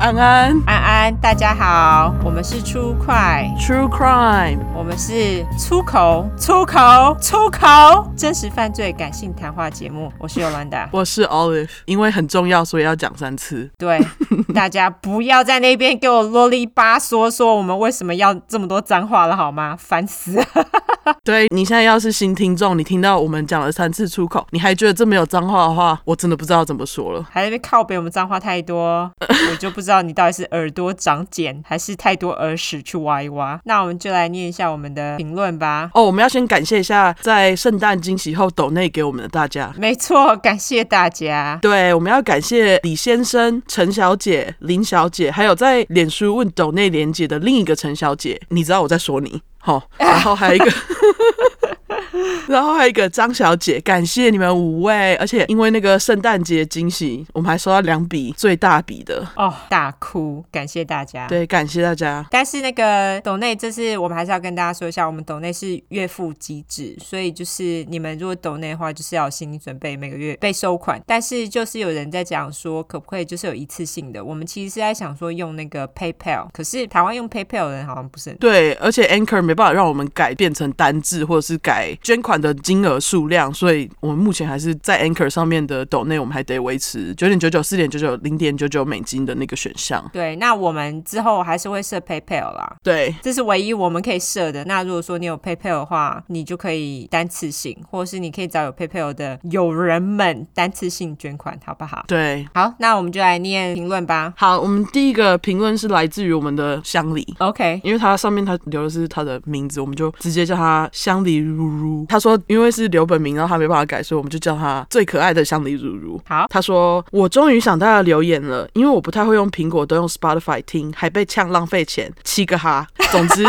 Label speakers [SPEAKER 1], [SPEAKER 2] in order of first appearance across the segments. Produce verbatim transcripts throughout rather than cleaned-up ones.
[SPEAKER 1] 安安，
[SPEAKER 2] 安安，大家好，我们是出快
[SPEAKER 1] True Crime，
[SPEAKER 2] 我们是出口出口出口真实犯罪感性谈话节目。我是Yolanda，
[SPEAKER 1] 我是 Olive， 因为很重要，所以要讲三次。
[SPEAKER 2] 对，大家不要在那边给我啰里吧嗦说我们为什么要这么多脏话了，好吗？烦死了。
[SPEAKER 1] 对，你现在要是新听众，你听到我们讲了三次出口，你还觉得这没有脏话的话，我真的不知道怎么说了。
[SPEAKER 2] 还在那边靠北我们脏话太多，我就不知道你到底是耳朵长茧，还是太多耳屎去挖一挖。那我们就来念一下我们的评论吧。
[SPEAKER 1] 哦，我们要先感谢一下在圣诞惊喜后抖内给我们的大家。
[SPEAKER 2] 没错，感谢大家。
[SPEAKER 1] 对，我们要感谢李先生、陈小姐、林小姐，还有在脸书问抖内连结的另一个陈小姐。你知道我在说你。好，然后还有一个然后还有一个张小姐，感谢你们五位，而且因为那个圣诞节惊喜，我们还收到两笔最大笔的
[SPEAKER 2] 哦，大哭，感谢大家。
[SPEAKER 1] 对，感谢大家。
[SPEAKER 2] 但是那个抖内，这次我们还是要跟大家说一下，我们抖内是月付机制，所以就是你们如果抖内的话，就是要有心理准备，每个月被收款。但是就是有人在讲说，可不可以就是有一次性的？我们其实是在想说用那个 PayPal， 可是台湾用 PayPal 的人好像不是很多。
[SPEAKER 1] 对，而且 Anchor 没办法让我们改变成单字，或者是改捐款的金额数量，所以我们目前还是在 Anchor 上面的抖内，我们还得维持九点九九、四点九九、零点九九美金的那个选项。
[SPEAKER 2] 对，那我们之后还是会设 PayPal 啦。
[SPEAKER 1] 对，
[SPEAKER 2] 这是唯一我们可以设的。那如果说你有 PayPal 的话，你就可以单次性，或者是你可以找有 PayPal 的友人们单次性捐款，好不好？
[SPEAKER 1] 对，
[SPEAKER 2] 好，那我们就来念评论吧。
[SPEAKER 1] 好，我们第一个评论是来自于我们的乡里
[SPEAKER 2] OK，
[SPEAKER 1] 因为他上面他留的是他的名字，我们就直接叫他乡里如如。他说因为是留本名，然后他没办法改，所以我们就叫他最可爱的乡里如如。
[SPEAKER 2] 好，
[SPEAKER 1] 他说我终于想到要留言了，因为我不太会用苹果，都用 Spotify 听，还被呛浪费钱，七个哈。总之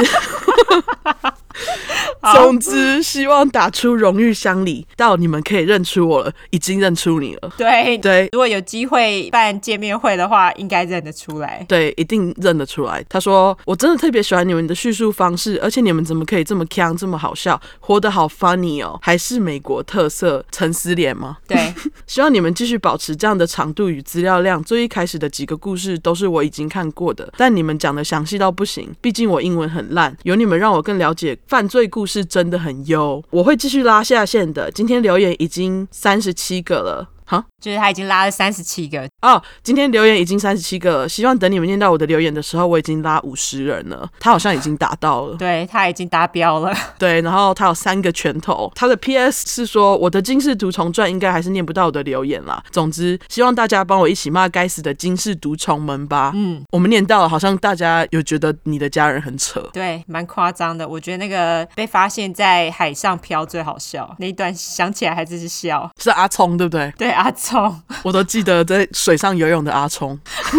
[SPEAKER 1] 总之希望打出荣誉乡里，到你们可以认出我了，已经认出你了。
[SPEAKER 2] 对
[SPEAKER 1] 对，
[SPEAKER 2] 如果有机会办见面会的话，应该认得出来。
[SPEAKER 1] 对，一定认得出来。他说我真的特别喜欢你们的叙述方式，而且你们怎么可以这么鏘这么好笑，活得好 funny 哦，还是美国特色陈思廉吗？
[SPEAKER 2] 对
[SPEAKER 1] 希望你们继续保持这样的长度与资料量。最一开始的几个故事都是我已经看过的，但你们讲的详细到不行，毕竟我英文很烂，有你们让我更了解犯罪故事真的很优。我会继续拉下线的。今天留言已经三十七个了。哈，
[SPEAKER 2] 就是他已经拉了三十七个
[SPEAKER 1] 哦，今天留言已经三十七个了，希望等你们念到我的留言的时候，我已经拉五十人了。他好像已经达到了，
[SPEAKER 2] 对，他已经达标了。
[SPEAKER 1] 对，然后他有三个拳头。他的 P S 是说我的金氏毒虫传应该还是念不到我的留言啦。总之，希望大家帮我一起骂该死的金氏毒虫们吧。嗯，我们念到了，好像大家有觉得你的家人很扯，
[SPEAKER 2] 对，蛮夸张的。我觉得那个被发现在海上漂最好笑，那一段想起来还真是笑。
[SPEAKER 1] 是阿聪对不对？
[SPEAKER 2] 对，阿聪。
[SPEAKER 1] 我都记得在水上游泳的阿聪。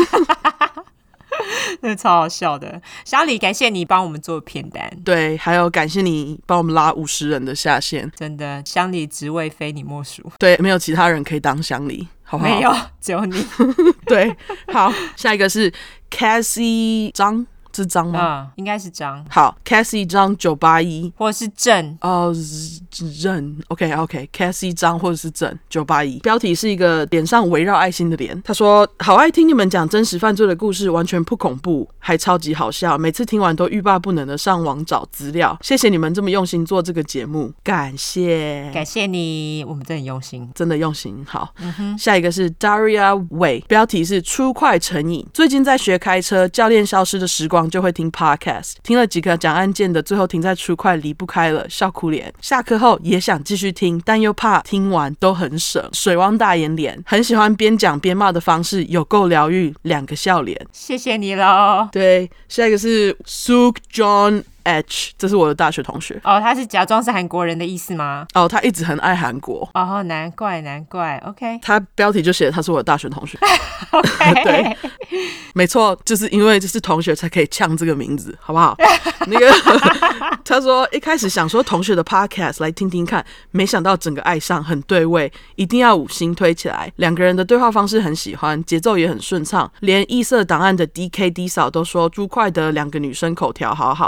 [SPEAKER 2] 那超好笑的。小李，感谢你帮我们做片单。
[SPEAKER 1] 对，还有感谢你帮我们拉五十人的下线。
[SPEAKER 2] 真的，乡里职位非你莫属。
[SPEAKER 1] 对，没有其他人可以当乡里，好不好？
[SPEAKER 2] 没有，只有你。
[SPEAKER 1] 对，好，下一个是 Cassie 张。是张吗？
[SPEAKER 2] 嗯，应该是张。
[SPEAKER 1] 好 ，Cassie 张九八一，
[SPEAKER 2] 或者是郑
[SPEAKER 1] 哦，郑 ，OK OK，Cassie 张或者是郑九八一。标题是一个脸上围绕爱心的脸。他说：“好爱听你们讲真实犯罪的故事，完全不恐怖，还超级好笑。每次听完都欲罢不能的上网找资料。谢谢你们这么用心做这个节目，感谢，
[SPEAKER 2] 感谢你，我们真的很用心，
[SPEAKER 1] 真的用心。好，嗯、下一个是 Daria Wei， 标题是出快成瘾。最近在学开车，教练消失的时光。”就会听 podcast， 听了几个讲案件的，最后停在出快离不开了，笑哭脸。下课后也想继续听，但又怕听完都很省，水汪大眼脸。很喜欢边讲边骂的方式，有够疗愈，两个笑脸。
[SPEAKER 2] 谢谢你咯。
[SPEAKER 1] 对，下一个是 Suk John H， 这是我的大学同学。
[SPEAKER 2] 哦，他是假装是韩国人的意思吗？
[SPEAKER 1] 哦，他一直很爱韩国。
[SPEAKER 2] 哦，难怪难怪 OK，
[SPEAKER 1] 他标题就写他是我的大学同学。
[SPEAKER 2] OK，
[SPEAKER 1] 对，没错，就是因为就是同学才可以呛这个名字，好不好？那个他说一开始想说同学的 podcast 来听听看，没想到整个爱上，很对味，一定要五星推起来。两个人的对话方式很喜欢，节奏也很顺畅，连异色档案的 D K D 嫂都说朱快的两个女生口条好好，要像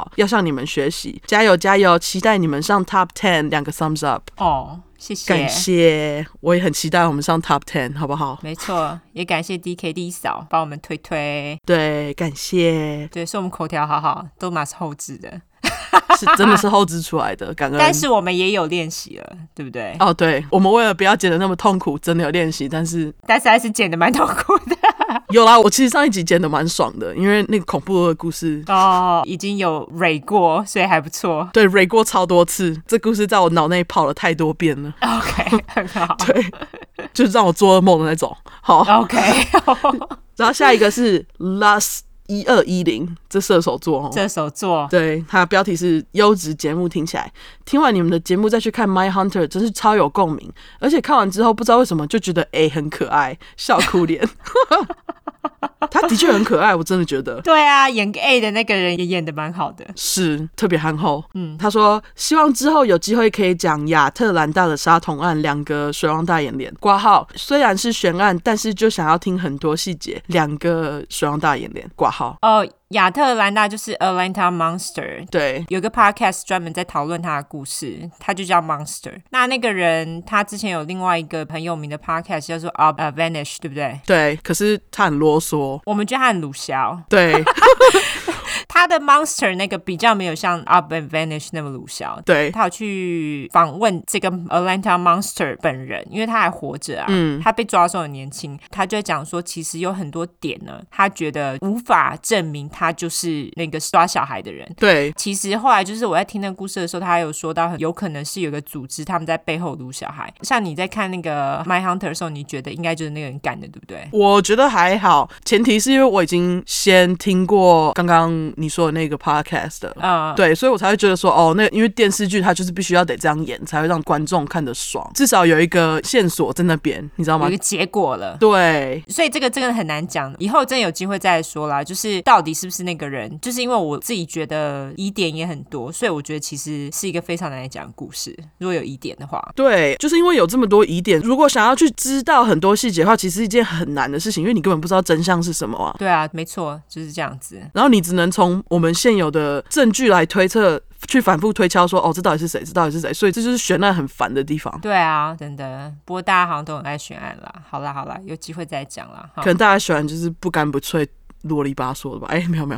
[SPEAKER 1] 向你们学习，加油加油，期待你们上 Top ten， 两个 thumbs up。
[SPEAKER 2] 哦，谢谢，
[SPEAKER 1] 感谢，我也很期待我们上 Top ten， 好不好？
[SPEAKER 2] 没错，也感谢 D K D 嫂帮我们推推。
[SPEAKER 1] 对，感谢。
[SPEAKER 2] 对，是我们口条好好，都马是后置的。
[SPEAKER 1] 是真的是后置出来的，感恩。
[SPEAKER 2] 但是我们也有练习了，对不对？
[SPEAKER 1] 哦，对，我们为了不要剪得那么痛苦，真的有练习，但是
[SPEAKER 2] 但是还是剪得蛮痛苦的。
[SPEAKER 1] 有啦，我其实上一集剪得蛮爽的，因为那个恐怖的故事
[SPEAKER 2] 哦，已经有蕊过，所以还不错。
[SPEAKER 1] 对，蕊过超多次，这故事在我脑内跑了太多遍了。
[SPEAKER 2] OK， 很好。
[SPEAKER 1] 对，就是让我做噩梦的那种。好
[SPEAKER 2] ，OK
[SPEAKER 1] 然后下一个是 Last。一二一零，这射手座哦，
[SPEAKER 2] 射手座，
[SPEAKER 1] 对，它的标题是优质节目，听起来，听完你们的节目再去看 My Hunter， 真是超有共鸣，而且看完之后不知道为什么就觉得 A 很可爱，笑哭脸。他的确很可爱，我真的觉得。
[SPEAKER 2] 对啊，演 A 的那个人也演得蛮好的，
[SPEAKER 1] 是特别憨厚。
[SPEAKER 2] 嗯，
[SPEAKER 1] 他说希望之后有机会可以讲亚特兰大的杀童案，两个水汪大眼脸挂号，虽然是悬案，但是就想要听很多细节，两个水汪大眼脸挂号。
[SPEAKER 2] 哦，亚特兰大就是 Atlanta Monster，
[SPEAKER 1] 对，
[SPEAKER 2] 有个 podcast 专门在讨论他的故事，他就叫 Monster。那那个人他之前有另外一个很有名的 podcast 叫做 Up Vanish， 对不对？
[SPEAKER 1] 对，可是他很啰嗦，
[SPEAKER 2] 我们觉得他很鲁小。
[SPEAKER 1] 对。
[SPEAKER 2] 他的 Monster 那个比较没有像 Up and Vanish 那么鲁小，
[SPEAKER 1] 对，
[SPEAKER 2] 他有去访问这个 Atlanta Monster 本人，因为他还活着啊，嗯，他被抓的时候很年轻，他就讲说其实有很多点呢，他觉得无法证明他就是那个抓小孩的人。
[SPEAKER 1] 对，
[SPEAKER 2] 其实后来就是我在听那个故事的时候，他还有说到有可能是有个组织他们在背后撸小孩，像你在看那个 My Hunter 的时候，你觉得应该就是那个人干的，对不对？
[SPEAKER 1] 我觉得还好，前提是因为我已经先听过刚刚你说的那个 podcast 的，嗯，对，所以我才会觉得说，哦，那因为电视剧它就是必须要得这样演，才会让观众看得爽，至少有一个线索在那边，你知道吗？
[SPEAKER 2] 有一个结果了，
[SPEAKER 1] 对，
[SPEAKER 2] 所以这个真的很难讲，以后真的有机会再说啦。就是到底是不是那个人，就是因为我自己觉得疑点也很多，所以我觉得其实是一个非常难讲的故事。如果有疑点的话，
[SPEAKER 1] 对，就是因为有这么多疑点，如果想要去知道很多细节的话，其实是一件很难的事情，因为你根本不知道真相是什么啊。
[SPEAKER 2] 对啊，没错，就是这样子。
[SPEAKER 1] 然后你只能从我们现有的证据来推测，去反复推敲说，哦，这到底是谁？这到底是谁？所以这就是悬案很烦的地方。
[SPEAKER 2] 对啊，真的。不过大家好像都很爱悬案啦。好啦好啦，有机会再讲啦。
[SPEAKER 1] 可能大家喜欢就是不干不脆、啰里吧嗦的吧？哎、欸，没有没有。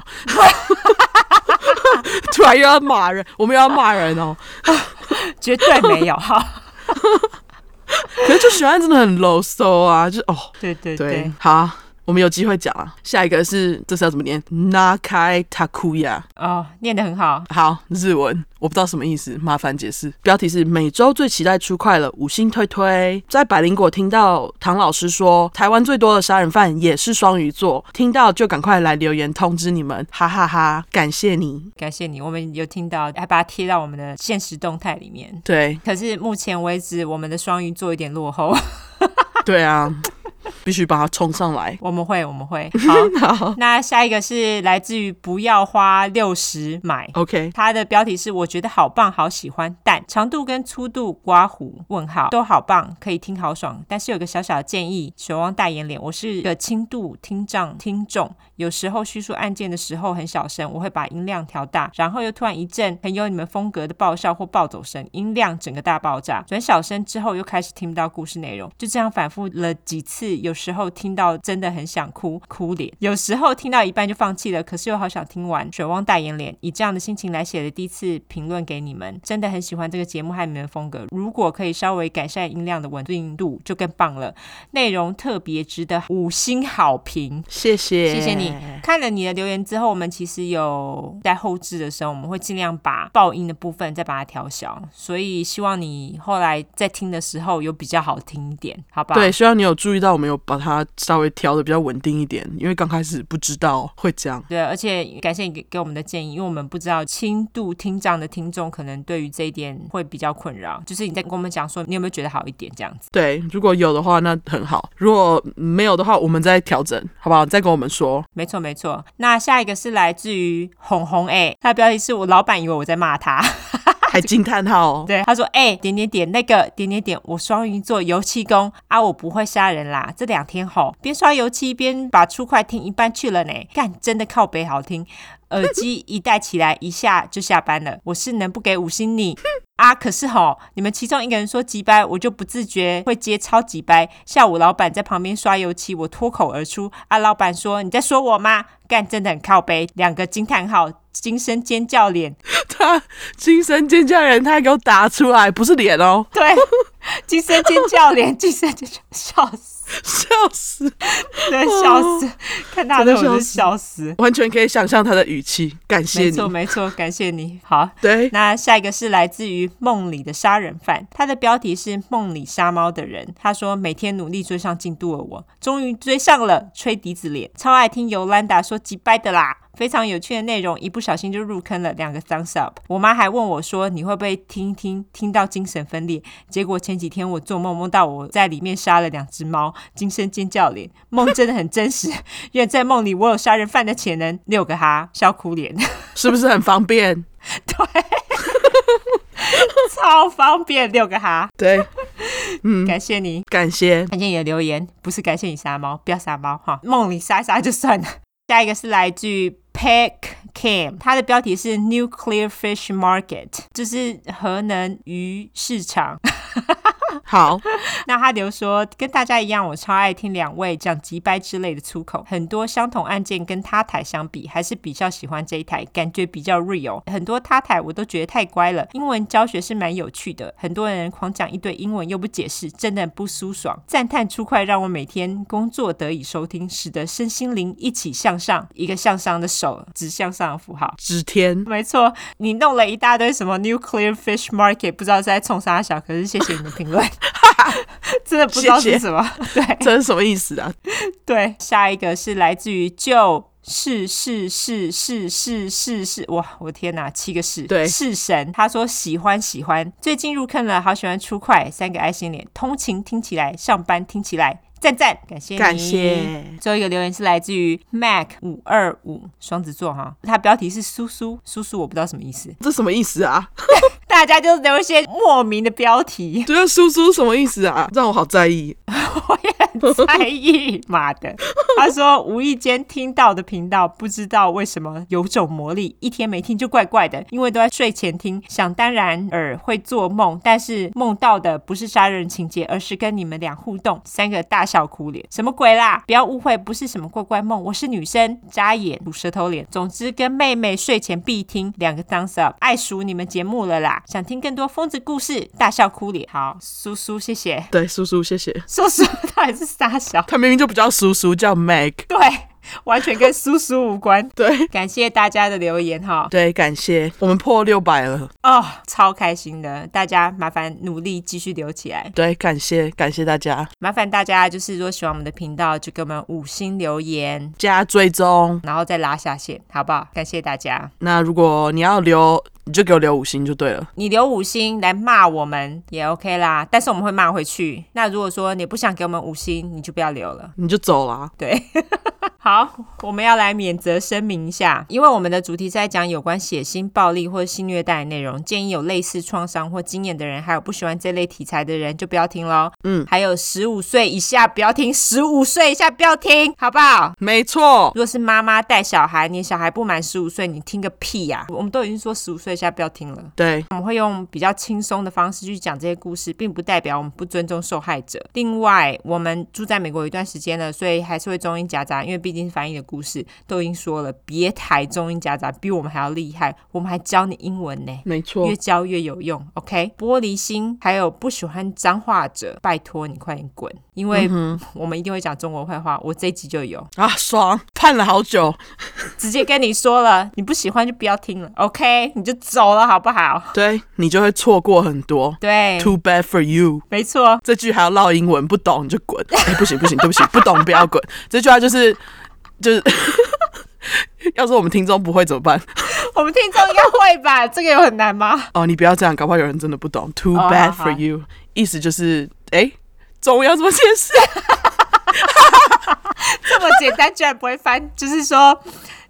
[SPEAKER 1] 突然又要骂人，我们又要骂人哦。
[SPEAKER 2] 绝对没有哈。
[SPEAKER 1] 可是就悬案真的很 low so 啊，就哦，
[SPEAKER 2] 对对 对,
[SPEAKER 1] 对，好。我们有机会讲了，下一个是这是要怎么念 ？Nakai Takuya
[SPEAKER 2] 哦，念得很好。
[SPEAKER 1] 好，日文我不知道什么意思，麻烦解释。标题是每周最期待出快了，五星推推。在百灵果听到唐老师说，台湾最多的杀人犯也是双鱼座，听到就赶快来留言通知你们，哈哈哈！感谢你，
[SPEAKER 2] 感谢你，我们有听到，还把它贴到我们的限时动态里面。
[SPEAKER 1] 对，
[SPEAKER 2] 可是目前为止，我们的双鱼座有点落后。
[SPEAKER 1] 对啊。必须把它冲上来，
[SPEAKER 2] 我们会，我们会。好，好，那下一个是来自于不要花六十买
[SPEAKER 1] ，OK，
[SPEAKER 2] 它的标题是我觉得好棒，好喜欢，但长度跟粗度刮胡问号都好棒，可以听好爽，但是有个小小的建议，水汪大眼脸，我是个轻度听障听众，有时候叙述案件的时候很小声，我会把音量调大，然后又突然一阵很有你们风格的爆笑或暴走声，音量整个大爆炸，转小声之后又开始听不到故事内容，就这样反复了几次，有时候听到真的很想哭，哭脸，有时候听到一半就放弃了，可是又好想听完，水汪大眼脸，以这样的心情来写的第一次评论给你们，真的很喜欢这个节目和你们的风格，如果可以稍微改善音量的稳定度就更棒了，内容特别值得五星好评，
[SPEAKER 1] 谢谢
[SPEAKER 2] 谢谢你。看了你的留言之后，我们其实有在后制的时候，我们会尽量把爆音的部分再把它调小，所以希望你后来在听的时候有比较好听一点，好吧？
[SPEAKER 1] 对，希望你有注意到我们有把它稍微调的比较稳定一点，因为刚开始不知道会这样。
[SPEAKER 2] 对，而且感谢你 给, 给我们的建议，因为我们不知道轻度听障的听众可能对于这一点会比较困扰，就是你在跟我们讲说你有没有觉得好一点这样子。
[SPEAKER 1] 对，如果有的话那很好，如果没有的话我们再调整，好不好？再跟我们说。
[SPEAKER 2] 没错没错。那下一个是来自于红红 A， 他的标题是我老板以为我在骂他。
[SPEAKER 1] 还惊叹号哦。
[SPEAKER 2] 对，他说哎、欸，点点点那个点点点，我双鱼座油漆工啊，我不会杀人啦。这两天吼，边刷油漆边把出快听一半去了呢，干真的靠北好听。耳机一戴起来，一下就下班了。我是能不给五星你啊？可是吼，你们其中一个人说几掰，我就不自觉会接超几掰。下午老板在旁边刷油漆，我脱口而出啊，老板说你在说我吗？干真的很靠北，两个惊叹号，惊声尖叫脸。
[SPEAKER 1] 他惊声尖叫脸，他还给我打出来，不是脸哦。
[SPEAKER 2] 对，惊声尖叫脸，惊声尖叫，笑死。
[SPEAKER 1] 笑死，
[SPEAKER 2] 对，笑死，看他的我就笑死，
[SPEAKER 1] 完全可以想象他的语气。感谢你，
[SPEAKER 2] 没错没错，感谢你。好，
[SPEAKER 1] 对，
[SPEAKER 2] 那下一个是来自于梦里的杀人犯，他的标题是梦里杀猫的人。他说每天努力追上进度的我，终于追上了，吹笛子脸，超爱听尤兰达说几掰的啦。非常有趣的内容，一不小心就入坑了，两个 thumbs up。我妈还问我说你会不会听听听到精神分裂，结果前几天我做梦梦到我在里面杀了两只猫，惊声尖叫脸，梦真的很真实，因为在梦里我有杀人犯的潜能，六个哈笑哭脸，
[SPEAKER 1] 是不是很方便？
[SPEAKER 2] 对，超方便，六个哈。
[SPEAKER 1] 对，嗯，
[SPEAKER 2] 感谢你，
[SPEAKER 1] 感谢
[SPEAKER 2] 感谢你的留言，不是感谢你杀猫，不要杀猫哈，梦里杀一杀就算了。下一个是来自于 Peck Cam， 它的标题是 Nuclear Fish Market， 就是核能鱼市场。
[SPEAKER 1] 好，
[SPEAKER 2] 那他留说跟大家一样，我超爱听两位讲鸡掰之类的粗口，很多相同案件跟他台相比，还是比较喜欢这一台，感觉比较 real。 很多他台我都觉得太乖了，英文教学是蛮有趣的，很多人狂讲一堆英文又不解释，真的不舒爽。赞叹出快让我每天工作得以收听，使得身心灵一起向上，一个向上的手指向上的符号，
[SPEAKER 1] 指天。
[SPEAKER 2] 没错，你弄了一大堆什么 Nuclear Fish Market， 不知道是在冲啥小，可是谢谢你的评论。真的不知道是什么，谢谢。对，
[SPEAKER 1] 这是什么意思啊？
[SPEAKER 2] 对，下一个是来自于就是是是是是是是，哇，我天哪，七个是，
[SPEAKER 1] 对，
[SPEAKER 2] 是神。他说喜欢喜欢，最近入坑了，好喜欢出快，三个爱心脸，通勤听起来，上班听起来。赞赞，感谢你，
[SPEAKER 1] 感谢。
[SPEAKER 2] 最后一个留言是来自于 Mac 五二五，双子座哈，他标题是苏苏苏苏，我不知道什么意思，
[SPEAKER 1] 这什么意思啊？
[SPEAKER 2] 大家就留一些莫名的标题，
[SPEAKER 1] 对啊，苏苏什么意思啊？让我好在意。
[SPEAKER 2] 我也很在意，妈的！他说无意间听到的频道，不知道为什么有种魔力，一天没听就怪怪的，因为都在睡前听，想当然尔会做梦，但是梦到的不是杀人情节，而是跟你们俩互动，三个大笑哭脸，什么鬼啦？不要误会，不是什么怪怪梦，我是女生，眨眼吐舌头脸。总之跟妹妹睡前必听，两个 thumbs up， 爱数你们节目了啦，想听更多疯子故事，大笑哭脸。好，苏苏谢谢，
[SPEAKER 1] 对，苏苏谢谢。
[SPEAKER 2] 苏苏到底是傻小，
[SPEAKER 1] 他明明就不叫苏苏，叫 Meg，
[SPEAKER 2] 对，完全跟苏苏无关。
[SPEAKER 1] 对，
[SPEAKER 2] 感谢大家的留言哈。
[SPEAKER 1] 对，感谢，我们破六百了
[SPEAKER 2] 哦，超开心的，大家麻烦努力继续留起来。
[SPEAKER 1] 对，感谢感谢大家，
[SPEAKER 2] 麻烦大家就是如果喜欢我们的频道，就给我们五星留言
[SPEAKER 1] 加追踪，
[SPEAKER 2] 然后再拉下线，好不好？感谢大家。
[SPEAKER 1] 那如果你要留，你就给我留五星就对了。
[SPEAKER 2] 你留五星来骂我们也 OK 啦，但是我们会骂回去。那如果说你不想给我们五星，你就不要留了，
[SPEAKER 1] 你就走啦。
[SPEAKER 2] 对。好，我们要来免责声明一下，因为我们的主题是在讲有关血腥、暴力或性虐待的内容，建议有类似创伤或经验的人，还有不喜欢这类题材的人就不要听咯。嗯，还有十五岁以下不要听，十五岁以下不要听，好不好？
[SPEAKER 1] 没错。
[SPEAKER 2] 如果是妈妈带小孩，你的小孩不满十五岁，你听个屁呀、啊！我们都已经说十五岁以下不要听了。
[SPEAKER 1] 对，
[SPEAKER 2] 我们会用比较轻松的方式去讲这些故事，并不代表我们不尊重受害者。另外，我们住在美国有一段时间了，所以还是会中英夹杂，因为毕竟是翻译的故事，都已经说了，别台中英夹杂比我们还要厉害，我们还教你英文呢，
[SPEAKER 1] 没错，
[SPEAKER 2] 越教越有用。 OK， 玻璃心还有不喜欢脏话者，拜托你快点滚，因为我们一定会讲中国坏话，我这一集就有
[SPEAKER 1] 啊，爽，盼了好久，
[SPEAKER 2] 直接跟你说了，你不喜欢就不要听了 OK， 你就走了好不好？
[SPEAKER 1] 对，你就会错过很多。
[SPEAKER 2] 对，
[SPEAKER 1] Too bad for you，
[SPEAKER 2] 没错，
[SPEAKER 1] 这句还要烙英文，不懂你就滚。哎，不行不行，对不起，不懂不要滚。这句话就是就是要是我们听众不会怎么办？
[SPEAKER 2] 我们听众应该会吧？这个有很难吗？
[SPEAKER 1] 哦，你不要这样，搞不好有人真的不懂。Too
[SPEAKER 2] 哦
[SPEAKER 1] bad
[SPEAKER 2] 好
[SPEAKER 1] for
[SPEAKER 2] 好
[SPEAKER 1] you， 意思就是哎，中文要怎么解释？
[SPEAKER 2] 这么简单居然不会翻，就是说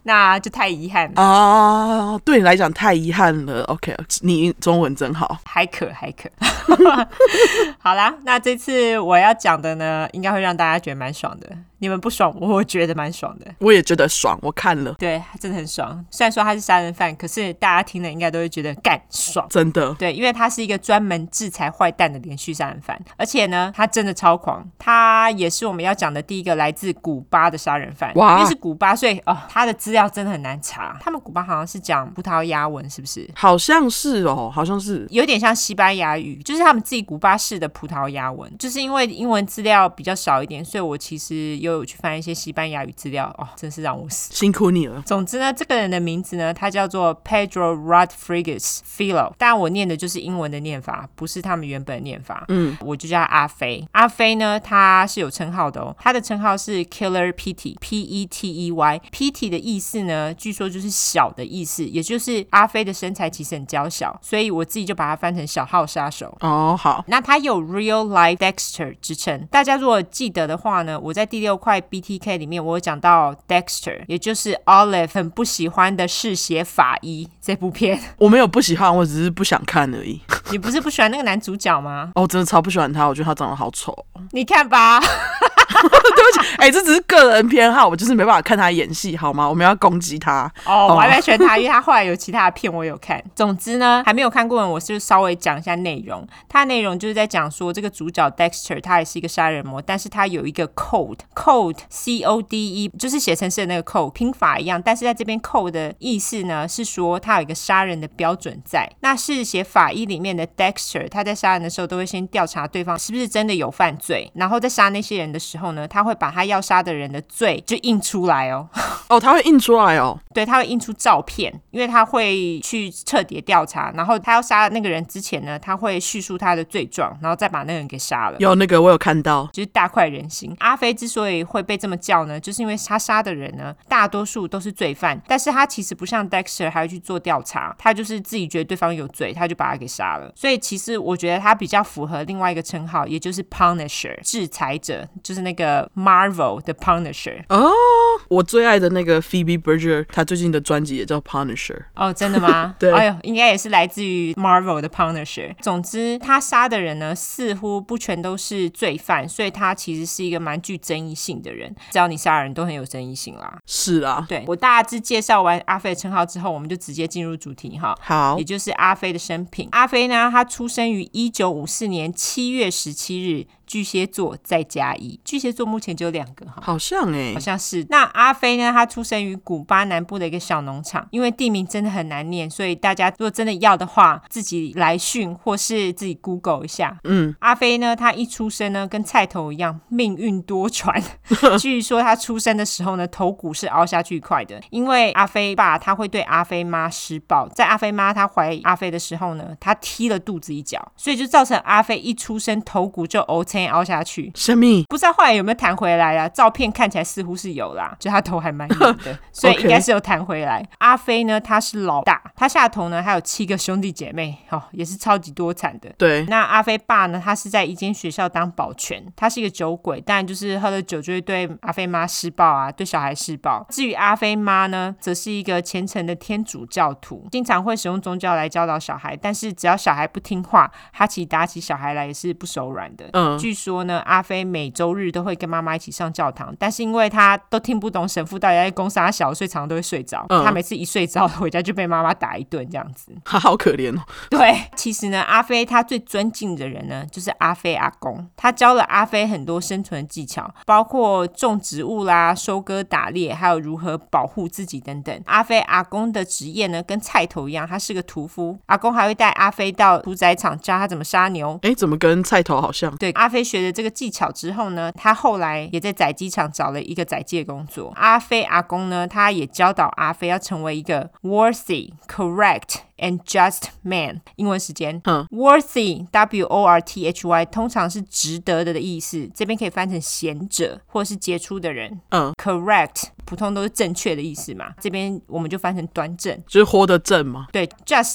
[SPEAKER 2] 那就太遗憾了
[SPEAKER 1] 啊，对你来讲太遗憾了。 OK， 你中文真好，
[SPEAKER 2] 还可还可好啦，那这次我要讲的呢应该会让大家觉得蛮爽的，你们不爽我觉得蛮爽的。
[SPEAKER 1] 我也觉得爽，我看了，
[SPEAKER 2] 对，真的很爽。虽然说他是杀人犯，可是大家听了应该都会觉得干爽，
[SPEAKER 1] 真的。
[SPEAKER 2] 对，因为他是一个专门制裁坏蛋的连续杀人犯，而且呢他真的超狂，他也是我们要讲的第一个来自古巴的杀人犯。
[SPEAKER 1] 哇，
[SPEAKER 2] 因为是古巴，所以哦他的资料真的很难查。他们古巴好像是讲葡萄牙文，是不是？
[SPEAKER 1] 好像是哦，好像是
[SPEAKER 2] 有点像西班牙语，就是他们自己古巴式的葡萄牙文。就是因为英文资料比较少一点，所以我其实又有去翻一些西班牙语资料，哦真是让我死，
[SPEAKER 1] 辛苦你了。
[SPEAKER 2] 总之呢，这个人的名字呢，他叫做 Pedro Rodriguez Filho， 当然我念的就是英文的念法，不是他们原本的念法。嗯，我就叫他阿飞。阿飞呢，他是有称号的哦，他的称号是 Killer Petey P E T E Y。 Petey 的意思呢，据说就是小的意思，也就是阿飞的身材其实很娇小，所以我自己就把它翻成小号杀手。
[SPEAKER 1] 哦，好。
[SPEAKER 2] 那他有 Real Life Dexter 之称，大家如果记得的话呢，我在第六块 B T K 里面我有讲到 Dexter， 也就是 Olive 很不喜欢的嗜血法医这部片。
[SPEAKER 1] 我没有不喜欢，我只是不想看而已。
[SPEAKER 2] 你不是不喜欢那个男主角吗？
[SPEAKER 1] 哦，真的超不喜欢他，我觉得他长得好丑。
[SPEAKER 2] 你看吧
[SPEAKER 1] 对不起，哎、欸，这只是个人偏好，我就是没办法看他演戏，好吗？我们要攻击他
[SPEAKER 2] 哦，我还没选他，因为他后来有其他的片我有看。总之呢，还没有看过的我就稍微讲一下内容。他的内容就是在讲说，这个主角 Dexter 他也是一个杀人魔，但是他有一个 code code C O D E， 就是写程式的那个 code， 拼法一样，但是在这边 code 的意思呢是说他有一个杀人的标准在。那是写法医里面的 Dexter， 他在杀人的时候都会先调查对方是不是真的有犯罪，然后在杀那些人的时候呢，他会把他要杀的人的罪就印出来哦。
[SPEAKER 1] 哦，他会印出来哦。
[SPEAKER 2] 对，他会印出照片，因为他会去彻底调查，然后他要杀那个人之前呢，他会叙述他的罪状，然后再把那个人给杀了。
[SPEAKER 1] 有那个我有看到，
[SPEAKER 2] 就是大快人心。阿飞之所以会被这么叫呢，就是因为他杀的人呢，大多数都是罪犯，但是他其实不像 Dexter 还会去做调查，他就是自己觉得对方有罪，他就把他给杀了。所以其实我觉得他比较符合另外一个称号，也就是 Punisher 制裁者，就是那个 Marvel 的 Punisher。
[SPEAKER 1] 哦，我最爱的那个 Phoebe Bridger， 他最近的专辑也叫 Punisher。
[SPEAKER 2] 哦，真的吗？
[SPEAKER 1] 对，
[SPEAKER 2] 哎呦，应该也是来自于 Marvel 的 Punisher。总之，他杀的人呢，似乎不全都是罪犯，所以他其实是一个蛮具争议性的人。只要你杀人，都很有争议性啦。
[SPEAKER 1] 是啦，
[SPEAKER 2] 对，我大致介绍完阿飞的称号之后，我们就直接进入主题哈。
[SPEAKER 1] 好，
[SPEAKER 2] 也就是阿飞的生平。阿飞呢，他出生于一九五四年七月十七日。巨蟹座再加一，巨蟹座目前只有两个哈，
[SPEAKER 1] 好像哎、欸，
[SPEAKER 2] 好像是。那阿飞呢？他出生于古巴南部的一个小农场，因为地名真的很难念，所以大家如果真的要的话，自己来讯或是自己 Google 一下。嗯，阿飞呢，他一出生呢，跟菜头一样，命运多舛。据说他出生的时候呢，头骨是凹下去一块的，因为阿飞爸他会对阿飞妈施暴，在阿飞妈他怀阿飞的时候呢，他踢了肚子一脚，所以就造成阿飞一出生头骨就 O C。凹下去，
[SPEAKER 1] 什么？
[SPEAKER 2] 不知道后来有没有弹回来啦？照片看起来似乎是有啦，就他头还蛮硬的，所以应该是有弹回来。阿飞呢，他是老大，他下头呢还有七个兄弟姐妹，哦，也是超级多产的。
[SPEAKER 1] 对，
[SPEAKER 2] 那阿飞爸呢，他是在一间学校当保全，他是一个酒鬼，当然就是喝了酒就会对阿飞妈施暴啊，对小孩施暴。至于阿飞妈呢，则是一个虔诚的天主教徒，经常会使用宗教来教导小孩，但是只要小孩不听话，他其实打起小孩来也是不手软的。嗯，据说呢，阿飞每周日都会跟妈妈一起上教堂，但是因为他都听不懂神父到底在攻杀小，所以常常都会睡着。嗯、他每次一睡着回家就被妈妈打一顿，这样子。
[SPEAKER 1] 他好可怜哦。
[SPEAKER 2] 对，其实呢，阿飞他最尊敬的人呢，就是阿飞阿公。他教了阿飞很多生存技巧，包括种植物啦、收割、打猎，还有如何保护自己等等。阿飞阿公的职业呢，跟菜头一样，他是个屠夫。阿公还会带阿飞到屠宰场教他怎么杀牛。
[SPEAKER 1] 哎，怎么跟菜头好像？
[SPEAKER 2] 对，阿飞学的这个技巧之后呢，他后来也在宰鸡场找了一个宰鸡的工作。阿飞阿公呢，他也教导阿飞要成为一个 worthy, correct and just man。 英文时间、嗯、worthy W O R T H Y 通常是值得的的意思，这边可以翻成贤者或是杰出的人、嗯、correct 普通都是正确的意思嘛，这边我们就翻成端正，
[SPEAKER 1] 就是活得正嘛。
[SPEAKER 2] 对， just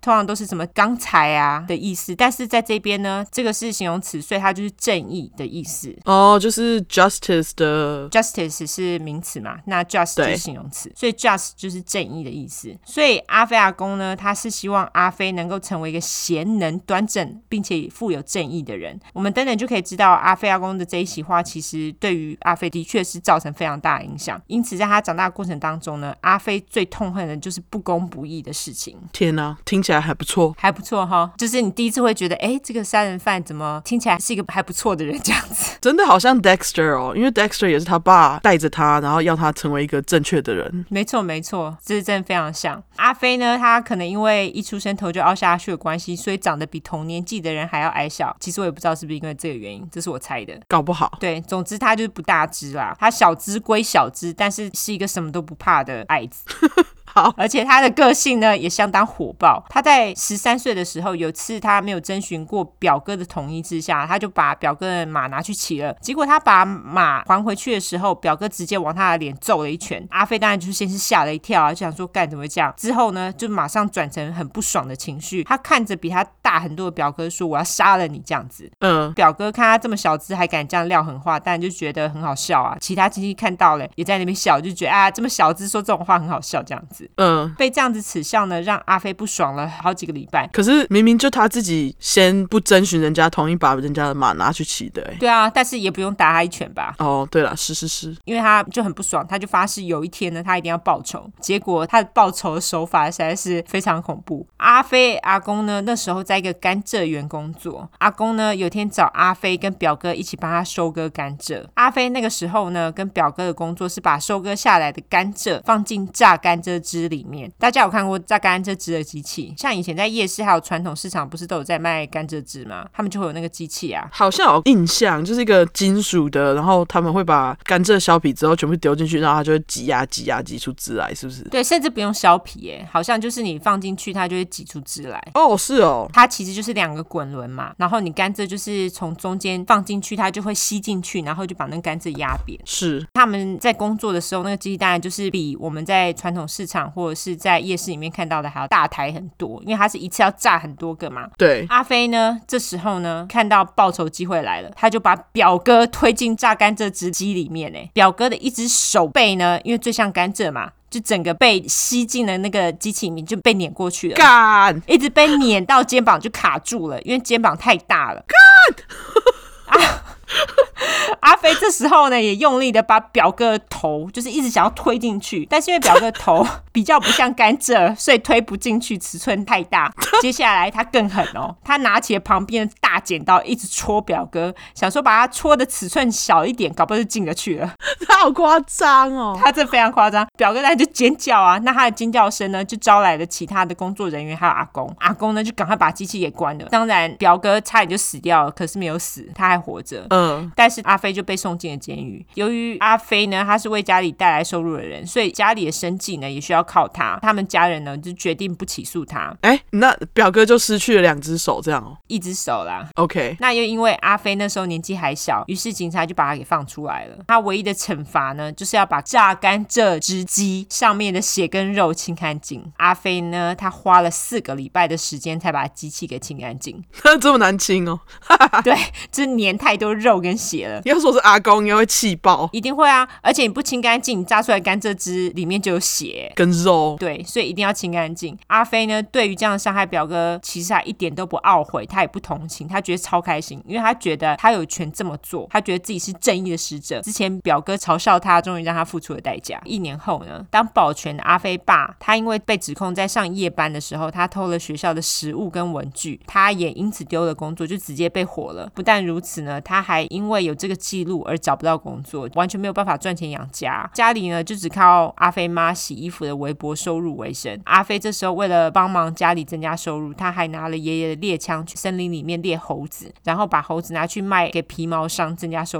[SPEAKER 2] 通常都是什么刚才啊的意思，但是在这边呢，这个是形容词，所以它就是正义的意思。
[SPEAKER 1] 哦，就是 justice 的
[SPEAKER 2] justice 是名词嘛，那 just 就是形容词，所以 just 就是正义的意思。所以阿飞阿公呢，他是希望阿飞能够成为一个贤能、端正并且富有正义的人。我们等等就可以知道，阿飞阿公的这一席话，其实对于阿飞的确是造成非常大的影响。因此，在他长大的过程当中呢，阿飞最痛恨的就是不公不义的事情。
[SPEAKER 1] 天哪，听起来还不错，
[SPEAKER 2] 还不错哈，就是你第一次会觉得，哎，这个杀人犯怎么听起来是一个还不错的人这样子。
[SPEAKER 1] 真的好像 Dexter 哦，因为 Dexter 也是他爸带着他，然后要他成为一个正确的人。
[SPEAKER 2] 没错没错，这是真的非常像。阿飞呢，他可能因为一出生头就凹下去的关系，所以长得比同年纪的人还要矮小。其实我也不知道是不是因为这个原因，这是我猜的，
[SPEAKER 1] 搞不好。
[SPEAKER 2] 对，总之他就是不大只啦，他小只归小只，但是是一个什么都不怕的矮子。
[SPEAKER 1] 好，
[SPEAKER 2] 而且他的个性呢也相当火爆。他在十三岁的时候，有次他没有征询过表哥的同意之下，他就把表哥的马拿去骑了。结果他把马还回去的时候，表哥直接往他的脸揍了一拳。阿飞当然就是先是吓了一跳啊，就想说干怎么会这样？之后呢，就马上转成很不爽的情绪。他看着比他大很多的表哥说：“我要杀了你！”这样子。嗯，表哥看他这么小只还敢这样撂狠话，当然就觉得很好笑啊。其他亲戚看到了，也在那边笑，就觉得啊，这么小只说这种话很好笑这样子。嗯，被这样子耻笑呢，让阿飞不爽了好几个礼拜。
[SPEAKER 1] 可是明明就他自己先不征询人家同意，把人家的马拿去骑的、欸。
[SPEAKER 2] 对啊，但是也不用打他一拳吧？
[SPEAKER 1] 哦，对了，是是是，
[SPEAKER 2] 因为他就很不爽，他就发誓有一天呢，他一定要报仇。结果他的报仇的手法实在是非常恐怖。阿飞阿公呢，那时候在一个甘蔗园工作。阿公呢，有天找阿飞跟表哥一起帮他收割甘蔗。阿飞那个时候呢，跟表哥的工作是把收割下来的甘蔗放进榨甘蔗汁里面。大家有看过榨甘蔗汁的机器？像以前在夜市还有传统市场，不是都有在卖甘蔗汁吗？他们就会有那个机器啊。
[SPEAKER 1] 好像有印象，就是一个金属的，然后他们会把甘蔗削皮之后全部丢进去，然后它就会挤呀挤呀挤出汁来，是不是？
[SPEAKER 2] 对，甚至不用削皮耶，好像就是你放进去，它就会挤出汁来。
[SPEAKER 1] 哦，是哦。
[SPEAKER 2] 它其实就是两个滚轮嘛，然后你甘蔗就是从中间放进去，它就会吸进去，然后就把那个甘蔗压扁。
[SPEAKER 1] 是。
[SPEAKER 2] 他们在工作的时候，那个机器当然就是比我们在传统市场或者是在夜市里面看到的还要大台很多，因为它是一次要榨很多个嘛。
[SPEAKER 1] 对。
[SPEAKER 2] 阿飞呢，这时候呢，看到报仇机会来了，他就把表哥推进榨甘蔗汁机里面。哎，表哥的一只手背呢，因为最像甘蔗嘛，就整个被吸进了那个机器里面，就被碾过去了。
[SPEAKER 1] 干，
[SPEAKER 2] 一直被碾到肩膀就卡住了，因为肩膀太大了。干啊！阿飞这时候呢，也用力的把表哥的头，就是一直想要推进去，但是因为表哥的头比较不像甘蔗，所以推不进去，尺寸太大。接下来他更狠哦，他拿起了旁边的大剪刀，一直戳表哥，想说把他戳的尺寸小一点，搞不好就进得去了。
[SPEAKER 1] 他好夸张哦，
[SPEAKER 2] 他这非常夸张。表哥当然就尖叫啊，那他的尖叫声呢，就招来了其他的工作人员，还有阿公。阿公呢，就赶快把机器给关了。当然，表哥差点就死掉了，可是没有死，他还活着。嗯，但是阿飞就被送进了监狱。由于阿飞呢，他是为家里带来收入的人，所以家里的生计呢也需要靠他。他们家人呢就决定不起诉他。
[SPEAKER 1] 哎，那表哥就失去了两只手，这样哦？
[SPEAKER 2] 一只手啦。
[SPEAKER 1] OK。
[SPEAKER 2] 那又因为阿飞那时候年纪还小，于是警察就把他给放出来了。他唯一的惩罚呢，就是要把榨甘蔗汁机上面的血跟肉清干净。阿飞呢，他花了四个礼拜的时间才把机器给清干净。
[SPEAKER 1] 这么难清哦？
[SPEAKER 2] 对，这粘太多肉跟血了。
[SPEAKER 1] 要说是阿公，应该会气爆。
[SPEAKER 2] 一定会啊，而且你不清干净，你榨出来甘蔗汁里面就有血
[SPEAKER 1] 跟肉。
[SPEAKER 2] 对，所以一定要清干净。阿飞呢，对于这样伤害表哥，其实他一点都不懊悔，他也不同情，他觉得超开心，因为他觉得他有权这么做，他觉得自己是正义的使者。之前表哥嘲笑他，终于让他付出了代价。一年后呢，当保全的阿飞爸，他因为被指控在上夜班的时候，他偷了学校的食物跟文具，他也因此丢了工作，就直接被火了。不但如此呢，他还因为有这个记录而找不到工作，完全没有办法赚钱养家。家里呢就只靠阿飞妈洗衣服的微薄收入为生。阿飞这时候为了帮忙家里增加收入，他还拿了爷爷的猎枪去森林里面猎猴子，然后把猴子拿去卖给皮毛商增加收入。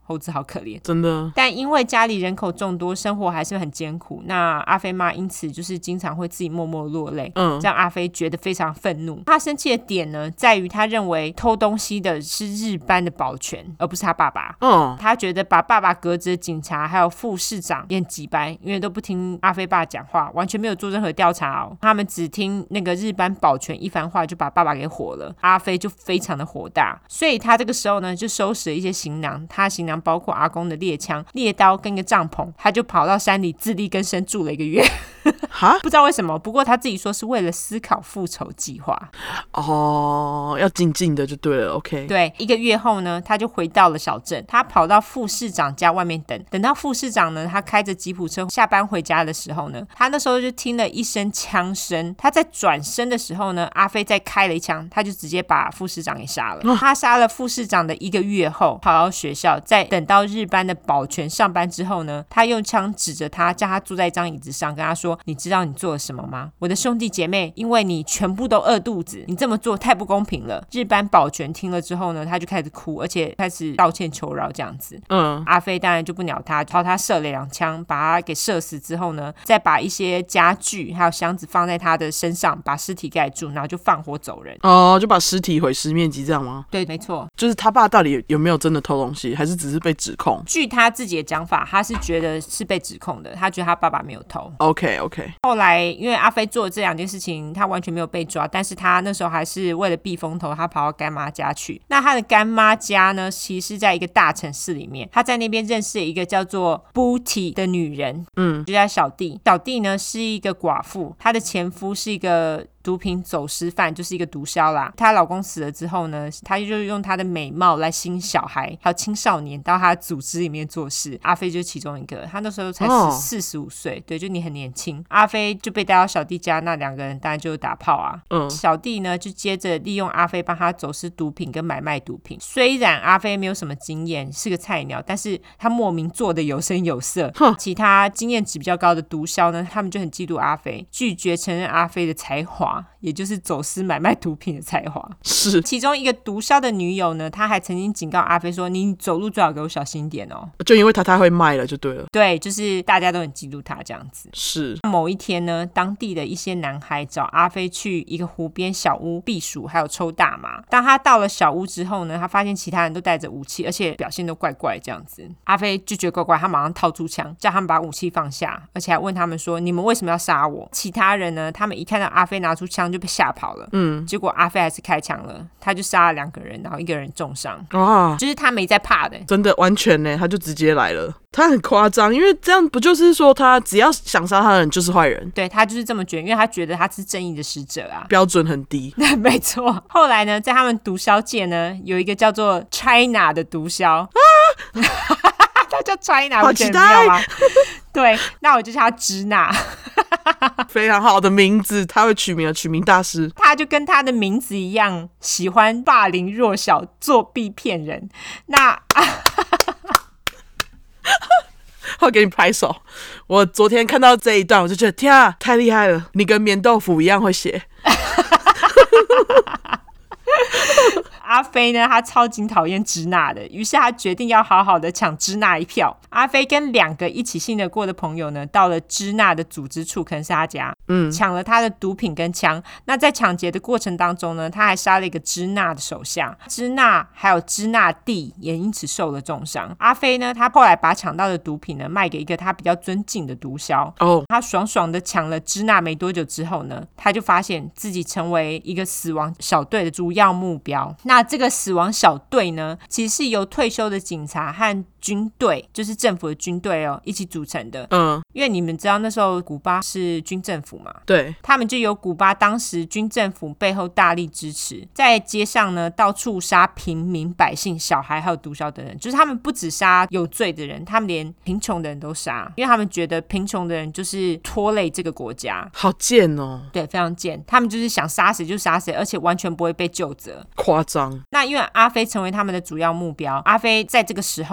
[SPEAKER 2] 猴子好可怜，
[SPEAKER 1] 真的。
[SPEAKER 2] 但因为家里人口众多，生活还是很艰苦，那阿飞妈因此就是经常会自己默默落泪，嗯，让阿飞觉得非常愤怒。他生气的点呢，在于他认为偷东西的是日班的保全，而不是他爸爸。嗯，他觉得把爸爸革职的警察还有副市长也很鸡掰，因为都不听阿飞爸讲话，完全没有做任何调查哦，他们只听那个日班保全一番话就把爸爸给火了。阿飞就非常的火大，所以他这个时候呢就收拾了一些行囊，他的行囊包括阿公的猎枪、猎刀跟一个帐篷，他就跑到山里自力更生住了一个月。不知道为什么，不过他自己说是为了思考复仇计划。
[SPEAKER 1] 哦，要静静的就对了。 OK，
[SPEAKER 2] 对，一个月后呢他就回到了小镇，他跑到副市长家外面等等到副市长呢他开着吉普车下班回家的时候呢，他那时候就听了一声枪声，他在转身的时候呢，阿飞再开了一枪，他就直接把副市长给杀了。他杀了副市长的一个月后跑到学校，在等到日班的保全上班之后呢，他用枪指着他，叫他坐在一张椅子上，跟他说，你知道你做了什么吗？我的兄弟姐妹因为你全部都饿肚子，你这么做太不公平了。日班保全听了之后呢，他就开始哭，而且开始道歉求饶这样子。嗯，阿飞当然就不鸟他，朝他射了两枪，把他给射死之后呢，再把一些家具还有箱子放在他的身上，把尸体盖住，然后就放火走人。
[SPEAKER 1] 哦，就把尸体毁尸灭迹这样吗？
[SPEAKER 2] 对，没错。
[SPEAKER 1] 就是他爸到底有没有真的偷东西，还是只是被指控？
[SPEAKER 2] 据他自己的讲法，他是觉得是被指控的，他觉得他爸爸没有偷。
[SPEAKER 1] OK OK。
[SPEAKER 2] 后来因为阿飞做了这两件事情，他完全没有被抓，但是他那时候还是为了避风头，他跑到干妈家去。那他的干妈家呢，其实是在一个大城市里面，他在那边认识了一个叫做 Booty 的女人，嗯，就叫小弟。小弟呢是一个寡妇，她的前夫是一个毒品走私犯，就是一个毒枭啦。她老公死了之后呢，她就用她的美貌来吸引小孩还有青少年到她的组织里面做事。阿飞就是其中一个，他那时候才四十五岁，对，就你很年轻。阿飞就被带到小弟家，那两个人当然就打炮啊。嗯，小弟呢就接着利用阿飞帮他走私毒品跟买卖毒品。虽然阿飞没有什么经验，是个菜鸟，但是他莫名做的有声有色。其他经验值比较高的毒枭呢，他们就很嫉妒阿飞，拒绝承认阿飞的才华，也就是走私买卖毒品的才华。
[SPEAKER 1] 是，
[SPEAKER 2] 其中一个毒枭的女友呢，她还曾经警告阿飞说，你走路最好给我小心一点哦。
[SPEAKER 1] 就因为他太会卖了就对了。
[SPEAKER 2] 对，就是大家都很嫉妒他这样子。
[SPEAKER 1] 是。
[SPEAKER 2] 某一天呢，当地的一些男孩找阿飞去一个湖边小屋避暑还有抽大麻。当他到了小屋之后呢，他发现其他人都带着武器，而且表现都怪怪这样子。阿飞就觉得怪怪，他马上掏出枪叫他们把武器放下，而且还问他们说，你们为什么要杀我？其他人呢，他们一看到阿飞拿出枪就被吓跑了。嗯，结果阿飞还是开枪了，他就杀了两个人，然后一个人重伤。哇，就是他没在怕的，
[SPEAKER 1] 真的完全呢，他就直接来了。他很夸张，因为这样不就是说他只要想杀他的人就是坏人？
[SPEAKER 2] 对，他就是这么觉得，因为他觉得他是正义的使者啊，
[SPEAKER 1] 标准很低。
[SPEAKER 2] 没错。后来呢，在他们毒枭界呢，有一个叫做 China 的毒枭啊，他叫 China，
[SPEAKER 1] 好期待吗？
[SPEAKER 2] 对，那我就叫他支那。
[SPEAKER 1] 非常好的名字，他会取名的取名大师。
[SPEAKER 2] 他就跟他的名字一样，喜欢霸凌弱小、作弊骗人。那
[SPEAKER 1] 我给你拍手。我昨天看到这一段，我就觉得天啊，太厉害了！你跟棉豆腐一样会写。
[SPEAKER 2] 阿飞呢，他超级讨厌支那的，于是他决定要好好的抢支那一票。阿飞跟两个一起信得过的朋友呢，到了支那的组织处，可能是他家，嗯，抢了他的毒品跟枪。那在抢劫的过程当中呢，他还杀了一个支那的手下，支那还有支那弟也因此受了重伤。阿飞呢，他后来把抢到的毒品呢卖给一个他比较尊敬的毒枭。哦，他爽爽的抢了支那没多久之后呢，他就发现自己成为一个死亡小队的主要目标。那这个死亡小队呢，其实是由退休的警察和军队，就是政府的军队哦，一起组成的。嗯，因为你们知道那时候古巴是军政府嘛，
[SPEAKER 1] 对，
[SPEAKER 2] 他们就由古巴当时军政府背后大力支持，在街上呢到处杀平民百姓、小孩还有毒枭等人，就是他们不只杀有罪的人，他们连贫穷的人都杀，因为他们觉得贫穷的人就是拖累这个国家。
[SPEAKER 1] 好贱哦！
[SPEAKER 2] 对，非常贱，他们就是想杀谁就杀谁，而且完全不会被究责。
[SPEAKER 1] 夸张。
[SPEAKER 2] 那因为阿飞成为他们的主要目标，阿飞在这个时候，因为他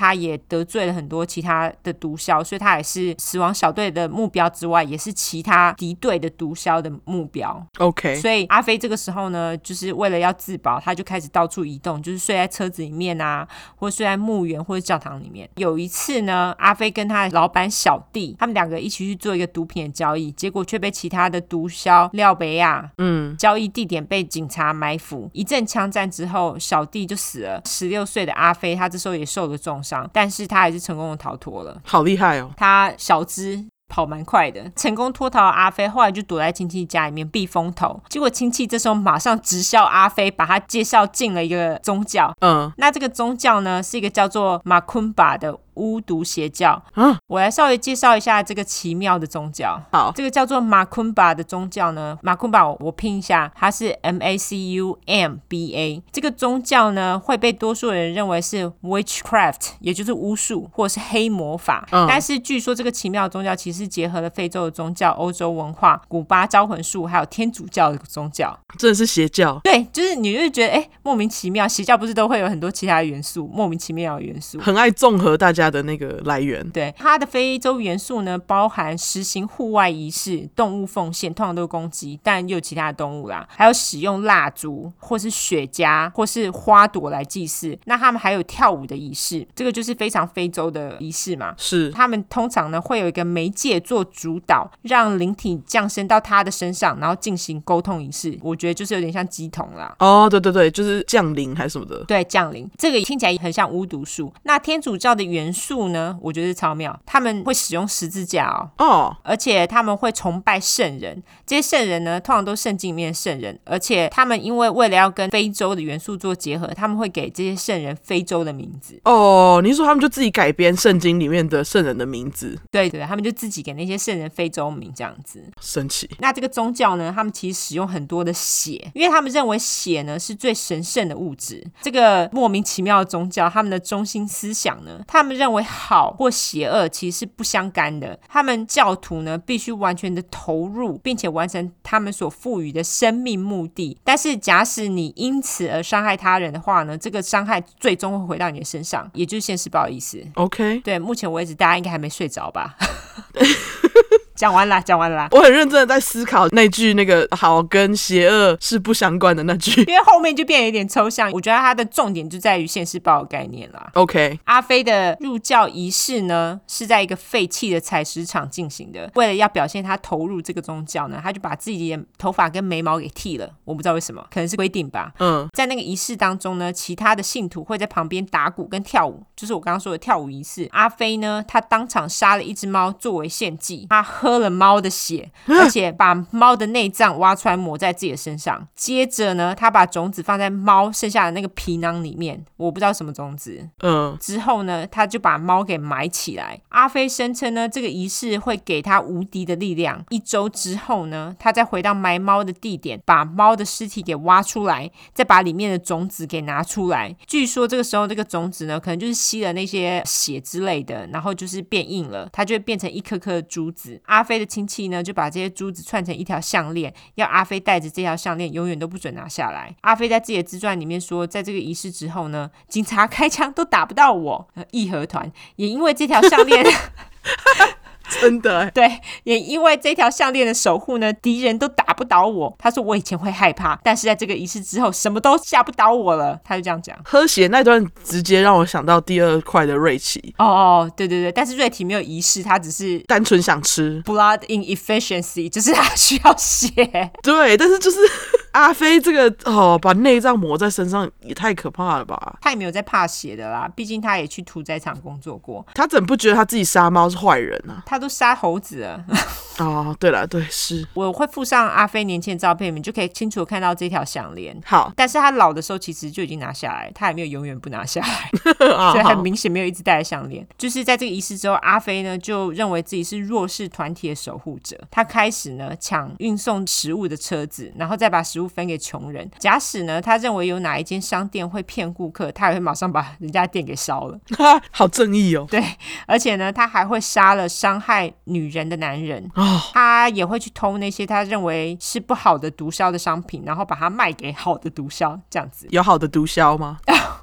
[SPEAKER 2] 他也得罪了很多其他的毒枭，所以他也是死亡小队的目标之外，也是其他敌对的毒枭的目标。
[SPEAKER 1] OK，
[SPEAKER 2] 所以阿飞这个时候呢，就是为了要自保，他就开始到处移动，就是睡在车子里面啊，或睡在墓园或者教堂里面。有一次呢，阿飞跟他的老板小弟，他们两个一起去做一个毒品的交易，结果却被其他的毒枭廖北亚嗯，交易地点被警察埋伏，一阵枪战之后，小弟就死了。十六岁的阿飞，他这时候也受了重伤，但是他还是成功的逃脱了。
[SPEAKER 1] 好厉害哦！
[SPEAKER 2] 他小只跑蛮快的，成功脱逃的阿飞后来就躲在亲戚家里面避风头，结果亲戚这时候马上直销阿飞，把他介绍进了一个宗教。嗯，那这个宗教呢是一个叫做马昆巴的巫毒邪教。啊，我来稍微介绍一下这个奇妙的宗教。
[SPEAKER 1] 好，
[SPEAKER 2] 这个叫做马昆巴的宗教呢，马昆巴我拼一下，它是 M A C U M B A。这个宗教呢会被多数人认为是 witchcraft， 也就是巫术或是黑魔法。嗯，但是据说这个奇妙的宗教其实结合了非洲的宗教、欧洲文化、古巴招魂术还有天主教的宗教。
[SPEAKER 1] 真的是邪教。
[SPEAKER 2] 对，就是你就会觉得哎，莫名其妙，邪教不是都会有很多其他元素，莫名其妙的元素，
[SPEAKER 1] 很爱综合大家的那个来源。
[SPEAKER 2] 对，它的非洲元素呢包含实行户外仪式、动物奉献，通常都是公鸡，但也有其他的动物啦，还有使用蜡烛或是雪茄或是花朵来祭祀。那他们还有跳舞的仪式，这个就是非常非洲的仪式嘛。
[SPEAKER 1] 是，
[SPEAKER 2] 他们通常呢会有一个媒介做主导，让灵体降生到他的身上，然后进行沟通仪式。我觉得就是有点像乩童啦。
[SPEAKER 1] 哦，对对对，就是降临还是什么的。
[SPEAKER 2] 对，降临，这个听起来很像巫毒术。那天主教的元素呢，我觉得是超妙，他们会使用十字架哦，哦，而且他们会崇拜圣人。这些圣人呢，通常都是圣经里面的圣人，而且他们因为为了要跟非洲的元素做结合，他们会给这些圣人非洲的名字。
[SPEAKER 1] 哦，你说他们就自己改编圣经里面的圣人的名字？
[SPEAKER 2] 对对，他们就自己给那些圣人非洲名这样子。
[SPEAKER 1] 神奇。
[SPEAKER 2] 那这个宗教呢，他们其实使用很多的血，因为他们认为血呢是最神圣的物质。这个莫名其妙的宗教，他们的中心思想呢，他们认为好或邪恶其实是不相干的。他们教徒呢必须完全的投入，并且完成他们所赋予的生命目的。但是假使你因此而伤害他人的话呢，这个伤害最终会回到你的身上，也就是现世报的意思。
[SPEAKER 1] OK，
[SPEAKER 2] 对，目前为止大家应该还没睡着吧？讲完了，讲完了。
[SPEAKER 1] 我很认真的在思考那句那个好跟邪恶是不相关的那句，
[SPEAKER 2] 因为后面就变得有点抽象。我觉得它的重点就在于现世报的概念啦。
[SPEAKER 1] OK，
[SPEAKER 2] 阿飞的入教仪式呢是在一个废弃的采石场进行的。为了要表现他投入这个宗教呢，他就把自己的头发跟眉毛给剃了，我不知道为什么，可能是规定吧。嗯，在那个仪式当中呢，其他的信徒会在旁边打鼓跟跳舞，就是我刚刚说的跳舞仪式。阿飞呢，他当场杀了一只猫作为献祭，他喝了猫的血，而且把猫的内脏挖出来抹在自己的身上。接着呢，他把种子放在猫剩下的那个皮囊里面，我不知道什么种子。嗯，之后呢，他就把猫给埋起来。阿飞声称呢，这个仪式会给他无敌的力量。一周之后呢，他再回到埋猫的地点，把猫的尸体给挖出来，再把里面的种子给拿出来。据说这个时候这个种子呢，可能就是吸了那些血之类的，然后就是变硬了，它就会变成一颗颗的珠子。阿飞的亲戚呢，就把这些珠子串成一条项链，要阿飞带着这条项链永远都不准拿下来。阿飞在自己的自传里面说，在这个仪式之后呢，警察开枪都打不到我。义和团也因为这条项链
[SPEAKER 1] 真的耶，
[SPEAKER 2] 对，也因为这条项链的守护呢，敌人都打不倒我。他说我以前会害怕，但是在这个仪式之后，什么都吓不倒我了。他就这样讲。
[SPEAKER 1] 喝血那段直接让我想到第二块的瑞奇。
[SPEAKER 2] 哦哦，对对对，但是瑞奇没有仪式，他只是
[SPEAKER 1] 单纯想吃
[SPEAKER 2] blood inefficiency， 就是他需要血。
[SPEAKER 1] 对，但是就是阿飞这个哦，把内脏抹在身上也太可怕了吧？
[SPEAKER 2] 他也没有在怕血的啦，毕竟他也去屠宰场工作过。
[SPEAKER 1] 他怎么不觉得他自己杀猫是坏人啊？
[SPEAKER 2] 他都杀猴子了。
[SPEAKER 1] 哦，对了，对，是。
[SPEAKER 2] 我会附上阿飞年轻的照片，你们就可以清楚看到这条项链。
[SPEAKER 1] 好，
[SPEAKER 2] 但是他老的时候其实就已经拿下来，他也没有永远不拿下来，所以很明显没有一直戴着项链。就是在这个仪式之后，阿飞呢就认为自己是弱势团体的守护者，他开始呢抢运送食物的车子，然后再把食物分给穷人。假使呢他认为有哪一间商店会骗顾客，他也会马上把人家店给烧了。
[SPEAKER 1] 好正义哦。
[SPEAKER 2] 对，而且呢他还会杀了伤害女人的男人。哦，他也会去偷那些他认为是不好的毒枭的商品，然后把它卖给好的毒枭，这样子。
[SPEAKER 1] 有好的毒枭吗？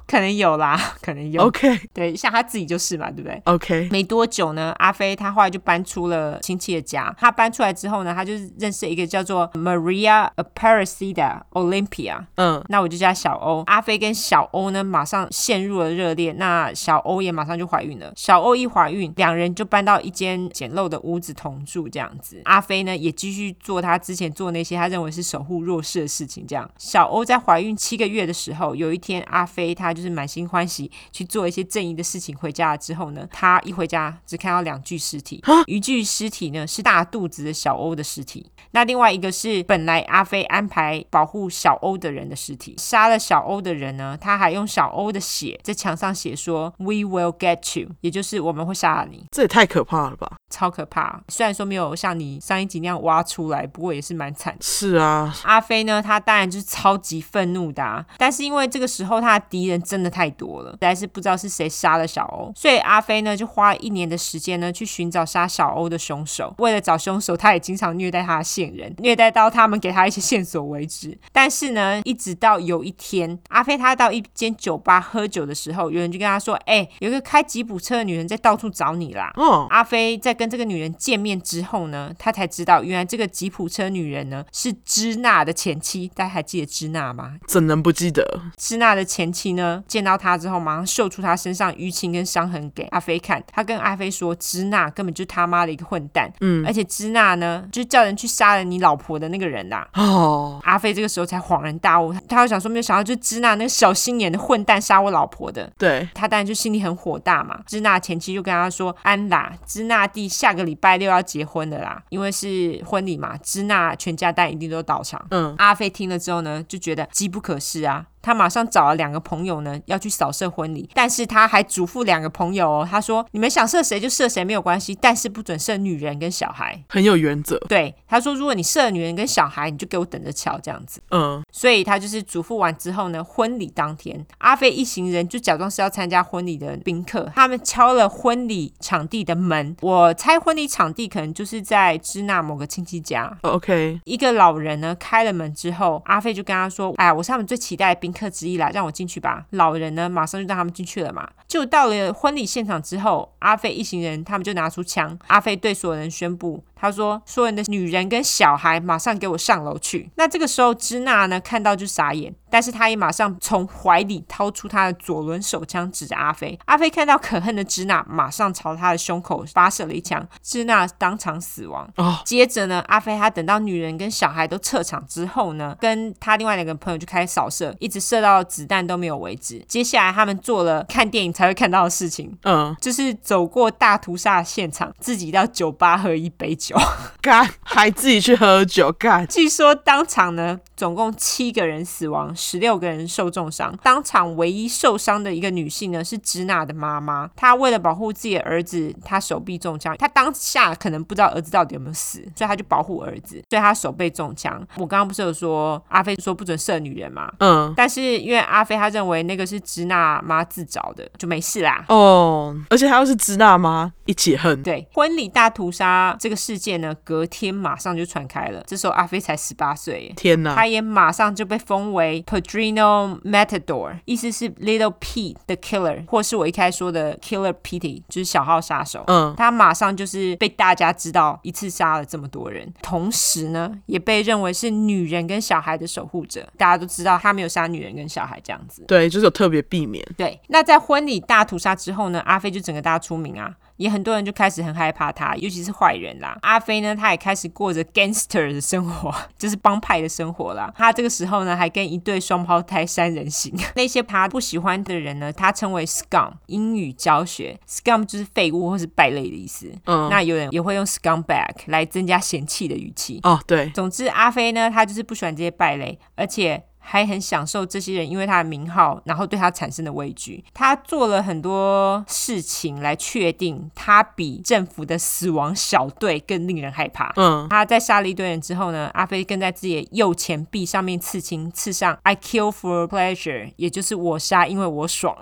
[SPEAKER 2] 可能有啦，可能有。
[SPEAKER 1] OK，
[SPEAKER 2] 对，像他自己就是嘛，对不对
[SPEAKER 1] OK，
[SPEAKER 2] 没多久呢，阿飞他后来就搬出了亲戚的家。他搬出来之后呢，他就认识一个叫做 Maria Aparecida Olympia， 嗯，那我就叫他小欧。阿飞跟小欧呢马上陷入了热恋，那小欧也马上就怀孕了。小欧一怀孕，两人就搬到一间简陋的屋子同住，这样子。阿飞呢也继续做他之前做那些他认为是守护弱势的事情。这样，小欧在怀孕七个月的时候，有一天阿飞他就是满心欢喜去做一些正义的事情，回家了之后呢，他一回家只看到两具尸体，一具尸体呢是大肚子的小欧的尸体，那另外一个是本来阿飞安排保护小欧的人的尸体。杀了小欧的人呢，他还用小欧的血在墙上写说 We will get you， 也就是我们会杀了你。
[SPEAKER 1] 这也太可怕了吧，
[SPEAKER 2] 超可怕。虽然说没有像你上一集那样挖出来，不过也是蛮惨的。
[SPEAKER 1] 是啊，
[SPEAKER 2] 阿飞呢他当然就是超级愤怒的啊，但是因为这个时候他的敌人真的太多了，实在是不知道是谁杀了小欧，所以阿飞呢就花了一年的时间呢去寻找杀小欧的凶手。为了找凶手，他也经常虐待他的线人，虐待到他们给他一些线索为止。但是呢，一直到有一天，阿飞他到一间酒吧喝酒的时候，有人就跟他说，哎、欸，有一个开吉普车的女人在到处找你啦。哦，阿飞在跟这个女人见面之后呢，他才知道原来这个吉普车女人呢是支那的前妻。大家还记得支那吗？
[SPEAKER 1] 怎能不记得？
[SPEAKER 2] 支那的前妻呢见到他之后，马上秀出他身上淤青跟伤痕给阿飞看。他跟阿飞说，支那根本就是他妈的一个混蛋，嗯，而且支那呢就是叫人去杀了你老婆的那个人啦。哦，阿飞这个时候才恍然大悟，他就想说没有想到就是支那那个小心眼的混蛋杀我老婆的。
[SPEAKER 1] 对，
[SPEAKER 2] 他当然就心里很火大嘛。支那前妻就跟他说，安啦，支那弟下个礼拜六要结婚了啦，因为是婚礼嘛，支那全家当然一定都到场。嗯，阿飞听了之后呢就觉得机不可失啊，他马上找了两个朋友呢要去扫射婚礼，但是他还嘱咐两个朋友哦，他说你们想射谁就射谁没有关系，但是不准射女人跟小孩，
[SPEAKER 1] 很有原则。
[SPEAKER 2] 对，他说如果你射女人跟小孩，你就给我等着瞧这样子。嗯，所以他就是嘱咐完之后呢，婚礼当天，阿飞一行人就假装是要参加婚礼的宾客，他们敲了婚礼场地的门，我猜婚礼场地可能就是在支那某个亲戚家。
[SPEAKER 1] OK，
[SPEAKER 2] 一个老人呢开了门之后，阿飞就跟他说，哎呀，我是他们最期待的宾客之一啦，让我进去吧。老人呢马上就让他们进去了嘛。就到了婚礼现场之后，阿飞一行人他们就拿出枪，阿飞对所有人宣布，他说所有人的女人跟小孩马上给我上楼去。那这个时候支那呢看到就傻眼，但是他也马上从怀里掏出他的左轮手枪指着阿飞。阿飞看到可恨的支那，马上朝他的胸口发射了一枪，支那当场死亡。哦，接着呢，阿飞他等到女人跟小孩都撤场之后呢，跟他另外两个朋友就开始扫射，一直射到子弹都没有为止。接下来他们做了看电影才会看到的事情，嗯，就是走过大屠杀的现场，自己到酒吧喝一杯酒，
[SPEAKER 1] 干，还自己去喝酒，干。
[SPEAKER 2] 据说当场呢，总共七个人死亡，十六个人受重伤。当场唯一受伤的一个女性呢，是支那的妈妈。她为了保护自己的儿子，她手臂中枪。她当下可能不知道儿子到底有没有死，所以她就保护儿子，所以她手被中枪。我刚刚不是有说阿飞说不准射女人嘛？嗯，但是因为阿飞他认为那个是支那妈自找的，就没事啦。
[SPEAKER 1] 哦，而且他又是支那妈，一起恨。
[SPEAKER 2] 对，婚礼大屠杀这个事件呢，隔天马上就传开了。这时候阿飞才十八岁，
[SPEAKER 1] 天哪！
[SPEAKER 2] 他也马上就被封为 Padrino Matador， 意思是 Little Pete the Killer， 或是我一开始说的 Killer Pete， 就是小号杀手。嗯，他马上就是被大家知道一次杀了这么多人，同时呢，也被认为是女人跟小孩的守护者。大家都知道他没有杀女人跟小孩这样子。
[SPEAKER 1] 对，就是有特别避免。
[SPEAKER 2] 对，那在婚礼大屠杀之后呢，阿飞就整个大出名啊。也很多人就开始很害怕他，尤其是坏人啦。阿飞呢，他也开始过着 gangster 的生活，就是帮派的生活啦。他这个时候呢，还跟一对双胞胎三人行。那些他不喜欢的人呢，他称为 scum， 英语教学 scum 就是废物或是败类的意思。嗯，那有人也会用 scumbag 来增加嫌弃的语气。
[SPEAKER 1] 哦，对。
[SPEAKER 2] 总之，阿飞呢，他就是不喜欢这些败类，而且还很享受这些人因为他的名号然后对他产生的畏惧。他做了很多事情来确定他比政府的死亡小队更令人害怕。嗯，他在杀了一堆人之后呢，阿飞更在自己的右前臂上面刺青，刺上 I kill for pleasure， 也就是我杀因为我爽。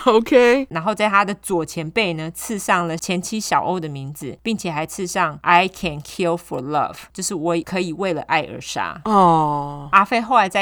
[SPEAKER 1] OK，
[SPEAKER 2] 然后在他的左前背呢刺上了前妻小欧的名字，并且还刺上 I can kill for love， 就是我可以为了爱而杀。哦，阿飞后来在一个访谈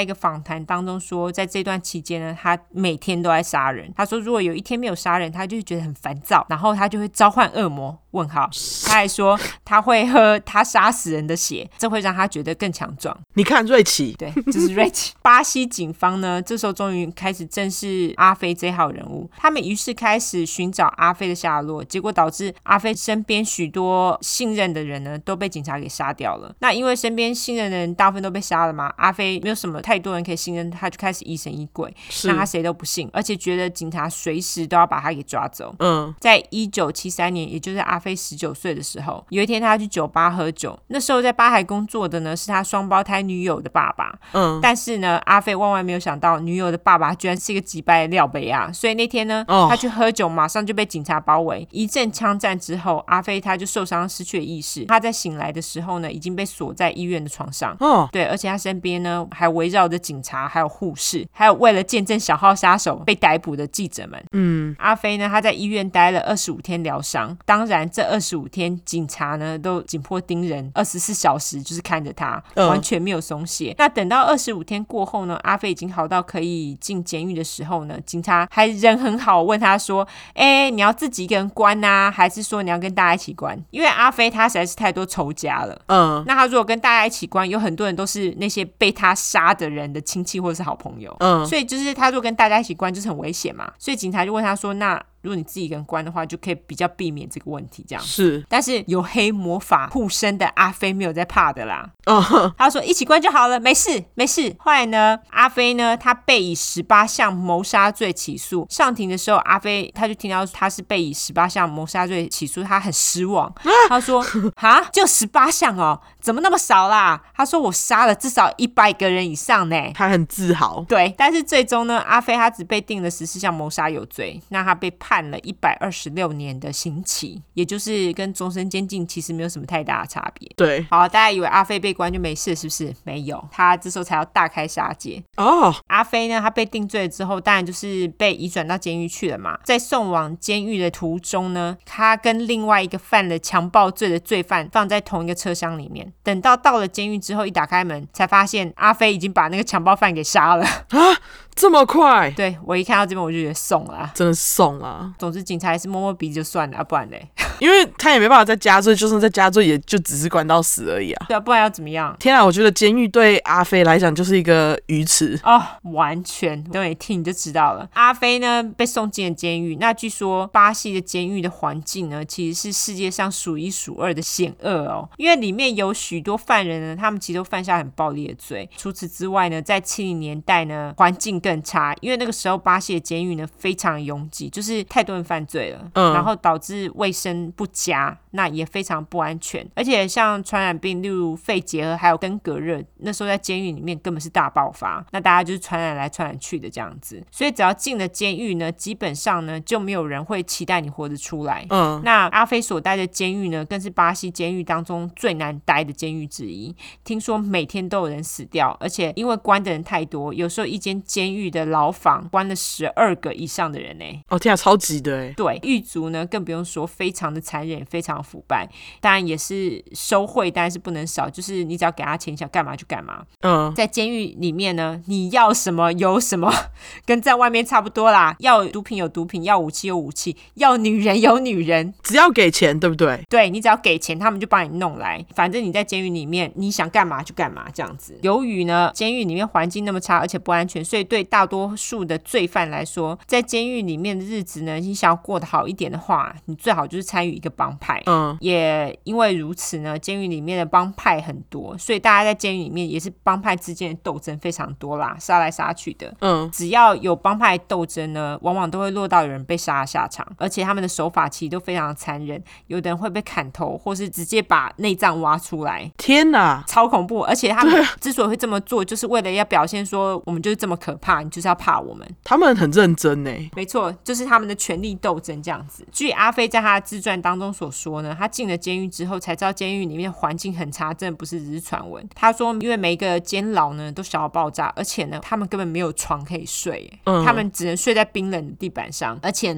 [SPEAKER 2] 谈当中说，在这段期间呢，他每天都在杀人。他说如果有一天没有杀人，他就会觉得很烦躁，然后他就会召唤恶魔。问号，他还说他会喝他杀死人的血，这会让他觉得更强壮。
[SPEAKER 1] 你看瑞奇，
[SPEAKER 2] 对，就是瑞奇。巴西警方呢，这时候终于开始正视阿飞这号人物，他们于是开始寻找阿飞的下落，结果导致阿飞身边许多信任的人呢都被警察给杀掉了。那因为身边信任的人大部分都被杀了嘛，阿飞没有什么太多人可以信任，他就开始疑神疑鬼，那他谁都不信，而且觉得警察随时都要把他给抓走。嗯，在一九七三年，也就是阿飞十九岁的时候，有一天他去酒吧喝酒，那时候在吧台工作的呢是他双胞胎女友的爸爸。嗯，但是呢阿飞万万没有想到女友的爸爸居然是一个几百的廖北亚，所以那天呢、哦、他去喝酒马上就被警察包围，一阵枪战之后阿飞他就受伤失去了意识，他在醒来的时候呢已经被锁在医院的床上。哦，对，而且他身边呢还围绕着警察还有护士，还有为了见证小号杀手被逮捕的记者们。嗯，阿飞呢他在医院待了二十五天疗伤，当然这二十五天警察呢都紧迫盯人，二十四小时就是看着他、嗯、完全没有松懈。那等到二十五天过后呢，阿飞已经好到可以进监狱的时候呢，警察还人很好问他说哎、欸，你要自己一个人关啊，还是说你要跟大家一起关？因为阿飞他实在是太多仇家了。嗯，那他如果跟大家一起关，有很多人都是那些被他杀的人的亲戚或者是好朋友。嗯，所以就是他如果跟大家一起关就是很危险嘛，所以警察就问他说那如果你自己一个人关的话，就可以比较避免这个问题这样。是，但是有黑魔法护身的阿飞没有在怕的啦。哦，他说一起关就好了，没事没事。后来呢，阿飞呢他被以十八项谋杀罪起诉，上庭的时候阿飞他就听到他是被以十八项谋杀罪起诉，他很失望。啊、他说哈就十八项哦，怎么那么少啦？他说我杀了至少一百个人以上呢。
[SPEAKER 1] 他很自豪。
[SPEAKER 2] 对，但是最终呢，阿飞他只被定了十四项谋杀有罪，那他被判了一百二十六年的刑期，也就是跟终身监禁其实没有什么太大的差别。对，好，大家以为阿飞被关就没事是不是？没有，他这时候才要大开杀戒。哦，阿飞呢他被定罪之后当然就是被移转到监狱去了嘛，在送往监狱的途中呢，他跟另外一个犯了强暴罪的罪犯放在同一个车厢里面，等到到了监狱之后一打开门才发现阿飞已经把那个强暴犯给杀了。
[SPEAKER 1] 啊，这么快？
[SPEAKER 2] 对，我一看到这边我就觉得送了，
[SPEAKER 1] 真的送了。
[SPEAKER 2] 总之警察还是摸摸鼻子就算了、啊、不然嘞
[SPEAKER 1] 因为他也没办法再加罪，就算再加罪也就只是关到死而已啊。
[SPEAKER 2] 对啊，不然要怎么样？
[SPEAKER 1] 天啊，我觉得监狱对阿飞来讲就是一个鱼池
[SPEAKER 2] 哦，完全等你听你就知道了。阿飞呢被送进了监狱，那据说巴西的监狱的环境呢其实是世界上数一数二的险恶哦，因为里面有许多犯人呢，他们其实都犯下很暴力的罪。除此之外呢，在七零年代呢环境更差，因为那个时候巴西的监狱呢非常拥挤，就是太多人犯罪了、嗯、然后导致卫生不佳，那也非常不安全，而且像传染病例如肺结核还有登革热，那时候在监狱里面根本是大爆发，那大家就是传染来传染去的这样子，所以只要进了监狱呢，基本上呢就没有人会期待你活得出来。嗯，那阿飞所待的监狱呢更是巴西监狱当中最难待的监狱之一，听说每天都有人死掉，而且因为关的人太多，有时候一间监狱的牢房关了十二个以上的人呢、欸。
[SPEAKER 1] 哦天啊，超级的耶。
[SPEAKER 2] 对，狱卒呢更不用说，非常的残忍，非常腐败，当然也是收贿，当然是不能少，就是你只要给他钱想干嘛就干嘛。嗯，在监狱里面呢，你要什么有什么，跟在外面差不多啦，要毒品有毒品，要武器有武器，要女人有女人，
[SPEAKER 1] 只要给钱，对不对？
[SPEAKER 2] 对，你只要给钱他们就帮你弄来，反正你在监狱里面你想干嘛就干嘛这样子。由于呢监狱里面环境那么差而且不安全，所以对大多数的罪犯来说，在监狱里面的日子呢，你想要过得好一点的话，你最好就是参与一个帮派。嗯，也因为如此呢，监狱里面的帮派很多，所以大家在监狱里面也是帮派之间的斗争非常多啦，杀来杀去的。嗯，只要有帮派斗争呢，往往都会落到有人被杀的下场，而且他们的手法其实都非常的残忍，有的人会被砍头，或是直接把内脏挖出来。
[SPEAKER 1] 天哪，
[SPEAKER 2] 超恐怖！而且他们之所以会这么做，就是为了要表现说我们就是这么可怕，你就是要怕我们。
[SPEAKER 1] 他们很认真耶。
[SPEAKER 2] 没错，就是他们的权力斗争这样子。据阿飞在他的自传当中所说呢，他进了监狱之后才知道监狱里面环境很差，真的不是只是传闻。他说因为每一个监牢呢都小到爆炸，而且呢他们根本没有床可以睡、嗯、他们只能睡在冰冷的地板上，而且呢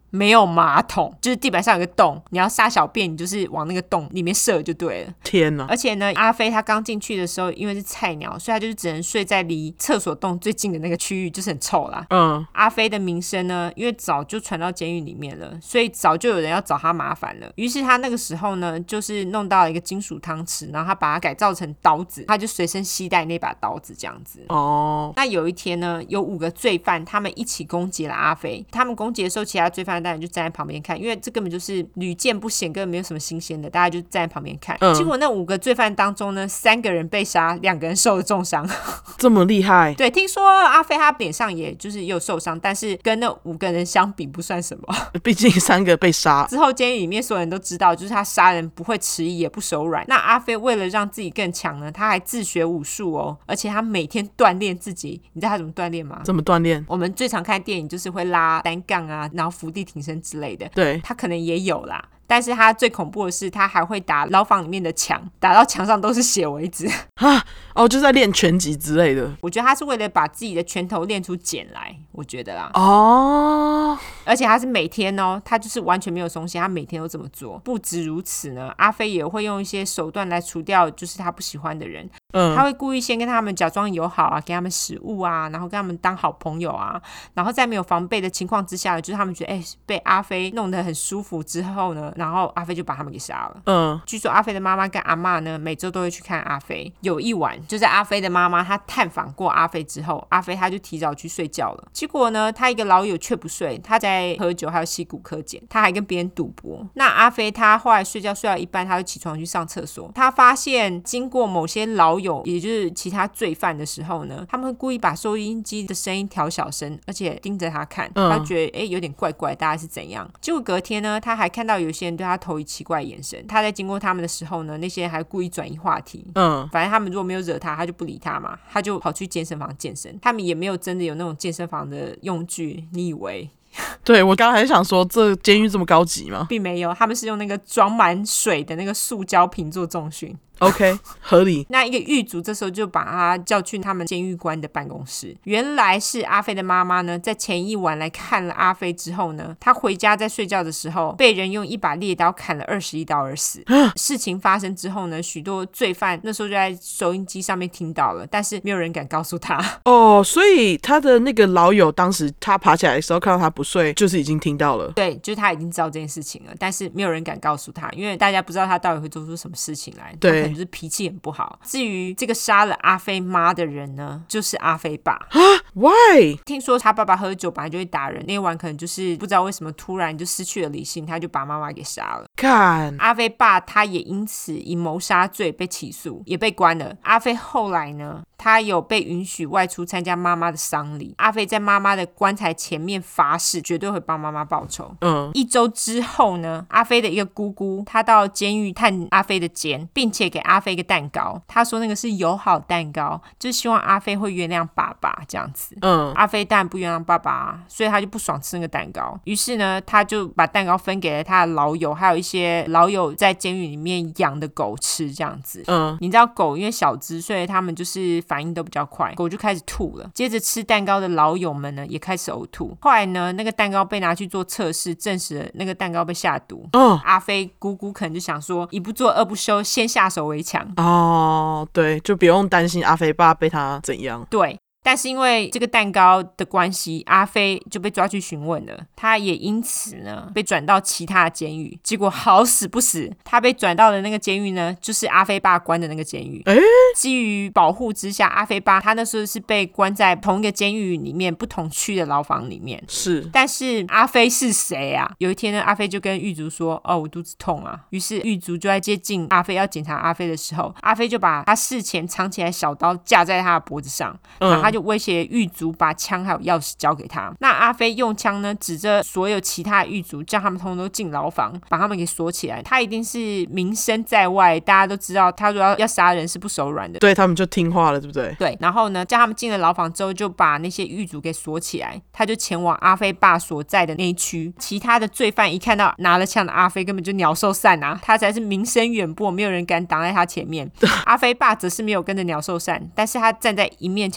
[SPEAKER 2] 没有马桶，就是地板上有个洞，你要撒小便你就是往那个洞里面射就对了。
[SPEAKER 1] 天哪！
[SPEAKER 2] 而且呢，阿飞他刚进去的时候因为是菜鸟，所以他就是只能睡在离厕所洞最近的那个区域，就是很臭啦。
[SPEAKER 1] 嗯，
[SPEAKER 2] 阿飞的名声呢，因为早就传到监狱里面了，所以早就有人要找他麻烦了。于是他那个时候呢，就是弄到了一个金属汤匙，然后他把它改造成刀子，他就随身携带那把刀子这样子。
[SPEAKER 1] 哦，
[SPEAKER 2] 那有一天呢，有五个罪犯他们一起攻击了阿飞，他们攻击的时候，其他罪犯当然就站在旁边看，因为这根本就是屡见不鲜，根本没有什么新鲜的，大家就站在旁边看。嗯、结果那五个罪犯当中呢，三个人被杀，两个人受了重伤。
[SPEAKER 1] 这么厉害？
[SPEAKER 2] 对，听说阿飞他脸上也就是也有受伤，但是跟那五个人相比不算什么，
[SPEAKER 1] 毕竟三个被杀。
[SPEAKER 2] 之后监狱里面所有人都知道，就是他杀人不会迟疑也不手软。那阿飞为了让自己更强呢，他还自学武术哦，而且他每天锻炼自己。你知道他怎么锻炼吗？
[SPEAKER 1] 怎么锻炼？
[SPEAKER 2] 我们最常看电影就是会拉单杠啊，然后伏地挺身之类的。
[SPEAKER 1] 对，
[SPEAKER 2] 他可能也有啦。但是他最恐怖的是他还会打牢房里面的墙，打到墙上都是血为止。
[SPEAKER 1] 啊，哦，就在练拳击之类的。
[SPEAKER 2] 我觉得他是为了把自己的拳头练出茧来，我觉得啦。
[SPEAKER 1] 哦，
[SPEAKER 2] 而且他是每天哦，他就是完全没有松懈，他每天都这么做。不止如此呢，阿飞也会用一些手段来除掉就是他不喜欢的人。嗯，他会故意先跟他们假装友好啊，给他们食物啊，然后跟他们当好朋友啊，然后在没有防备的情况之下，就是他们觉得哎、欸、被阿飞弄得很舒服之后呢，然后阿飞就把他们给杀了。嗯，据说阿飞的妈妈跟阿嬷呢，每周都会去看阿飞。有一晚，就是阿飞的妈妈她探访过阿飞之后，阿飞他就提早去睡觉了。结果呢，他一个老友却不睡，他在喝酒还有吸骨科碱，他还跟别人赌博。那阿飞他后来睡觉睡到一半，他就起床去上厕所，他发现经过某些老友也就是其他罪犯的时候呢，他们会故意把收音机的声音调小声，而且盯着他看，他觉得哎、欸、有点怪怪，大概是怎样。结果隔天呢，他还看到有些人对他投以奇怪的眼神，他在经过他们的时候呢，那些人还故意转移话题。嗯，反正他们如果没有惹他，他就不理他嘛，他就跑去健身房健身。他们也没有真的有那种健身房的用具，你以为？
[SPEAKER 1] 对，我刚刚还想说这监狱这么高级吗？
[SPEAKER 2] 并没有，他们是用那个装满水的那个塑胶瓶做重训。
[SPEAKER 1] OK， 合理。
[SPEAKER 2] 那一个狱卒这时候就把他叫去他们监狱官的办公室。原来是阿飞的妈妈呢，在前一晚来看了阿飞之后呢，他回家在睡觉的时候，被人用一把猎刀砍了二十一刀而死。事情发生之后呢，许多罪犯那时候就在收音机上面听到了，但是没有人敢告诉他。
[SPEAKER 1] 哦，所以他的那个老友当时他爬起来的时候看到他不睡，就是已经听到了。
[SPEAKER 2] 对，就是他已经知道这件事情了，但是没有人敢告诉他，因为大家不知道他到底会做出什么事情来。对。就是脾气很不好。至于这个杀了阿飞妈的人呢，就是阿飞爸。
[SPEAKER 1] 啊 ？Why？
[SPEAKER 2] 听说他爸爸喝酒本来就会打人，那晚可能就是不知道为什么突然就失去了理性，他就把妈妈给杀了。
[SPEAKER 1] 看，
[SPEAKER 2] 阿飞爸他也因此以谋杀罪被起诉，也被关了。阿飞后来呢，他有被允许外出参加妈妈的丧礼。阿飞在妈妈的棺材前面发誓，绝对会帮妈妈报仇。嗯，一周之后呢，阿飞的一个姑姑，她到监狱探阿飞的监，并且给阿飞一个蛋糕。她说那个是友好蛋糕，就是希望阿飞会原谅爸爸这样子。嗯，阿飞当然不原谅爸爸，所以他就不爽吃那个蛋糕。于是呢，他就把蛋糕分给了他的老友，还有一些老友在监狱里面养的狗吃这样子。嗯，你知道狗因为小只，所以他们就是反应都比较快，狗就开始吐了。接着吃蛋糕的老友们呢，也开始呕吐。后来呢，那个蛋糕被拿去做测试，证实了那个蛋糕被下毒。嗯，阿飞姑姑可能就想说，一不做二不休，先下手为强。
[SPEAKER 1] 哦，对，就不用担心阿飞爸被他怎样。
[SPEAKER 2] 对。但是因为这个蛋糕的关系，阿飞就被抓去询问了，他也因此呢被转到其他的监狱。结果好死不死，他被转到的那个监狱呢，就是阿飞爸关的那个监狱。欸、基于保护之下，阿飞爸他那时候是被关在同一个监狱里面不同区的牢房里面。
[SPEAKER 1] 是，
[SPEAKER 2] 但是阿飞是谁啊？有一天呢，阿飞就跟狱卒说：“哦，我肚子痛啊。”于是狱卒就在接近阿飞要检查阿飞的时候，阿飞就把他事前藏起来小刀架在他的脖子上，然后他就威胁狱卒把枪还有钥匙交给他。那阿飞用枪呢指着所有其他狱卒，叫他们通通都进牢房，把他们给锁起来。他一定是名声在外，大家都知道他说要要杀人是不手软的。
[SPEAKER 1] 对，他们就听话了，对不对？
[SPEAKER 2] 对，然后呢，叫他们进了牢房之后，就把那些狱卒给锁起来。他就前往阿飞爸所在的那一区。其他的罪犯一看到拿了枪的阿飞，根本就鸟兽散啊！他才是名声远播，没有人敢挡在他前面。阿飞爸则是没有跟着鸟兽散，但是他站在一面墙的前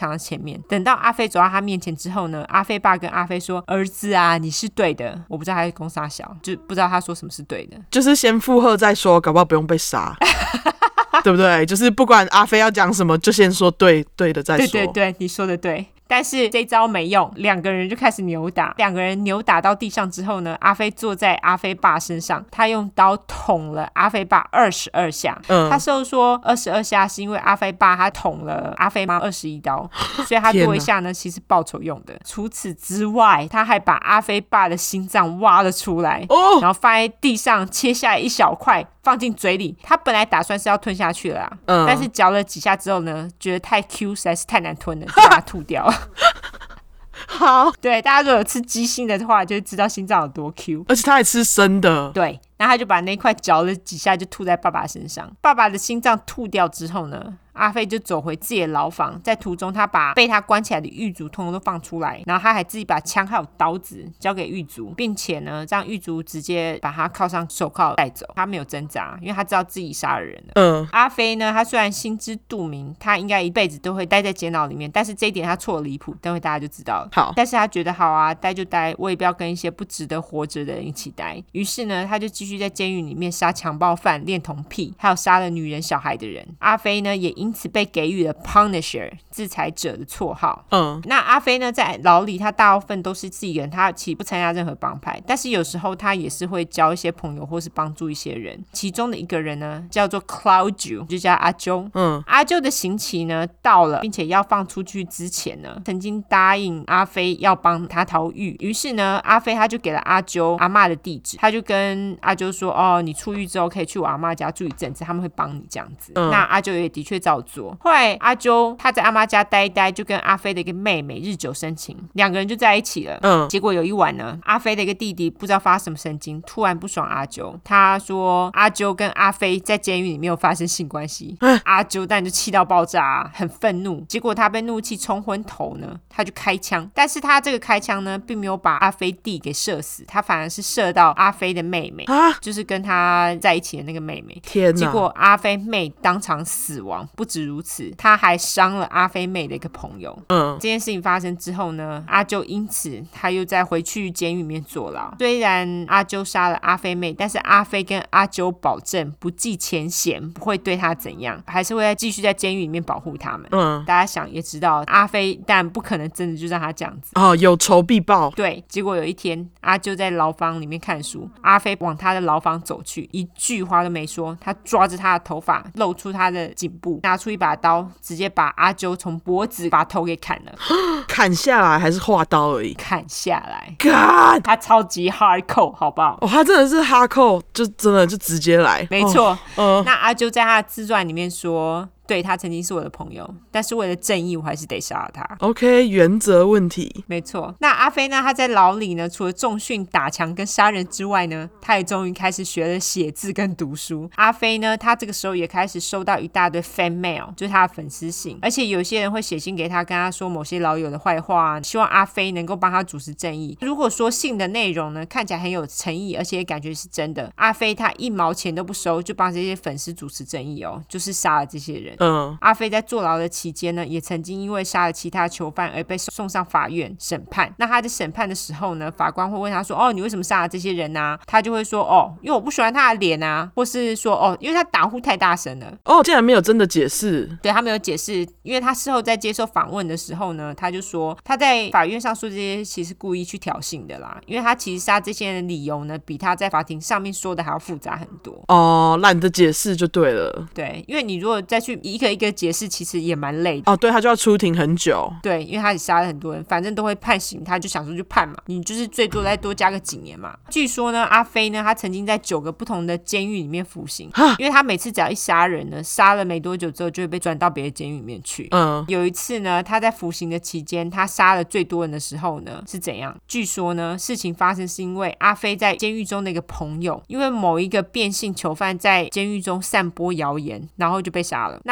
[SPEAKER 2] 面。等到阿飞走到他面前之后呢，阿飞爸跟阿飞说：“儿子啊，你是对的。”我不知道他是公杀小，就不知道他说什么是对的，
[SPEAKER 1] 就是先附和再说，搞不好不用被杀。对不对？就是不管阿飞要讲什么，就先说对对的再说。
[SPEAKER 2] 对对对，你说的对。但是这招没用，两个人就开始扭打。两个人扭打到地上之后呢，阿飞坐在阿飞爸身上，他用刀捅了阿飞爸二十二下。嗯，他是说二十二下是因为阿飞爸他捅了阿飞妈二十一刀，所以他多一下呢其实报仇用的。除此之外，他还把阿飞爸的心脏挖了出来，哦，然后放在地上切下来一小块放进嘴里。他本来打算是要吞下去了啦，嗯，但是嚼了几下之后呢，觉得太 Q 实在是太难吞了，就把它吐掉了。
[SPEAKER 1] 好，
[SPEAKER 2] 对，大家如果有吃鸡心的话，就会知道心脏有多 Q，
[SPEAKER 1] 而且他还吃生的。
[SPEAKER 2] 对，然后他就把那块嚼了几下，就吐在爸爸身上。爸爸的心脏吐掉之后呢，阿飞就走回自己的牢房，在途中他把被他关起来的狱卒通通都放出来，然后他还自己把枪还有刀子交给狱卒，并且呢让狱卒直接把他铐上手铐带走。他没有挣扎，因为他知道自己杀了人了。嗯，阿飞呢，他虽然心知肚明他应该一辈子都会待在监牢里面，但是这一点他错了离谱，等会大家就知道了。
[SPEAKER 1] 好，
[SPEAKER 2] 但是他觉得好啊，待就待，我也不要跟一些不值得活着的人一起待。于是呢他就继续在监狱里面杀强暴犯、恋童癖，还有杀了女人小孩的人。阿飞呢也因此被给予了 Punisher 制裁者的绰号。嗯，那阿飞呢在牢里他大部分都是自己人，他其实不参加任何帮派，但是有时候他也是会交一些朋友或是帮助一些人。其中的一个人呢叫做 Claudio， 就叫阿啾。嗯，阿啾的刑期呢到了，并且要放出去之前呢，曾经答应阿飞要帮他逃狱。于是呢阿飞他就给了阿啾阿嬷的地址，他就跟阿啾说：“哦，你出狱之后可以去我阿嬷家住一阵子，他们会帮你这样子。嗯”那阿啾也的确照做。后来阿啾他在阿妈家待一待，就跟阿飞的一个妹妹日久生情，两个人就在一起了。嗯，结果有一晚呢，阿飞的一个弟弟不知道发什么神经，突然不爽阿啾，他说阿啾跟阿飞在监狱里面有发生性关系。嗯，阿啾当然就气到爆炸，很愤怒。结果他被怒气冲昏头呢，他就开枪，但是他这个开枪呢，并没有把阿飞弟给射死，他反而是射到阿飞的妹妹，啊，就是跟他在一起的那个妹妹。
[SPEAKER 1] 天哪！
[SPEAKER 2] 结果阿飞妹当场死亡。不止如此，他还伤了阿飞妹的一个朋友。嗯，这件事情发生之后呢，阿啾因此他又再回去监狱里面坐牢。虽然阿啾杀了阿飞妹，但是阿飞跟阿啾保证不计前嫌，不会对他怎样，还是会继续在监狱里面保护他们。嗯，大家想也知道，阿飞但不可能真的就让他这样子。
[SPEAKER 1] 哦，有仇必报。
[SPEAKER 2] 对，结果有一天，阿啾在牢房里面看书，阿飞往他的牢房走去，一句话都没说，他抓着他的头发，露出他的颈部，拿出一把刀，直接把阿啾从脖子把头给砍了。
[SPEAKER 1] 砍下来还是划刀而已？
[SPEAKER 2] 砍下来。
[SPEAKER 1] God，
[SPEAKER 2] 他超级 hardcore， 好不好？
[SPEAKER 1] 哦，他真的是 hardcore， 就真的就直接来。
[SPEAKER 2] 没错。哦呃、那阿啾在他的自传里面说，对，他曾经是我的朋友，但是为了正义我还是得杀了他。
[SPEAKER 1] OK， 原则问题。
[SPEAKER 2] 没错。那阿飞呢，他在牢里呢，除了重训打墙跟杀人之外呢，他也终于开始学了写字跟读书。阿飞呢，他这个时候也开始收到一大堆 fan mail， 就是他的粉丝信，而且有些人会写信给他，跟他说某些老友的坏话，希望阿飞能够帮他主持正义。如果说信的内容呢看起来很有诚意，而且也感觉是真的，阿飞他一毛钱都不收，就帮这些粉丝主持正义哦，就是杀了这些人。嗯，阿飞在坐牢的期间呢，也曾经因为杀了其他囚犯而被送上法院审判。那他在审判的时候呢，法官会问他说：“哦，你为什么杀了这些人啊？”他就会说：“哦，因为我不喜欢他的脸啊，或是说哦，因为他打呼太大声了。”
[SPEAKER 1] 哦，竟然没有真的解释。
[SPEAKER 2] 对，他没有解释，因为他事后在接受访问的时候呢，他就说他在法院上说这些其实故意去挑衅的啦，因为他其实杀这些人的理由呢，比他在法庭上面说的还要复杂很多。
[SPEAKER 1] 哦，懒得解释就对了。
[SPEAKER 2] 对，因为你如果再去一个一个解释，其实也蛮累的。
[SPEAKER 1] 哦，对，他就要出庭很久。
[SPEAKER 2] 对，因为他也杀了很多人，反正都会判刑，他就想说就判嘛，你就是最多再多加个几年嘛。据说呢，阿飞呢，他曾经在九个不同的监狱里面服刑，因为他每次只要一杀人呢，杀了没多久之后就会被转到别的监狱里面去。嗯，有一次呢，他在服刑的期间，他杀了最多人的时候呢，是怎样？据说呢，事情发生是因为阿飞在监狱中的一个朋友，因为某一个变性囚犯在监狱中散播谣言，然后就被杀了。那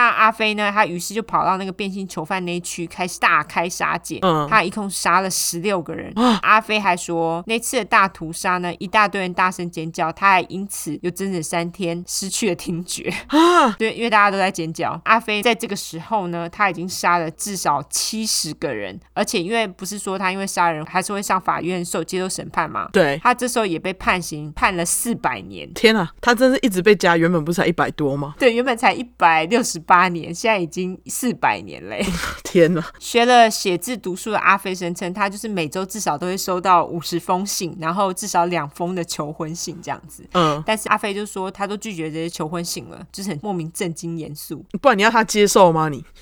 [SPEAKER 2] 那阿飞呢，他于是就跑到那个变性囚犯那一区开始大开杀戒，嗯，他一共杀了十六个人。啊、阿飞还说那次的大屠杀呢，一大堆人大声尖叫，他还因此有整整三天失去了听觉。啊、对，因为大家都在尖叫。阿飞在这个时候呢，他已经杀了至少七十个人，而且因为不是说他因为杀人还是会上法院受接受审判嘛？
[SPEAKER 1] 对，
[SPEAKER 2] 他这时候也被判刑，判了四百年。
[SPEAKER 1] 天啊，他真是一直被加，原本不是才一百多吗？
[SPEAKER 2] 对，原本才一百六十八年，现在已经四百年嘞！
[SPEAKER 1] 天啊！
[SPEAKER 2] 学了写字读书的阿飞声称，他就是每周至少都会收到五十封信，然后至少两封的求婚信这样子。嗯，但是阿飞就说他都拒绝这些求婚信了，就是很莫名震惊严肃。
[SPEAKER 1] 不然你要他接受吗？你？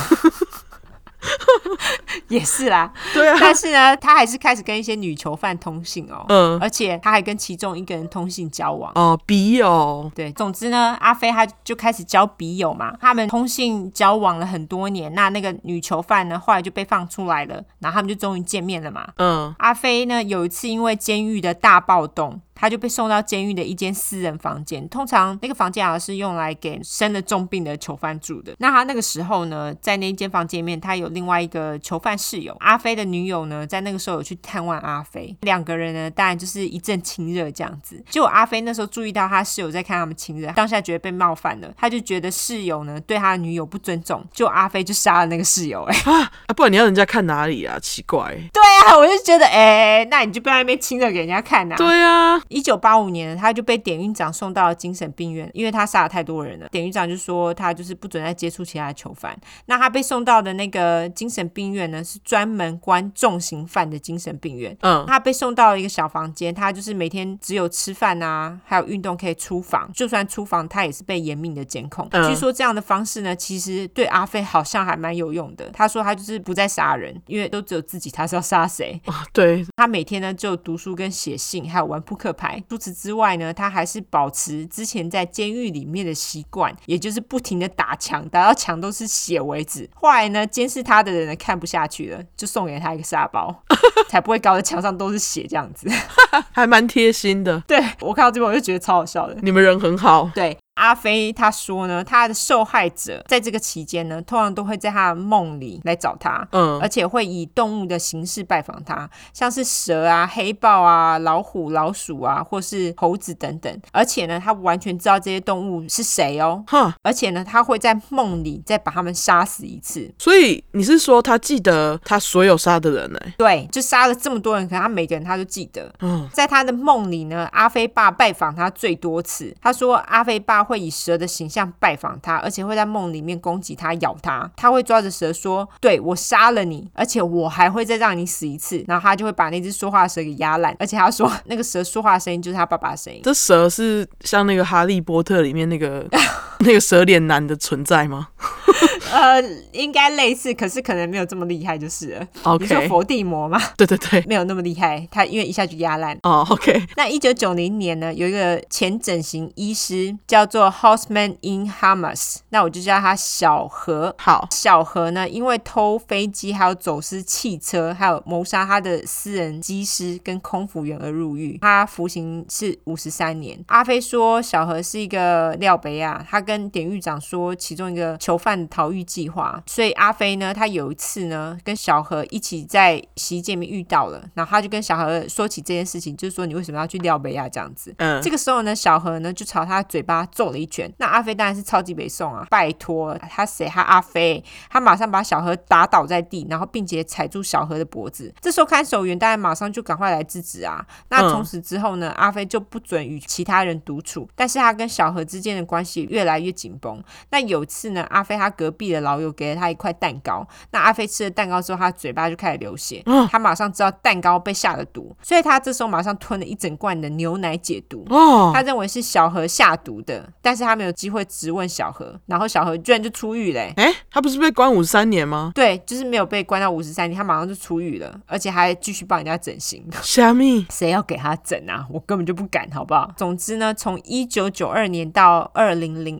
[SPEAKER 2] 也是啦，
[SPEAKER 1] 对啊，
[SPEAKER 2] 但是呢，他还是开始跟一些女囚犯通信哦，嗯，而且他还跟其中一个人通信交往
[SPEAKER 1] 哦，笔友，
[SPEAKER 2] 对，总之呢，阿飞他就开始交笔友嘛，他们通信交往了很多年，那那个女囚犯呢，后来就被放出来了，然后他们就终于见面了嘛，嗯，阿飞呢有一次因为监狱的大暴动，他就被送到监狱的一间私人房间，通常那个房间好像是用来给生了重病的囚犯住的。那他那个时候呢，在那一间房间里面，他有另外一个囚犯室友，阿飞的女友呢，在那个时候有去探望阿飞，两个人呢，当然就是一阵亲热这样子。结果阿飞那时候注意到他室友在看他们亲热，当下觉得被冒犯了，他就觉得室友呢对他的女友不尊重，就阿飞就杀了那个室友、欸。哎
[SPEAKER 1] 啊，不然你要人家看哪里啊？奇怪。
[SPEAKER 2] 对啊，我就觉得哎、欸，那你就不要在那边亲热给人家看啊。
[SPEAKER 1] 对啊。
[SPEAKER 2] 一九八五年，他就被典狱长送到了精神病院，因为他杀了太多人了。典狱长就说他就是不准再接触其他的囚犯。那他被送到的那个精神病院呢，是专门关重刑犯的精神病院。嗯，他被送到了一个小房间，他就是每天只有吃饭啊，还有运动可以出房。就算出房，他也是被严密的监控。嗯、据说这样的方式呢，其实对阿飞好像还蛮有用的。他说他就是不再杀人，因为都只有自己，他是要杀谁？
[SPEAKER 1] 哦，对。
[SPEAKER 2] 他每天呢就读书跟写信，还有玩扑克牌。除此之外呢，他还是保持之前在监狱里面的习惯，也就是不停的打墙，打到墙都是血为止。后来呢，监视他的人呢看不下去了，就送给他一个沙包，才不会搞得墙上都是血这样子。
[SPEAKER 1] 还蛮贴心的。
[SPEAKER 2] 对，我看到这边我就觉得超好笑的。
[SPEAKER 1] 你们人很好。
[SPEAKER 2] 对。阿飞他说呢，他的受害者在这个期间呢，通常都会在他的梦里来找他，嗯，而且会以动物的形式拜访他，像是蛇啊、黑豹啊、老虎、老鼠啊，或是猴子等等。而且呢，他完全知道这些动物是谁哦，哼，而且呢，他会在梦里再把他们杀死一次。
[SPEAKER 1] 所以你是说他记得他所有杀的人呢、欸？
[SPEAKER 2] 对，就杀了这么多人，可能他每个人他都记得。嗯，在他的梦里呢，阿飞爸拜访他最多次，他说阿飞爸会以蛇的形象拜访他，而且会在梦里面攻击他、咬他。他会抓着蛇说：“对，我杀了你，而且我还会再让你死一次。”然后他就会把那只说话的蛇给压烂，而且他说那个蛇说话的声音就是他爸爸的声音。
[SPEAKER 1] 这蛇是像那个哈利波特里面那个那个蛇脸男的存在吗？
[SPEAKER 2] 呃，应该类似，可是可能没有这么厉害就是了。
[SPEAKER 1] Okay.
[SPEAKER 2] 你说伏地魔吗？
[SPEAKER 1] 对对对，
[SPEAKER 2] 没有那么厉害，他因为一下就压烂。
[SPEAKER 1] 哦、oh, OK。
[SPEAKER 2] 那一九九零年呢，有一个前整形医师叫做 Hosman in Hamas， 那我就叫他小何。
[SPEAKER 1] 好，
[SPEAKER 2] 小何呢，因为偷飞机、还有走私汽车、还有谋杀他的私人机师跟空服员而入狱，他服刑是五十三年。阿飞说，小何是一个廖北亚，他跟典狱长说其中一个囚犯的逃狱计划，所以阿飞呢，他有一次呢，跟小何一起在洗衣店里面遇到了，然后他就跟小何说起这件事情，就是说你为什么要去廖北亚这样子。嗯，这个时候呢，小何呢就朝他嘴巴揍了一拳。那阿飞当然是超级北宋啊，拜托他谁？他阿飞，他马上把小何打倒在地，然后并且踩住小何的脖子。这时候看守员当然马上就赶快来制止啊。那从此之后呢，阿飞就不准与其他人独处，但是他跟小何之间的关系越来越紧绷。那有一次呢，阿飞他隔壁的老友给了他一块蛋糕，那阿飞吃了蛋糕之后，他嘴巴就开始流血，嗯、他马上知道蛋糕被下了毒，所以他这时候马上吞了一整罐的牛奶解毒。哦，他认为是小何下毒的，但是他没有机会质问小何，然后小何居然就出狱了、欸。
[SPEAKER 1] 哎，他不是被关五十三年吗？
[SPEAKER 2] 对，就是没有被关到五十三年，他马上就出狱了，而且还继续帮人家整形。
[SPEAKER 1] 虾米？
[SPEAKER 2] 谁要给他整啊？我根本就不敢，好不好？总之呢，从一九九二年到二零零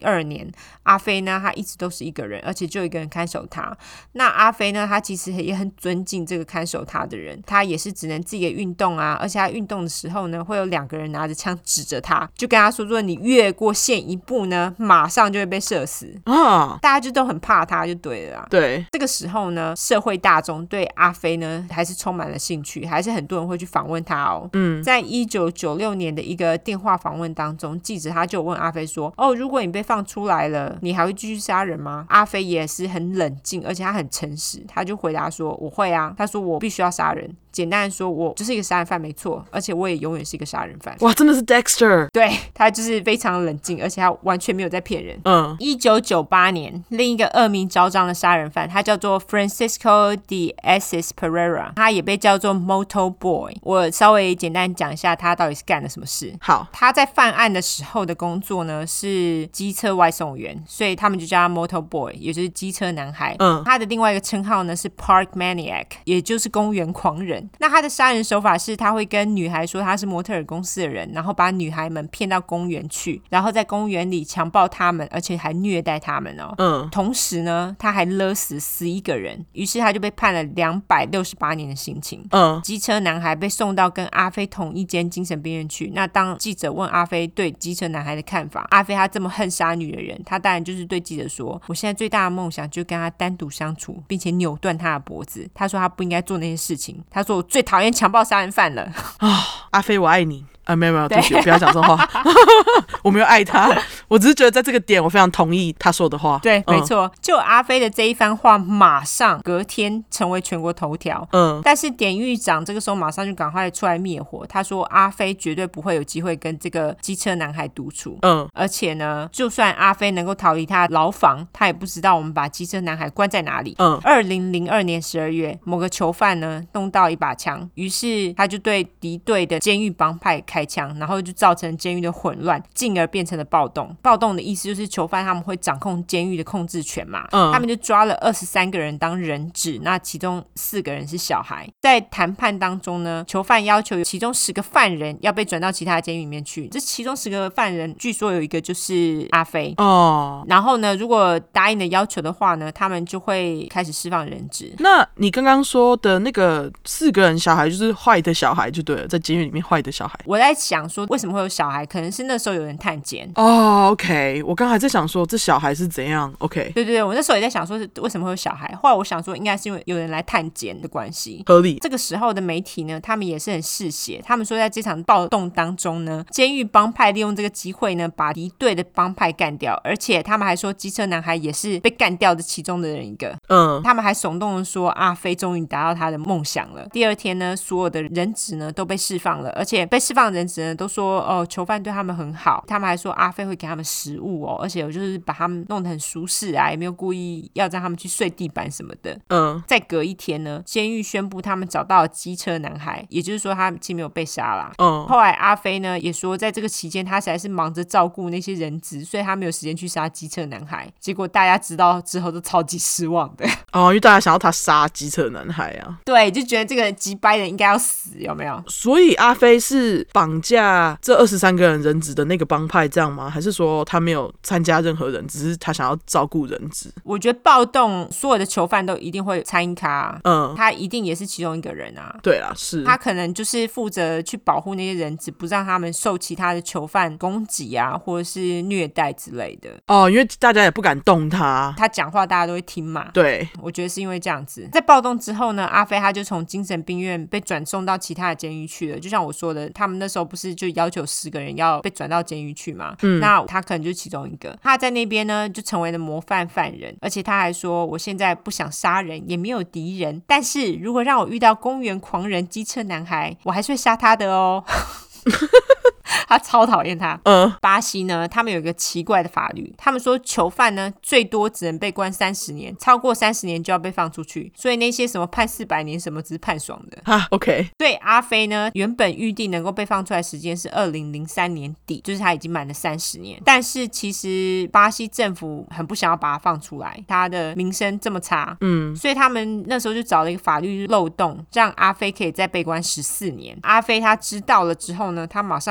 [SPEAKER 2] 二年，阿飞呢他一直都是一个人，而且就一个人看守他。那阿飞呢他其实也很尊敬这个看守他的人，他也是只能自己的运动啊，而且他运动的时候呢会有两个人拿着枪指着他，就跟他说，如果你越过线一步呢马上就会被射死啊！大家就都很怕他就对了啦。
[SPEAKER 1] 对，
[SPEAKER 2] 这个时候呢社会大众对阿飞呢还是充满了兴趣，还是很多人会去访问他哦。嗯，在一九九六年的一个电话访问当中，记者他就问阿飞说，哦，如果你被放出来了，你还会继续杀人吗？阿飞也是很冷静，而且他很诚实，他就回答说，我会啊。他说我必须要杀人，简单的说，我就是一个杀人犯没错，而且我也永远是一个杀人犯。
[SPEAKER 1] 哇，真的是 Dexter。
[SPEAKER 2] 对，他就是非常冷静，而且他完全没有在骗人。
[SPEAKER 1] 嗯，
[SPEAKER 2] 一九九八年另一个恶名昭彰的杀人犯，他叫做 Francisco de Assis Pereira， 他也被叫做 Moto Boy。 我稍微简单讲一下他到底是干了什么事。
[SPEAKER 1] 好，
[SPEAKER 2] 他在犯案的时候的工作呢是机车外送员，所以他们就叫他 Moto Boy， 也就是机车男孩。嗯，他的另外一个称号呢是 Park Maniac， 也就是公园狂人。那他的杀人手法是他会跟女孩说他是模特儿公司的人，然后把女孩们骗到公园去，然后在公园里强暴他们，而且还虐待他们哦。嗯，同时呢他还勒死十一个人，于是他就被判了两百六十八年的刑期。嗯，机车男孩被送到跟阿飞同一间精神病院去。那当记者问阿飞对机车男孩的看法，阿飞他这么恨杀女的人，他当然就是对记者说，我现在最大的梦想就是跟他单独相处，并且扭断他的脖子。他说他不应该做那些事情，他说我最讨厌强暴杀人犯了。
[SPEAKER 1] 啊，阿飞我爱你啊，没有没有，对不起，不要讲这话。我没有爱他，我只是觉得在这个点我非常同意他说的话。
[SPEAKER 2] 对，没错、嗯、就阿飞的这一番话马上隔天成为全国头条。嗯，但是典狱长这个时候马上就赶快出来灭火，他说阿飞绝对不会有机会跟这个机车男孩独处。嗯，而且呢就算阿飞能够逃离他的牢房，他也不知道我们把机车男孩关在哪里。嗯，二零零二年十二月，某个囚犯呢弄到一把枪，于是他就对敌对的监狱帮派开枪，然后就造成监狱的混乱，进而变成了暴动。暴动的意思就是囚犯他们会掌控监狱的控制权嘛。嗯，他们就抓了二十三个人当人质，那其中四个人是小孩。在谈判当中呢，囚犯要求其中十个犯人要被转到其他监狱里面去，这其中十个犯人据说有一个就是阿飞。哦，然后呢如果答应的要求的话呢，他们就会开始释放人质。
[SPEAKER 1] 那你刚刚说的那个四个人小孩就是坏的小孩就对了，在监狱里面坏的小孩。
[SPEAKER 2] 我在想说为什么会有小孩，可能是那时候有人探监。
[SPEAKER 1] 哦、oh, OK， 我刚才在想说这小孩是怎样。 OK，
[SPEAKER 2] 对对对，我那时候也在想说是为什么会有小孩，后来我想说应该是因为有人来探监的关系，
[SPEAKER 1] 合理。
[SPEAKER 2] 这个时候的媒体呢，他们也是很嗜血，他们说在这场暴动当中呢，监狱帮派利用这个机会呢把敌对的帮派干掉，而且他们还说机车男孩也是被干掉的其中的人一个。嗯，他们还耸动的说阿飞终于达到他的梦想了。第二天呢，所有的人质呢都被释放了，而且被释放的人质呢都说哦，囚犯对他们很好，他们还说阿飞会给他们食物哦，而且我就是把他们弄得很舒适啊，也没有故意要让他们去睡地板什么的。嗯，再隔一天呢，监狱宣布他们找到了机车男孩，也就是说他其实没有被杀啦。嗯，后来阿飞呢也说在这个期间他实在是忙着照顾那些人质，所以他没有时间去杀机车男孩。结果大家知道之后都超级失望的。
[SPEAKER 1] 哦，因为大家想要他杀机车男孩啊。
[SPEAKER 2] 对，就觉得这个鸡掰人应该要死，有没有？
[SPEAKER 1] 所以阿飞是绑架这二十三个人人质的那个帮派这样吗？还是说他没有参加任何人，只是他想要照顾人质？
[SPEAKER 2] 我觉得暴动所有的囚犯都一定会参与他，嗯，他一定也是其中一个人啊。
[SPEAKER 1] 对啦，是
[SPEAKER 2] 他可能就是负责去保护那些人质，不让他们受其他的囚犯攻击啊，或者是虐待之类的。
[SPEAKER 1] 哦，因为大家也不敢动他，
[SPEAKER 2] 他讲话大家都会听嘛。
[SPEAKER 1] 对，
[SPEAKER 2] 我觉得是因为这样子。在暴动之后呢，阿飞他就从精神病院被转送到其他的监狱去了。就像我说的，他们那时候不是就要求十个人要被转到监狱去嘛？嗯，那他可能就是其中一个。他在那边呢就成为了模范犯人，而且他还说我现在不想杀人，也没有敌人，但是如果让我遇到公园狂人机车男孩，我还是会杀他的哦。他超讨厌他。嗯，巴西呢，他们有一个奇怪的法律，他们说囚犯呢最多只能被关三十年，超过三十年就要被放出去，所以那些什么判四百年什么只是判爽的
[SPEAKER 1] 啊。OK，
[SPEAKER 2] 对阿飞呢，原本预定能够被放出来的时间是二零零三年底，就是他已经满了三十年，但是其实巴西政府很不想要把他放出来，他的名声这么差，嗯，所以他们那时候就找了一个法律漏洞，让阿飞可以再被关十四年。阿飞他知道了之后呢，他马上找了一个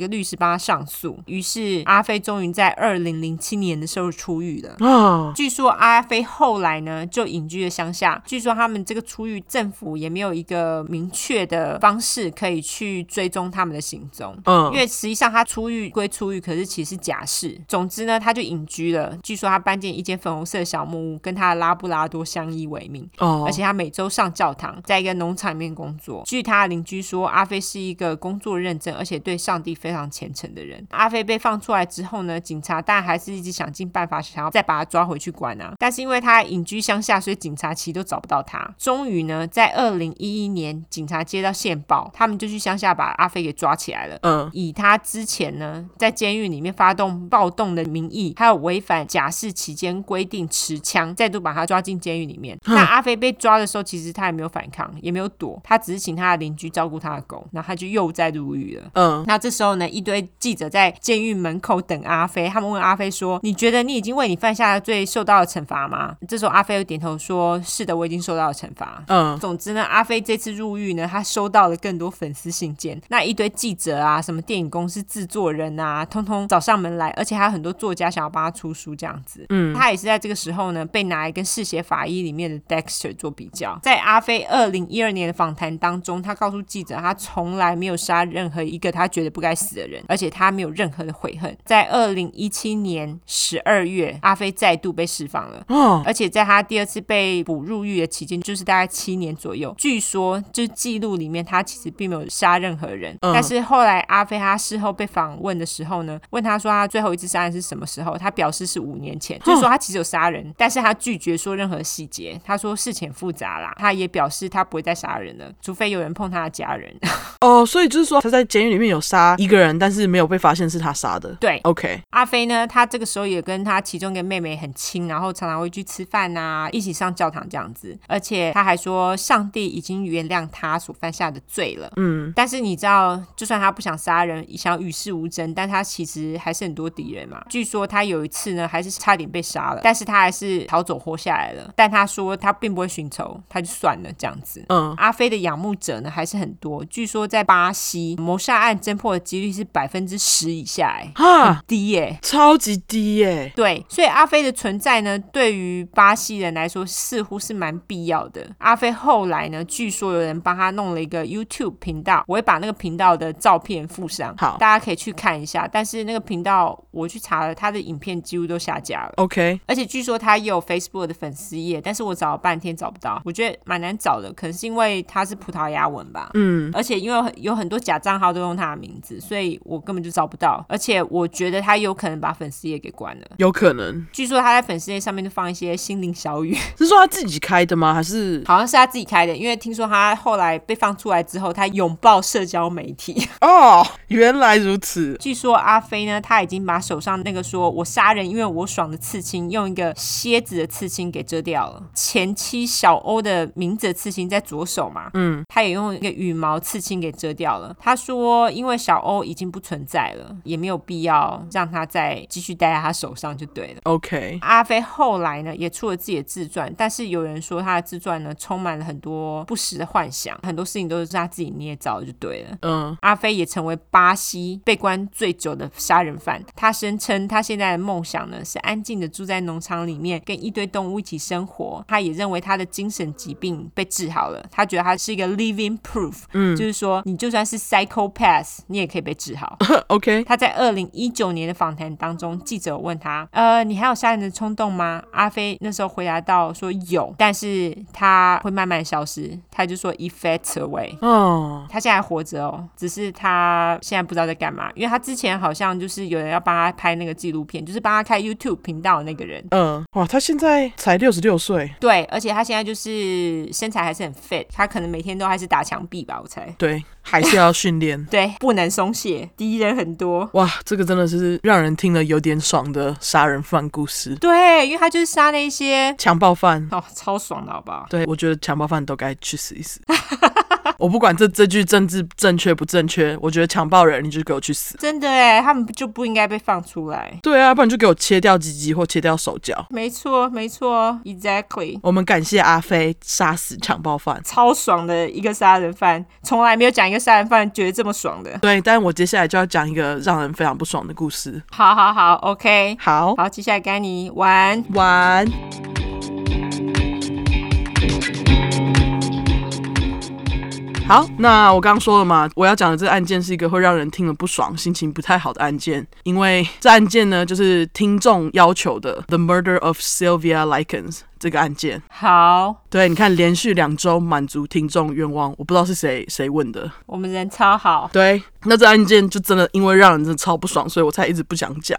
[SPEAKER 2] 律师帮他上诉，于是阿飞终于在二零零七年的时候出狱了。
[SPEAKER 1] 哦，
[SPEAKER 2] 据说阿飞后来呢就隐居了乡下，据说他们这个出狱政府也没有一个明确的方式可以去追踪他们的行踪，嗯，因为实际上他出狱归出狱，可是其实是假释。总之呢，他就隐居了。据说他搬进一间粉红色的小木屋，跟他的拉布拉多相依为命。哦，而且他每周上教堂，在一个农场里面工作。据他的邻居说，阿飞是一个工作认真，而且对上帝非常虔诚的人。阿飞被放出来之后呢，警察当然还是一直想尽办法想要再把他抓回去关啊。但是因为他隐居乡下，所以警察其实都找不到他。终于呢，在二零一一年，警察接到线报，他们就去乡下把阿飞给抓起来了。嗯，以他之前呢在监狱里面发动暴动的名义，还有违反假释期间规定持枪，再度把他抓进监狱里面。嗯，那阿飞被抓的时候，其实他也没有反抗，也没有躲，他只是请他的邻居照顾他的狗，然后他就又再入狱了。嗯，那这时候呢，一堆记者在监狱门口等阿飞，他们问阿飞说：“你觉得你已经为你犯下的罪受到了惩罚吗？”这时候阿飞又点头说：“是的，我已经受到了惩罚。”嗯，总之呢，阿飞这次入狱呢，他收到了更多粉丝信件，那一堆记者啊，什么电影公司制作人啊，通通找上门来，而且还有很多作家想要帮他出书这样子。嗯，他也是在这个时候呢，被拿来跟嗜血法医里面的 Dexter 做比较。在阿飞二零一二年的访谈当中，他告诉记者，他从来没有杀任何一个他觉得不该死的人，而且他没有任何的悔恨。在二零一七年十二月，阿飞再度被释放了。哦，而且在他第二次被捕入狱的期间，就是大概七年左右。据说就是记录里面，他其实并没有杀任何人。嗯，但是后来阿飞他事后被访问的时候呢，问他说他最后一次杀人是什么时候，他表示是五年前，就是说他其实有杀人，但是他拒绝说任何细节。他说事情复杂啦，他也表示他不会再杀人了，除非有人碰他的家人。
[SPEAKER 1] 哦，所以就是说他在监狱里面有杀一个人，但是没有被发现是他杀的。
[SPEAKER 2] 对
[SPEAKER 1] ，OK。
[SPEAKER 2] 阿飞呢，他这个时候也跟他其中一个妹妹很亲，然后常常会去吃饭啊，一起上教堂这样子。而且他还说，上帝已经原谅他所犯下的罪了。嗯，但是你知道，就算他不想杀人，想与世无争，但他其实还是很多敌人嘛。据说他有一次呢，还是差点被杀了，但是他还是逃走活下来了。但他说他并不会寻仇，他就算了这样子。嗯，阿飞的仰慕者呢还是很多。据说在巴西，谋杀案侦破的几率是百分之十以下，哎，很低耶，
[SPEAKER 1] 超级低耶。
[SPEAKER 2] 对，所以阿飞的存在呢，对于巴西人来说似乎是蛮必要的。阿飞后来呢，据说有人帮他弄了一个 YouTube 频道，我会把那个频道的照片附上，好，大家可以去看一下。但是那个频道我去查了，他的影片几乎都下架了。
[SPEAKER 1] OK，
[SPEAKER 2] 而且据说他也有 Facebook 的粉丝页，但是我找了半天找不到，我觉得蛮难找的，可能是因为他是葡萄牙文吧。嗯，而且因为有很多假账号都用他的名字，所以我根本就找不到。而且我觉得他有可能把粉丝页给关了，
[SPEAKER 1] 有可能。
[SPEAKER 2] 据说他在粉丝页上面就放一些心灵小语，
[SPEAKER 1] 是说他自己开的吗？还是
[SPEAKER 2] 好像是他自己开的？因为听说他后来被放出来之后，他拥抱社交媒体。
[SPEAKER 1] 哦，原来如此。
[SPEAKER 2] 据说阿飞呢，他已经把手上那个说我杀人因为我爽的刺青，用一个蝎子的刺青给遮掉了。前妻小欧的名字的刺青在左手嘛，嗯，他也用一个羽毛刺青给遮掉了。他说，因为小欧已经不存在了，也没有必要让他再继续戴在他手上就对了。
[SPEAKER 1] OK，
[SPEAKER 2] 阿飞后来呢也出了自己的自传，但是有人说他的自传呢充满了很多不实的幻想，很多事情都是他自己捏造的就对了。嗯，阿飞也成为巴西被关最久的杀人犯。他声称他现在的梦想呢是安静的住在农场里面，跟一堆动物一起生活。他也认为他的精神疾病被治好了，他觉得他是一个 living proof，嗯，就是说你就算是 psychopath 你也可以被治好。
[SPEAKER 1] OK，
[SPEAKER 2] 他在二零一九年的访谈当中，记者问他呃，你还有杀人的冲动吗？阿飞那时候回答到说有，但是他会慢慢消失。他就说 it fades away。 哦，他现在还活着哦，只是他现在不知道在干嘛，因为他之前好像就是有人要帮他拍那个纪录片，就是帮他开 YouTube 频道的那个人。
[SPEAKER 1] 嗯，哇，他现在才六十六岁。
[SPEAKER 2] 对，而且他现在就是身材还是很 fit， 他可能每天都还是打墙壁吧，我猜。
[SPEAKER 1] 对，还是要训练。
[SPEAKER 2] 对，不能松懈，敌人很多。
[SPEAKER 1] 哇，这个真的是让人听了有点爽的杀人犯故事。
[SPEAKER 2] 对，因为他就是杀那些
[SPEAKER 1] 强暴犯。
[SPEAKER 2] 哦，超爽的好不好？
[SPEAKER 1] 对，我觉得强暴犯都该去死一死。我不管这这句政治正确不正确，我觉得强暴人你就给我去死。
[SPEAKER 2] 真的耶，他们就不应该被放出来。
[SPEAKER 1] 对啊，不然就给我切掉鸡鸡或切掉手脚。
[SPEAKER 2] 没错没错 exactly。
[SPEAKER 1] 我们感谢阿飞杀死强暴犯，
[SPEAKER 2] 超爽的一个杀人犯，从来没有讲一个个杀人犯觉得这么爽的。
[SPEAKER 1] 对，但我接下来就要讲一个让人非常不爽的故事。
[SPEAKER 2] 好好好 OK
[SPEAKER 1] 好
[SPEAKER 2] 好，接下来该你玩
[SPEAKER 1] 玩。好，那我刚刚说了嘛，我要讲的这个案件是一个会让人听了不爽、心情不太好的案件，因为这案件呢，就是听众要求的 The Murder of Sylvia Likens 这个案件。
[SPEAKER 2] 好，
[SPEAKER 1] 对，你看连续两周满足听众愿望，我不知道是谁谁问的，
[SPEAKER 2] 我们人超好。
[SPEAKER 1] 对，那这案件就真的因为让人真的超不爽，所以我才一直不想讲。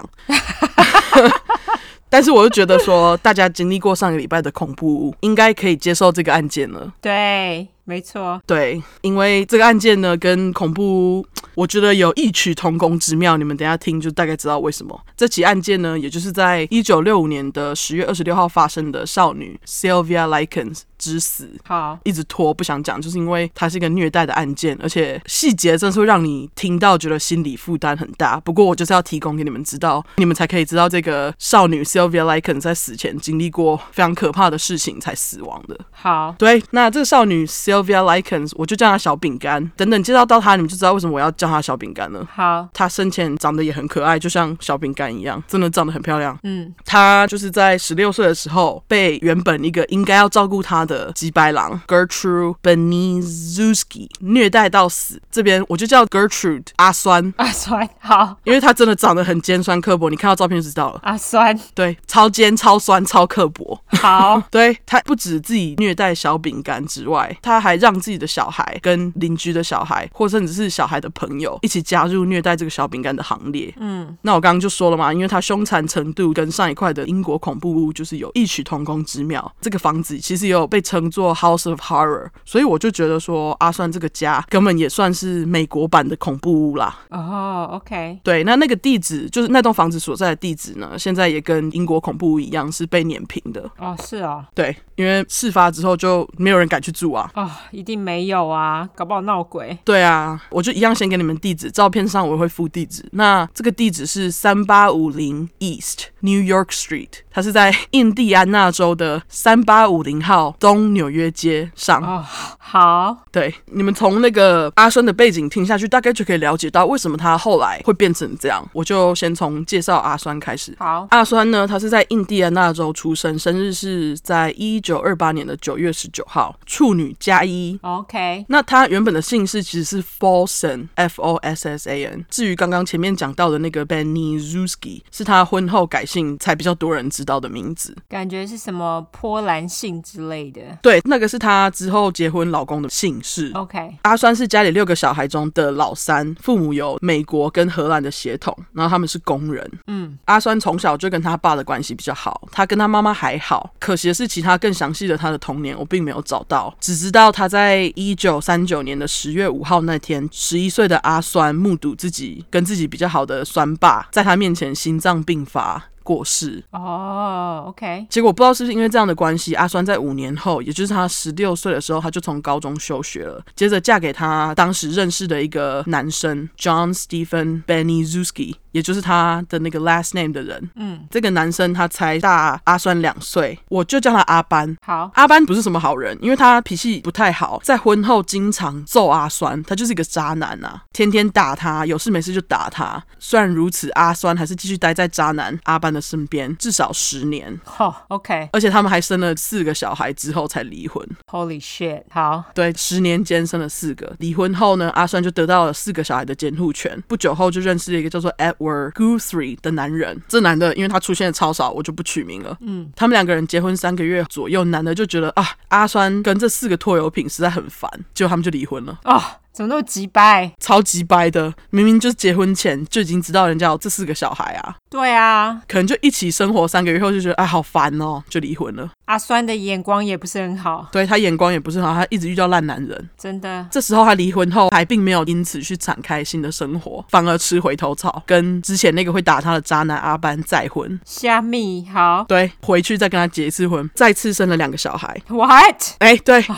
[SPEAKER 1] 但是我就觉得说，大家经历过上个礼拜的恐怖屋，应该可以接受这个案件了。
[SPEAKER 2] 对，没错。
[SPEAKER 1] 对，因为这个案件呢，跟恐怖屋我觉得有异曲同工之妙，你们等一下听就大概知道为什么。这起案件呢，也就是在一九六五年的十月二十六号发生的少女 Sylvia Likens 之死。
[SPEAKER 2] 好，
[SPEAKER 1] 一直拖不想讲，就是因为它是一个虐待的案件，而且细节真是会让你听到觉得心理负担很大。不过我就是要提供给你们知道，你们才可以知道这个少女 Sylvia Likens 在死前经历过非常可怕的事情才死亡的。
[SPEAKER 2] 好，
[SPEAKER 1] 对，那这个少女 Sylvia Likens 我就叫她小饼干，等等介绍到她，你们就知道为什么我要叫她小饼干了。
[SPEAKER 2] 好，
[SPEAKER 1] 她生前长得也很可爱，就像小饼干一样，真的长得很漂亮。
[SPEAKER 2] 嗯，
[SPEAKER 1] 她就是在十六岁的时候被原本一个应该要照顾她的吉白狼Gertrude Beniszewski 虐待到死，这边我就叫 Gertrude 阿酸。
[SPEAKER 2] 阿酸，好，
[SPEAKER 1] 因为她真的长得很尖酸刻薄，你看到照片就知道了。
[SPEAKER 2] 阿酸，
[SPEAKER 1] 对，超尖超酸超刻薄。
[SPEAKER 2] 好，
[SPEAKER 1] 对，她不止自己虐待小饼干之外，她还让自己的小孩跟邻居的小孩或甚至是小孩的朋友一起加入虐待这个小饼干的行列。嗯，那我刚刚就说了嘛，因为她凶残程度跟上一块的英国恐怖屋就是有异曲同工之妙，这个房子其实也有被称作 House of Horror， 所以我就觉得说阿酸这个家根本也算是美国版的恐怖屋啦。
[SPEAKER 2] 哦、oh, OK，
[SPEAKER 1] 对，那那个地址就是那栋房子所在的地址呢，现在也跟英国恐怖屋一样是被碾平的。
[SPEAKER 2] 哦、oh, 是哦，
[SPEAKER 1] 对，因为事发之后就没有人敢去住啊。
[SPEAKER 2] 哦、oh, 一定没有啊，搞不好闹鬼。
[SPEAKER 1] 对啊，我就一样先给你们地址，照片上我会附地址。那这个地址是三八五零 East New York Street， 它是在印第安纳州的三八五零号东纽约街上。
[SPEAKER 2] 哦、oh, 好，
[SPEAKER 1] 对，你们从那个阿酸的背景听下去，大概就可以了解到为什么他后来会变成这样。我就先从介绍阿酸开始。
[SPEAKER 2] 好，
[SPEAKER 1] 阿酸呢，他是在印第安纳州出生，生日是在一九二八年的九月十九号，处女加一。
[SPEAKER 2] OK，
[SPEAKER 1] 那他原本的姓氏其实是 Folsom F O S S A N， 至于刚刚前面讲到的那个 Beniszewski 是他婚后改姓才比较多人知道的名字，
[SPEAKER 2] 感觉是什么波兰姓之类的。
[SPEAKER 1] 对，那个是他之后结婚老公的姓氏。
[SPEAKER 2] OK，
[SPEAKER 1] 阿酸是家里六个小孩中的老三，父母有美国跟荷兰的血统，然后他们是工人。嗯，阿酸从小就跟他爸的关系比较好，他跟他妈妈还好，可惜的是其他更详细的他的童年我并没有找到，只知道他在一九三九年的十月五号那天，十一岁的阿酸目睹自己跟自己比较好的酸爸在他面前心脏病发过世。
[SPEAKER 2] 哦、oh, OK，
[SPEAKER 1] 结果不知道是不是因为这样的关系，阿酸在五年后，也就是他十六岁的时候，他就从高中休学了，接着嫁给他当时认识的一个男生 John Stephen Beniszewski， 也就是他的那个 last name 的人。嗯，这个男生他才大阿酸两岁，我就叫他阿班。
[SPEAKER 2] 好，
[SPEAKER 1] 阿班不是什么好人，因为他脾气不太好，在婚后经常揍阿酸，他就是一个渣男啊，天天打他，有事没事就打他。虽然如此，阿酸还是继续待在渣男阿班的身边，至少十年。
[SPEAKER 2] 哦、OK，
[SPEAKER 1] 而且他们还生了四个小孩之后才离婚。
[SPEAKER 2] Holy shit， 好，
[SPEAKER 1] 对，十年间生了四个。离婚后呢，阿酸就得到了四个小孩的监护权，不久后就认识了一个叫做 Edward Guthrie 的男人。这男的因为他出现的超少，我就不取名了。嗯，他们两个人结婚三个月左右，男的就觉得啊，阿酸跟这四个拖油瓶实在很烦，结果他们就离婚了。
[SPEAKER 2] 哦，怎么那么急掰？
[SPEAKER 1] 超级掰的，明明就是结婚前就已经知道人家有这四个小孩啊。
[SPEAKER 2] 对啊，
[SPEAKER 1] 可能就一起生活三个月后就觉得哎好烦哦，就离婚了。
[SPEAKER 2] 阿酸的眼光也不是很好，
[SPEAKER 1] 对，他眼光也不是很好，他一直遇到烂男人，
[SPEAKER 2] 真的。
[SPEAKER 1] 这时候他离婚后还并没有因此去展开新的生活，反而吃回头草，跟之前那个会打他的渣男阿班再婚。
[SPEAKER 2] 虾米好，
[SPEAKER 1] 对，回去再跟他结一次婚，再次生了两个小孩。
[SPEAKER 2] What？
[SPEAKER 1] 哎，对。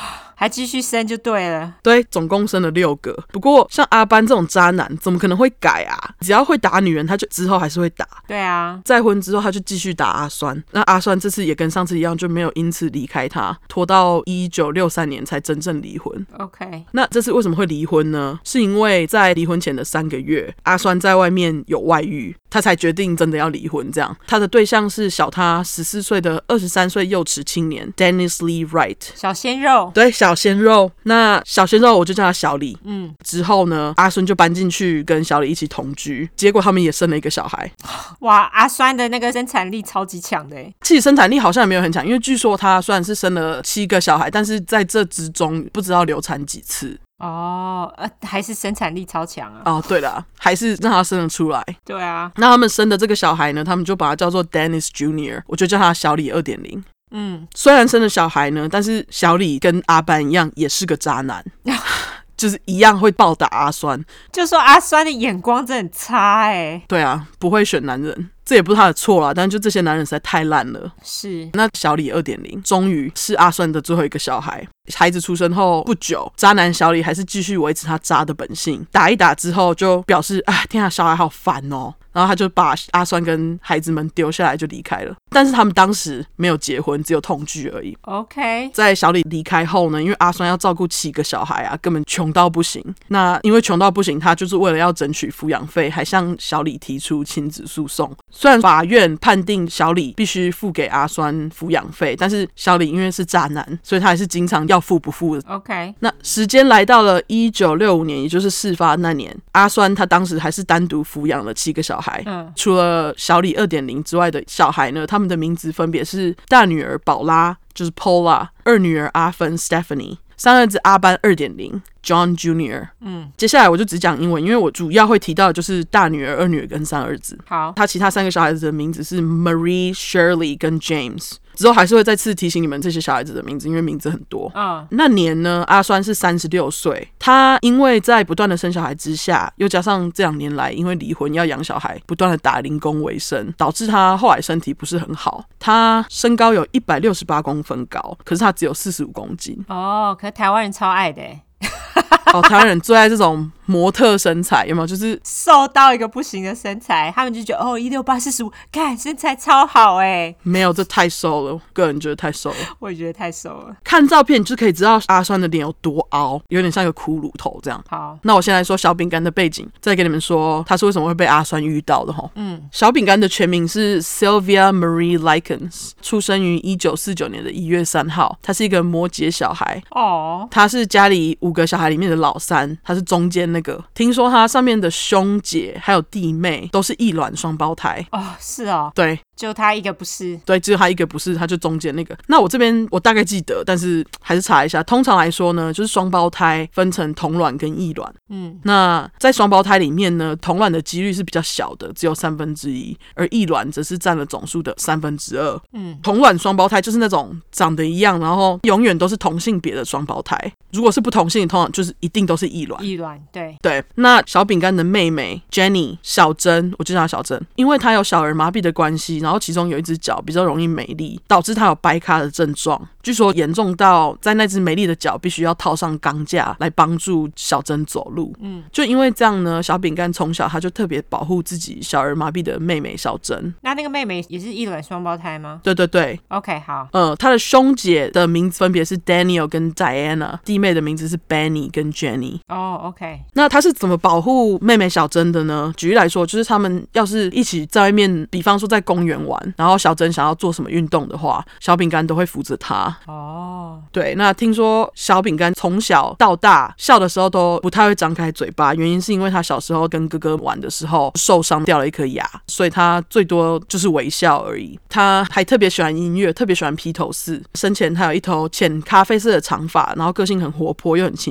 [SPEAKER 2] 还继续生就对了。
[SPEAKER 1] 对，总共生了六个。不过像阿班这种渣男怎么可能会改啊？只要会打女人他就之后还是会打。
[SPEAKER 2] 对啊，
[SPEAKER 1] 再婚之后他就继续打阿酸，那阿酸这次也跟上次一样就没有因此离开他，拖到一九六三年才真正离婚。
[SPEAKER 2] OK，
[SPEAKER 1] 那这次为什么会离婚呢？是因为在离婚前的三个月阿酸在外面有外遇，他才决定真的要离婚。这样他的对象是小他十四岁的二十三岁幼齿青年 Dennis Lee Wright，
[SPEAKER 2] 小鲜肉。
[SPEAKER 1] 对，小鲜肉。那小鲜肉我就叫他小李。
[SPEAKER 2] 嗯，
[SPEAKER 1] 之后呢阿孙就搬进去跟小李一起同居，结果他们也生了一个小孩。
[SPEAKER 2] 哇，阿酸的那个生产力超级强的耶。
[SPEAKER 1] 其实生产力好像也没有很强，因为据说他虽然是生了七个小孩，但是在这之中不知道流产几次。
[SPEAKER 2] 哦，呃，还是生产力超强啊。
[SPEAKER 1] 哦，对了，还是让他生了出来。
[SPEAKER 2] 对啊。
[SPEAKER 1] 那他们生的这个小孩呢，他们就把他叫做 Dennis Junior， 我就叫他小李 二点零。嗯，虽然生了小孩呢，但是小李跟阿班一样也是个渣男。就是一样会暴打阿酸，
[SPEAKER 2] 就说阿酸的眼光真的很差哎、欸。
[SPEAKER 1] 对啊，不会选男人，这也不是他的错啦，但就这些男人实在太烂了。
[SPEAKER 2] 是，
[SPEAKER 1] 那小李 二点零 终于是阿酸的最后一个小孩。孩子出生后不久，渣男小李还是继续维持他渣的本性，打一打之后就表示啊，天啊，小孩好烦哦。然后他就把阿酸跟孩子们丢下来就离开了。但是他们当时没有结婚，只有同居而已。
[SPEAKER 2] OK，
[SPEAKER 1] 在小李离开后呢，因为阿酸要照顾七个小孩啊，根本穷到不行。那因为穷到不行，他就是为了要争取抚养费，还向小李提出亲子诉讼。虽然法院判定小李必须付给阿酸抚养费，但是小李因为是渣男，所以他还是经常要付不付的。
[SPEAKER 2] OK，
[SPEAKER 1] 那时间来到了一九六五年，也就是事发那年，阿酸他当时还是单独抚养了七个小孩。嗯，除了小李 二点零 之外的小孩呢，他们的名字分别是大女儿宝拉，就是 Paula， 二女儿阿芬 Stephanie， 三儿子阿班 二点零John Junior 嗯，接下来我就只讲英文，因为我主要会提到的就是大女儿、二女儿跟三儿子。
[SPEAKER 2] 好，
[SPEAKER 1] 他其他三个小孩子的名字是 Marie、Shirley 跟 James。之后还是会再次提醒你们这些小孩子的名字，因为名字很多。嗯，那年呢，阿酸是三十六岁，他因为在不断的生小孩之下，又加上这两年来因为离婚要养小孩，不断的打零工为生，导致他后来身体不是很好。他身高有一百六十八公分高，可是他只有四十五公斤。
[SPEAKER 2] 哦，可是台湾人超爱的耶。
[SPEAKER 1] 哦，台湾人最爱这种模特身材，有没有？就是
[SPEAKER 2] 瘦到一个不行的身材，他们就觉得哦，一六八四十五，看身材超好哎。
[SPEAKER 1] 没有，这太瘦了，我个人觉得太瘦了。
[SPEAKER 2] 我也觉得太瘦了。
[SPEAKER 1] 看照片你就可以知道阿酸的脸有多凹，有点像一个骷髅头这样。
[SPEAKER 2] 好，
[SPEAKER 1] 那我先来说小饼干的背景，再给你们说他是为什么会被阿酸遇到的齁。嗯，小饼干的全名是 Sylvia Marie Likens， 出生于一九四九年的一月三号，他是一个摩羯小孩。哦，他是家里五个小孩里面的老三，他是中间那个。听说他上面的兄姐还有弟妹都是异卵双胞胎。
[SPEAKER 2] 哦，是哦。
[SPEAKER 1] 对，
[SPEAKER 2] 就他一个不是。
[SPEAKER 1] 对，只有他一个不是，他就中间那个。那我这边我大概记得，但是还是查一下。通常来说呢，就是双胞胎分成同卵跟异卵。嗯，那在双胞胎里面呢，同卵的几率是比较小的，只有三分之一，而异卵则是占了总数的三分之二。嗯，同卵双胞胎就是那种长得一样，然后永远都是同性别的双胞胎。如果是不同性，通常就是一定都是异卵。
[SPEAKER 2] 异卵，对
[SPEAKER 1] 对。那小饼干的妹妹 Jenny 小珍，我就叫她小珍，因为她有小儿麻痹的关系，然后其中有一只脚比较容易没力，导致她有掰咖的症状。据说严重到在那只没力的脚必须要套上钢架来帮助小珍走路。嗯，就因为这样呢，小饼干从小他就特别保护自己小儿麻痹的妹妹小珍。
[SPEAKER 2] 那那个妹妹也是异卵双胞胎吗？
[SPEAKER 1] 对对对。
[SPEAKER 2] OK， 好。
[SPEAKER 1] 呃，她的兄姐的名字分别是 Daniel 跟 Diana， 弟妹的名字是 Benny 跟 Jenny。
[SPEAKER 2] 哦、oh, OK。
[SPEAKER 1] 那她是怎么保护妹妹小珍的呢？举例来说，就是他们要是一起在外面，比方说在公园玩，然后小珍想要做什么运动的话，小饼干都会扶着她。哦，对，那听说小饼干从小到大笑的时候都不太会张开嘴巴，原因是因为他小时候跟哥哥玩的时候受伤掉了一颗牙，所以他最多就是微笑而已。他还特别喜欢音乐，特别喜欢披头士。生前他有一头浅咖啡色的长发，然后个性很活泼又很亲切。嗯、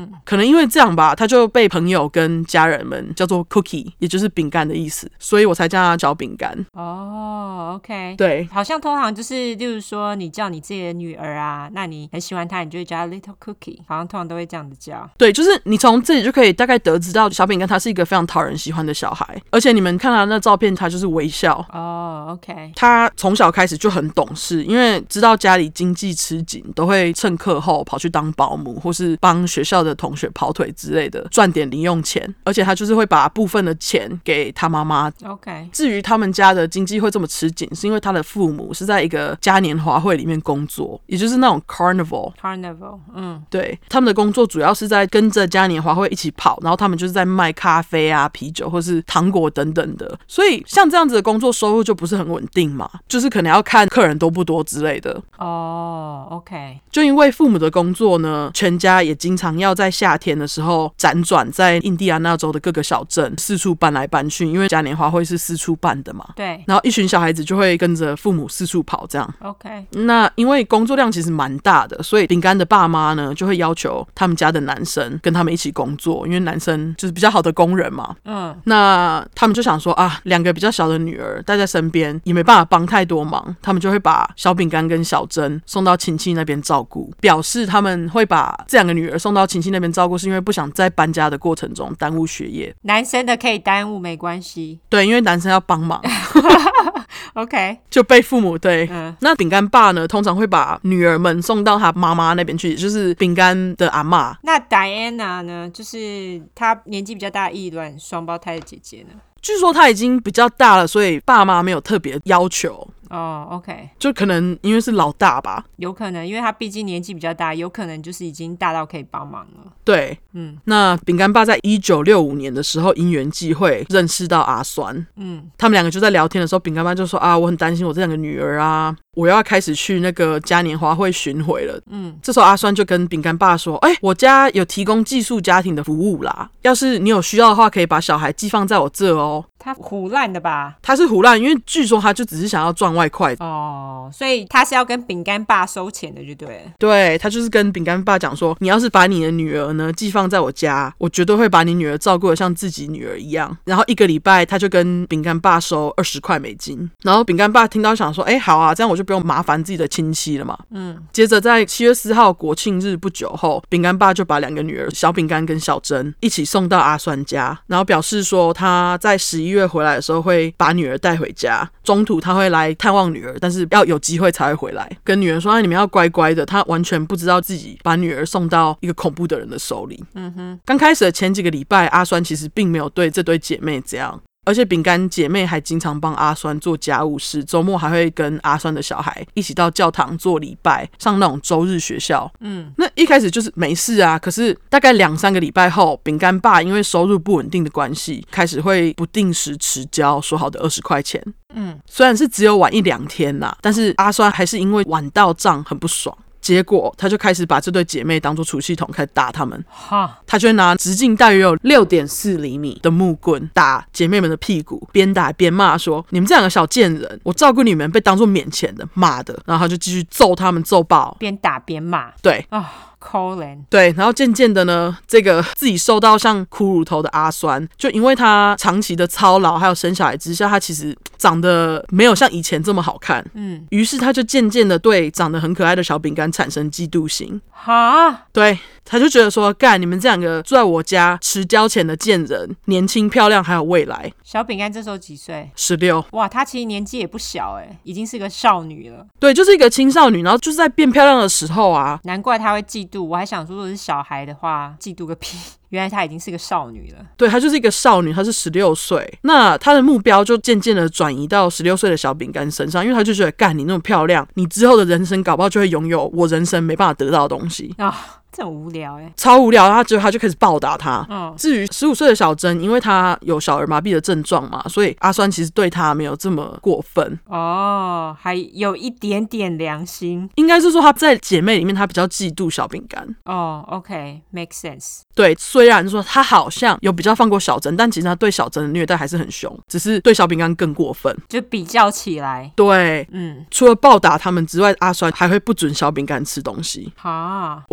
[SPEAKER 2] 嗯，
[SPEAKER 1] 可能因为这样吧，他就被朋友跟家人们叫做 cookie， 也就是饼干的意思，所以我才叫他小饼干。
[SPEAKER 2] 哦 OK，
[SPEAKER 1] 对，
[SPEAKER 2] 好像通常就是例如说你叫你自己的女儿啊，那你很喜欢她，你就会叫她 little cookie， 好像通常都会这样子叫。
[SPEAKER 1] 对，就是你从这里就可以大概得知到小饼干他是一个非常讨人喜欢的小孩，而且你们看他那照片，他就是微笑。
[SPEAKER 2] 哦 OK，
[SPEAKER 1] 他从小开始就很懂事，因为知道家里经济吃紧，都会趁课后跑去当保姆，或是帮学校的同学跑腿之类的，赚点零用钱。而且他就是会把部分的钱给他妈妈。
[SPEAKER 2] OK，
[SPEAKER 1] 至于他们家的经济会这么吃紧，是因为他的父母是在一个嘉年华会里面工作，也就是那种 carnival
[SPEAKER 2] carnival， 嗯，
[SPEAKER 1] 对，他们的工作主要是在跟着嘉年华会一起跑，然后他们就是在卖咖啡啊、啤酒或是糖果等等的，所以像这样子的工作收入就不是很稳定嘛，就是可能要看客人多不多之类的。
[SPEAKER 2] 哦 OK，
[SPEAKER 1] 就因为父母的工作呢，全家也经常要在夏天的时候辗转在印第安纳州的各个小镇四处搬来搬去，因为嘉年华会是四处办的嘛。
[SPEAKER 2] 对，
[SPEAKER 1] 然后一群小孩子就会跟着父母四处跑这样。
[SPEAKER 2] OK，
[SPEAKER 1] 那因为工作量其实蛮大的，所以饼干的爸妈呢就会要求他们家的男生跟他们一起工作，因为男生就是比较好的工人嘛。
[SPEAKER 2] 嗯，
[SPEAKER 1] 那他们就想说啊，两个比较小的女儿带在身边也没办法帮太多忙，他们就会把小饼干跟小珍送到亲戚那边照顾，表示他们会把这两个女儿送到亲戚那边照顾，是因为不想在搬家的过程中耽误学业。
[SPEAKER 2] 男生的可以耽误没关系。
[SPEAKER 1] 对，因为男生要帮忙
[SPEAKER 2] OK，
[SPEAKER 1] 就被父母对、
[SPEAKER 2] 嗯、
[SPEAKER 1] 那饼干爸呢通常会把女儿们送到他妈妈那边去，也就是饼干的阿嬷。
[SPEAKER 2] 那 Diana 呢，就是她年纪比较大异卵双胞胎的姐姐呢，
[SPEAKER 1] 据说她已经比较大了，所以爸妈没有特别要求。
[SPEAKER 2] 哦、oh, OK，
[SPEAKER 1] 就可能因为是老大吧，
[SPEAKER 2] 有可能因为他毕竟年纪比较大，有可能就是已经大到可以帮忙了。
[SPEAKER 1] 对，
[SPEAKER 2] 嗯，
[SPEAKER 1] 那饼干爸在一九六五年的时候因缘际会认识到阿酸，
[SPEAKER 2] 嗯，
[SPEAKER 1] 他们两个就在聊天的时候，饼干爸就说啊，我很担心我这两个女儿啊，我又要开始去那个嘉年华会巡回了。
[SPEAKER 2] 嗯，
[SPEAKER 1] 这时候阿酸就跟饼干爸说，哎、欸，我家有提供寄宿家庭的服务啦，要是你有需要的话，可以把小孩寄放在我这哦。
[SPEAKER 2] 他唬烂的吧？
[SPEAKER 1] 他是唬烂，因为据说他就只是想要赚外快
[SPEAKER 2] 哦，所以他是要跟饼干爸收钱的就对了。
[SPEAKER 1] 对，他就是跟饼干爸讲说，你要是把你的女儿呢寄放在我家，我绝对会把你女儿照顾得像自己女儿一样。然后一个礼拜他就跟饼干爸收二十块美金，然后饼干爸听到想说，哎，好啊，这样我就不用麻烦自己的亲戚了嘛。嗯，接着在七月四号国庆日不久后，饼干爸就把两个女儿小饼干跟小珍一起送到阿酸家，然后表示说他在十一月回来的时候会把女儿带回家，中途他会来探望女儿，但是要有机会才会回来，跟女儿说、啊、你们要乖乖的。他完全不知道自己把女儿送到一个恐怖的人的手里。嗯哼，刚开始的前几个礼拜，阿酸其实并没有对这对姐妹这样，而且饼干姐妹还经常帮阿酸做家务事，周末还会跟阿酸的小孩一起到教堂做礼拜，上那种周日学校。嗯，那一开始就是没事啊，可是大概两三个礼拜后，饼干爸因为收入不稳定的关系，开始会不定时迟交说好的二十块钱。嗯，虽然是只有晚一两天啦，但是阿酸还是因为晚到账很不爽。结果他就开始把这对姐妹当作出气筒，开始打他们。哈，他就会拿直径大约有 六点四厘米的木棍打姐妹们的屁股，边打边骂说，你们这两个小贱人，我照顾你们被当作免钱的，骂的。然后他就继续揍他们，揍爆，
[SPEAKER 2] 边打边骂。
[SPEAKER 1] 对
[SPEAKER 2] 啊，可怜。
[SPEAKER 1] 对，然后渐渐的呢，这个自己瘦到像骷髅头的阿酸，就因为他长期的操劳还有生小孩之下，他其实长得没有像以前这么好看。嗯，于是他就渐渐的对长得很可爱的小饼干产生嫉妒心。
[SPEAKER 2] 哈，
[SPEAKER 1] 对，他就觉得说，干，你们这两个住在我家迟交钱的贱人，年轻漂亮还有未来。
[SPEAKER 2] 小饼干这时候几岁？
[SPEAKER 1] 十六。
[SPEAKER 2] 哇，她其实年纪也不小哎，已经是个少女了。
[SPEAKER 1] 对，就是一个青少女，然后就是在变漂亮的时候啊。
[SPEAKER 2] 难怪她会嫉妒，我还想说，如果是小孩的话，嫉妒个屁。原来她已经是个少女了。
[SPEAKER 1] 对，她就是一个少女，她是十六岁。那她的目标就渐渐的转移到十六岁的小饼干身上，因为她就觉得，干，你那么漂亮，你之后的人生搞不好就会拥有我人生没办法得到的东西
[SPEAKER 2] 啊。这很无聊哎，
[SPEAKER 1] 超无聊。他之后他就开始暴打他。
[SPEAKER 2] 嗯，
[SPEAKER 1] 至于十五岁的小珍，因为他有小儿麻痹的症状嘛，所以阿酸其实对他没有这么过分。
[SPEAKER 2] 哦，还有一点点良心。
[SPEAKER 1] 应该是说他在姐妹里面，他比较嫉妒小饼干。
[SPEAKER 2] 哦 ，OK， make sense。
[SPEAKER 1] 对，虽然说他好像有比较放过小珍，但其实他对小珍的虐待还是很凶，只是对小饼干更过分。
[SPEAKER 2] 就比较起来，
[SPEAKER 1] 对，嗯，除了暴打他们之外，阿酸还会不准小饼干吃东西。
[SPEAKER 2] 哈，
[SPEAKER 1] 我发现就是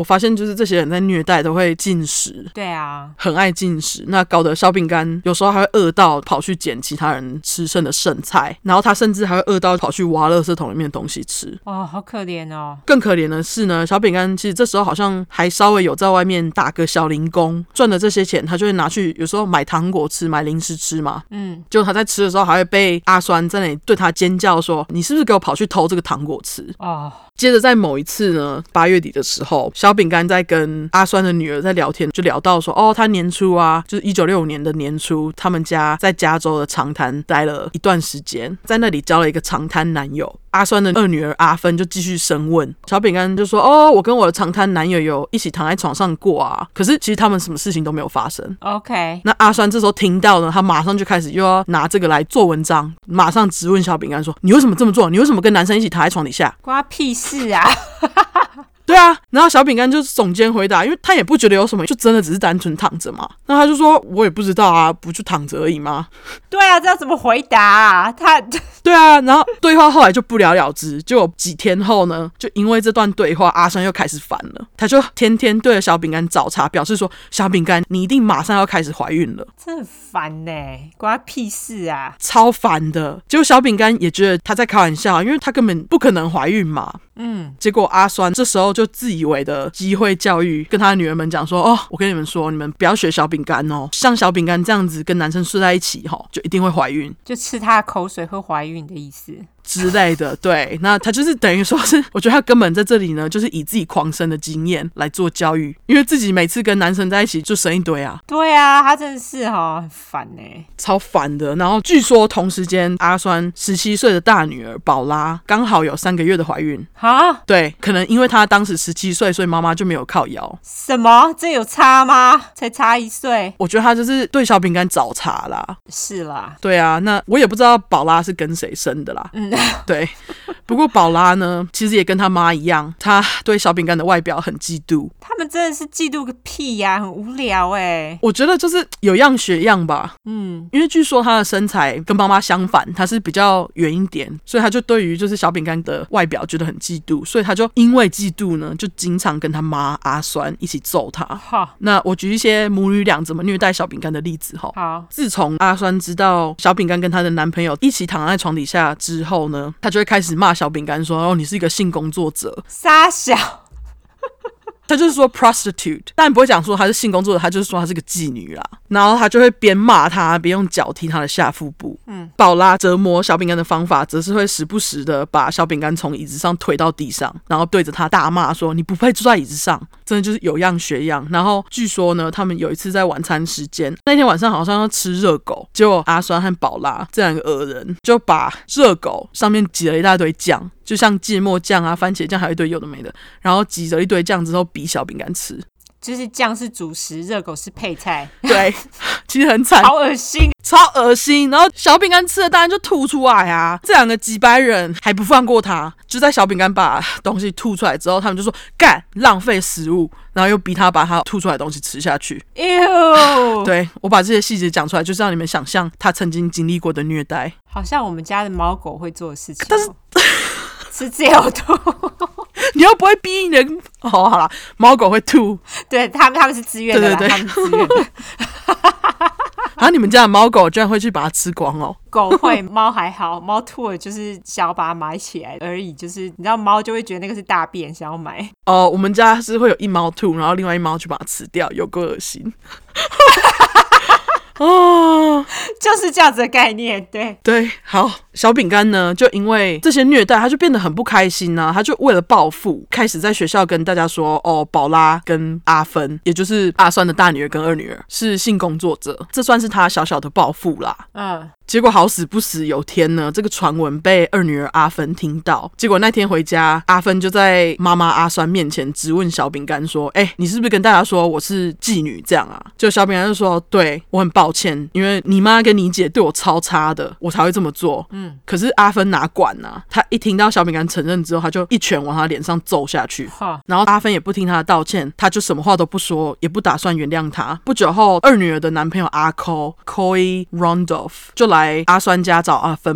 [SPEAKER 1] 就是这些人在虐待都会进食，
[SPEAKER 2] 对啊，
[SPEAKER 1] 很爱进食，那搞得小饼干有时候还会饿到跑去捡其他人吃剩的剩菜，然后他甚至还会饿到跑去挖垃圾桶里面的东西吃。
[SPEAKER 2] 哦，好可怜哦。
[SPEAKER 1] 更可怜的是呢，小饼干其实这时候好像还稍微有在外面打个小零工，赚的这些钱他就会拿去有时候买糖果吃，买零食吃嘛。嗯，就他在吃的时候还会被阿酸在那里对他尖叫说，你是不是给我跑去偷这个糖果吃？哦。接着在某一次呢，八月底的时候，小饼干在跟阿酸的女儿在聊天，就聊到说，哦，他年初啊，就是一九六五年的年初，他们家在加州的长滩待了一段时间，在那里交了一个长滩男友。阿酸的二女儿阿芬就继续深问，小饼干就说，哦，我跟我的长滩男友有一起躺在床上过啊，可是其实他们什么事情都没有发生。
[SPEAKER 2] OK，
[SPEAKER 1] 那阿酸这时候听到呢，他马上就开始又要拿这个来做文章，马上质问小饼干说，你为什么这么做？你为什么跟男生一起躺在床底下？
[SPEAKER 2] 关他屁事啊。
[SPEAKER 1] 对啊，然后小饼干就耸肩回答，因为他也不觉得有什么，就真的只是单纯躺着嘛。那他就说，我也不知道啊，不就躺着而已吗？
[SPEAKER 2] 对啊，这要怎么回答啊？他
[SPEAKER 1] 对啊，然后对话后来就不了了之。结果几天后呢，就因为这段对话，阿酸又开始烦了，他就天天对着小饼干找茬，表示说，小饼干你一定马上要开始怀孕了。
[SPEAKER 2] 真的很烦呢、欸，关他屁事啊，
[SPEAKER 1] 超烦的。结果小饼干也觉得他在开玩笑，因为他根本不可能怀孕嘛。嗯，结果阿酸这时候就自以为的机会教育，跟他女儿们讲说，哦，我跟你们说，你们不要学小饼干哦，像小饼干这样子跟男生睡在一起齁，就一定会怀孕，
[SPEAKER 2] 就吃他的口水会怀孕的意思
[SPEAKER 1] 之类的。对，那他就是等于说是，我觉得他根本在这里呢，就是以自己狂生的经验来做教育，因为自己每次跟男生在一起就生一堆啊。
[SPEAKER 2] 对啊，他真的是齁很烦欸，
[SPEAKER 1] 超烦的。然后据说同时间阿酸十七岁的大女儿宝拉刚好有三个月的怀孕。
[SPEAKER 2] 哈，
[SPEAKER 1] 对，可能因为她当时十七岁，所以妈妈就没有靠腰。
[SPEAKER 2] 什么？这有差吗？才差一岁？
[SPEAKER 1] 我觉得她就是对小饼干找茬啦。
[SPEAKER 2] 是啦。
[SPEAKER 1] 对啊，那我也不知道宝拉是跟谁生的啦。嗯，对。不过宝拉呢，其实也跟她妈一样，她对小饼干的外表很嫉妒。
[SPEAKER 2] 他们真的是嫉妒个屁呀、啊，很无聊哎、欸。
[SPEAKER 1] 我觉得就是有样学样吧。嗯，因为据说她的身材跟妈妈相反，她是比较圆一点，所以她就对于就是小饼干的外表觉得很嫉妒，所以她就因为嫉妒呢，就经常跟她妈阿酸一起揍她。好，那我举一些母女俩怎么虐待小饼干的例子哈。好，自从阿酸知道小饼干跟她的男朋友一起躺在床底下之后呢，她就会开始骂小饼干说：“哦，你是一个性工作者。”
[SPEAKER 2] 傻小。
[SPEAKER 1] 他就是说 prostitute， 但不会讲说他是性工作者，他就是说他是个妓女啦。然后他就会边骂他边用脚踢他的下腹部。嗯，宝拉折磨小饼干的方法则是会时不时的把小饼干从椅子上推到地上，然后对着他大骂说：“你不配坐在椅子上！”真的就是有样学样。然后据说呢，他们有一次在晚餐时间，那天晚上好像要吃热狗，结果阿酸和宝拉这两个恶人就把热狗上面挤了一大堆酱，就像芥末酱啊、番茄酱，还有一堆有的没的，然后挤着一堆酱之后逼小饼干吃。
[SPEAKER 2] 就是酱是主食，热狗是配菜。
[SPEAKER 1] 对，其实很惨，
[SPEAKER 2] 好恶心，
[SPEAKER 1] 超恶心。然后小饼干吃了当然就吐出来啊，这两个几百人还不放过他，就在小饼干把东西吐出来之后，他们就说干浪费食物，然后又逼他把他吐出来的东西吃下去。
[SPEAKER 2] 哟，
[SPEAKER 1] 对，我把这些细节讲出来，就是让你们想象他曾经经历过的虐待，
[SPEAKER 2] 好像我们家的猫狗会做的事情。
[SPEAKER 1] 但是
[SPEAKER 2] 是自由吐。
[SPEAKER 1] 你又不会逼你的哦，好啦，猫狗会吐，
[SPEAKER 2] 对他们，他们是自愿的啦，
[SPEAKER 1] 对对对，
[SPEAKER 2] 他们是自愿的。
[SPEAKER 1] 啊，你们家的猫狗居然会去把它吃光哦？
[SPEAKER 2] 狗会，猫还好，猫吐了就是想要把它埋起来而已，就是你知道猫就会觉得那个是大便，想要埋。
[SPEAKER 1] 哦，我们家是会有一猫吐，然后另外一猫去把它吃掉，有够恶心。哦，
[SPEAKER 2] 就是这样子的概念，对
[SPEAKER 1] 对，好，小饼干呢，就因为这些虐待，他就变得很不开心啊，他就为了报复，开始在学校跟大家说，哦，宝拉跟阿芬，也就是阿酸的大女儿跟二女儿是性工作者，这算是他小小的报复啦。嗯。结果好死不死，有天呢，这个传闻被二女儿阿芬听到。结果那天回家，阿芬就在妈妈阿酸面前质问小饼干说：“哎、欸，你是不是跟大家说我是妓女这样啊？”就小饼干就说：“对，我很抱歉，因为你妈跟你姐对我超差的，我才会这么做。”嗯，可是阿芬哪管啊？他一听到小饼干承认之后，他就一拳往他脸上揍下去。然后阿芬也不听他的道歉，他就什么话都不说，也不打算原谅他。不久后，二女儿的男朋友阿 Cole Coy Randolph 就来来阿酸家找阿芬嘛，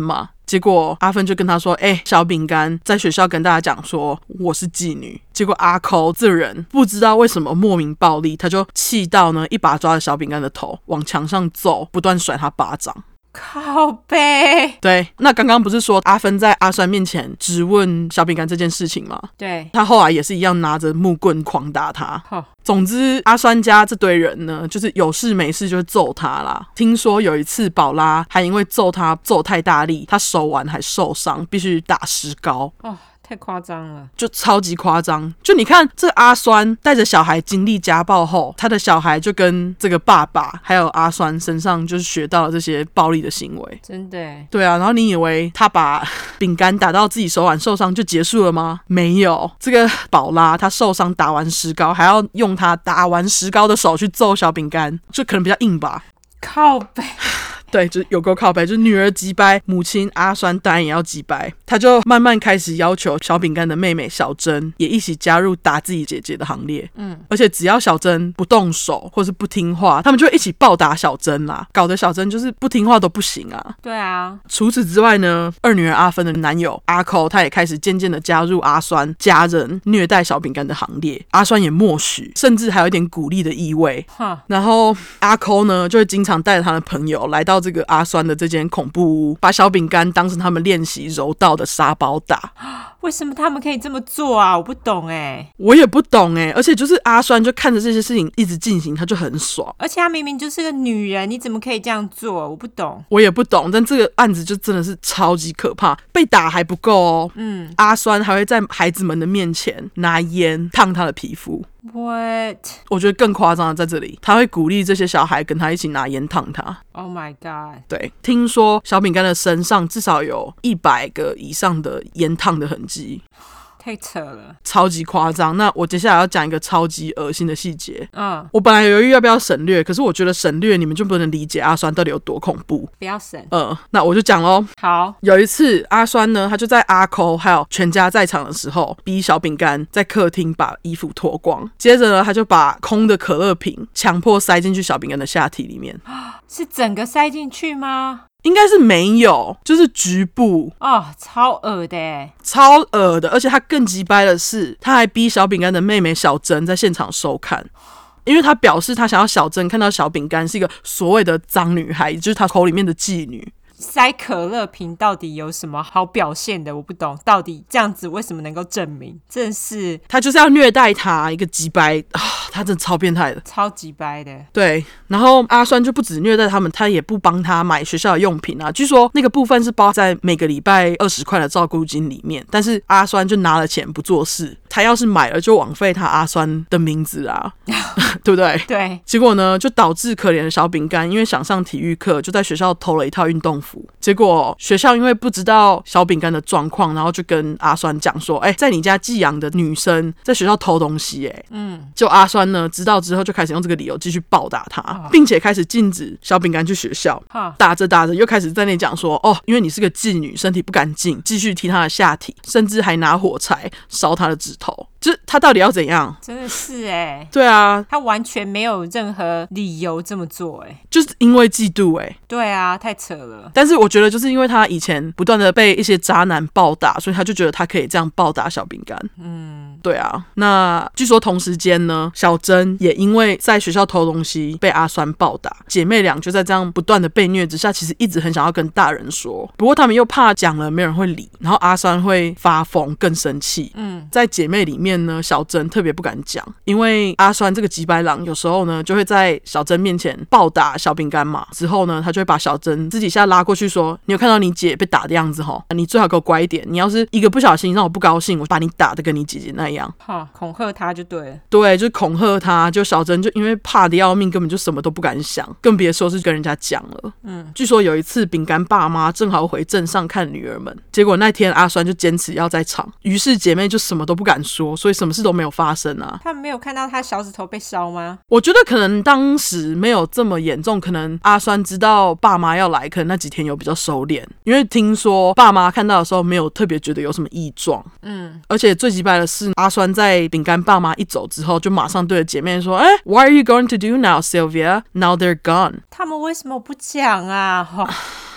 [SPEAKER 1] 结果阿芬就跟他说，哎、欸，小饼干在学校跟大家讲说我是妓女。结果阿抠这人不知道为什么莫名暴力，他就气到呢一把抓着小饼干的头往墙上揍，不断甩他巴掌。
[SPEAKER 2] 靠背。
[SPEAKER 1] 对，那刚刚不是说阿芬在阿酸面前质问小饼干这件事情吗？
[SPEAKER 2] 对，
[SPEAKER 1] 他后来也是一样拿着木棍狂打他。
[SPEAKER 2] 哦，
[SPEAKER 1] 总之阿酸家这堆人呢，就是有事没事就会揍他啦。听说有一次宝拉还因为揍他揍太大力，他手腕还受伤，必须打石膏。
[SPEAKER 2] 哦，太夸张了，
[SPEAKER 1] 就超级夸张。就你看这个阿酸带着小孩经历家暴后，他的小孩就跟这个爸爸还有阿酸身上就是学到了这些暴力的行为。
[SPEAKER 2] 真的耶。
[SPEAKER 1] 对啊，然后你以为他把饼干打到自己手腕受伤就结束了吗？没有，这个宝拉他受伤打完石膏，还要用他打完石膏的手去揍小饼干，就可能比较硬吧。
[SPEAKER 2] 靠背。
[SPEAKER 1] 对，就是有够靠北，就是女儿击败母亲阿酸，当然也要击败。他就慢慢开始要求小饼干的妹妹小珍也一起加入打自己姐姐的行列。嗯，而且只要小珍不动手或是不听话，他们就会一起暴打小珍啦，搞得小珍就是不听话都不行啊。
[SPEAKER 2] 对啊。
[SPEAKER 1] 除此之外呢，二女儿阿芬的男友阿抠，他也开始渐渐的加入阿酸家人虐待小饼干的行列。阿酸也默许，甚至还有一点鼓励的意味。然后阿抠呢，就会经常带着他的朋友来到这个阿酸的这间恐怖屋，把小饼干当成他们练习柔道的沙包打。
[SPEAKER 2] 为什么他们可以这么做啊？我不懂哎、欸，
[SPEAKER 1] 我也不懂哎、欸，而且就是阿酸就看着这些事情一直进行，他就很爽。
[SPEAKER 2] 而且他明明就是个女人，你怎么可以这样做？我不懂，
[SPEAKER 1] 我也不懂。但这个案子就真的是超级可怕，被打还不够哦。嗯，阿酸还会在孩子们的面前拿烟烫他的皮肤。
[SPEAKER 2] What？
[SPEAKER 1] 我觉得更夸张的在这里，他会鼓励这些小孩跟他一起拿烟烫他。
[SPEAKER 2] Oh my god！
[SPEAKER 1] 对，听说小饼干的身上至少有一百个以上的烟烫的痕迹。
[SPEAKER 2] 太扯了，
[SPEAKER 1] 超级夸张。那我接下来要讲一个超级恶心的细节。
[SPEAKER 2] 嗯，
[SPEAKER 1] 我本来犹豫要不要省略，可是我觉得省略你们就不能理解阿酸到底有多恐怖。
[SPEAKER 2] 不要省。
[SPEAKER 1] 嗯，那我就讲咯。
[SPEAKER 2] 好，
[SPEAKER 1] 有一次阿酸呢，他就在阿抠还有全家在场的时候，逼小饼干在客厅把衣服脱光，接着呢，他就把空的可乐瓶强迫塞进去小饼干的下体里面。
[SPEAKER 2] 是整个塞进去吗？
[SPEAKER 1] 应该是没有，就是局部。
[SPEAKER 2] 哦，超恶的耶，
[SPEAKER 1] 超恶的。而且他更鸡掰的是，他还逼小饼干的妹妹小珍在现场收看，因为他表示他想要小珍看到小饼干是一个所谓的脏女孩，也就是他口里面的妓女。
[SPEAKER 2] 塞可乐瓶到底有什么好表现的？我不懂，到底这样子为什么能够证明？真是
[SPEAKER 1] 他就是要虐待他，一个鸡掰啊！他真的超变态的，
[SPEAKER 2] 超级掰的。
[SPEAKER 1] 对，然后阿酸就不止虐待他们，他也不帮他买学校的用品啊。据说那个部分是包在每个礼拜二十块的照顾金里面，但是阿酸就拿了钱不做事。他要是买了，就枉费他阿酸的名字啊，对不对？
[SPEAKER 2] 对。
[SPEAKER 1] 结果呢，就导致可怜的小饼干因为想上体育课，就在学校偷了一套运动服。结果学校因为不知道小饼干的状况，然后就跟阿酸讲说：“哎、欸，在你家寄养的女生在学校偷东西、欸。”哎，嗯，就阿酸呢知道之后，就开始用这个理由继续暴打他，哦、并且开始禁止小饼干去学校。哦、打着打着，又开始在那里讲说：“哦，因为你是个妓女，身体不干净，继续踢他的下体，甚至还拿火柴烧他的指头。”就是他到底要怎样？
[SPEAKER 2] 真的是哎、欸，
[SPEAKER 1] 对啊，
[SPEAKER 2] 他完全没有任何理由这么做哎、欸，
[SPEAKER 1] 就是因为嫉妒哎、欸。
[SPEAKER 2] 对啊，太扯了。
[SPEAKER 1] 但是我觉得就是因为他以前不断的被一些渣男暴打，所以他就觉得他可以这样暴打小饼干。嗯，对啊。那据说同时间呢，小珍也因为在学校偷东西被阿酸暴打，姐妹俩就在这样不断的被虐之下，其实一直很想要跟大人说，不过他们又怕讲了没人会理，然后阿酸会发疯更生气。嗯，在姐妹里面呢，小珍特别不敢讲，因为阿酸这个几百郎有时候呢就会在小珍面前暴打小饼干嘛，之后呢他就会把小珍私底下拉过去说，你有看到你姐被打的样子齁，你最好给我乖一点，你要是一个不小心让我不高兴，我把你打的跟你姐姐那样。
[SPEAKER 2] 哈，恐吓他就对了。
[SPEAKER 1] 对，就恐吓他，就小珍就因为怕的要命，根本就什么都不敢想，更别说是跟人家讲了。嗯，据说有一次饼干爸妈正好回镇上看女儿们，结果那天阿酸就坚持要在场，于是姐妹就什么都不敢说，所以什么事都没有发生啊。
[SPEAKER 2] 他们没有看到他小指头被烧吗？
[SPEAKER 1] 我觉得可能当时没有这么严重，可能阿酸知道爸妈要来，可能那几天有比较收敛，因为听说爸妈看到的时候没有特别觉得有什么异状。嗯，而且最奇怪的是，阿酸在饼干爸妈一走之后，就马上对着姐妹说：“哎、欸、，What are you going to do now, Sylvia? Now they're gone。”
[SPEAKER 2] 他们为什么不讲啊？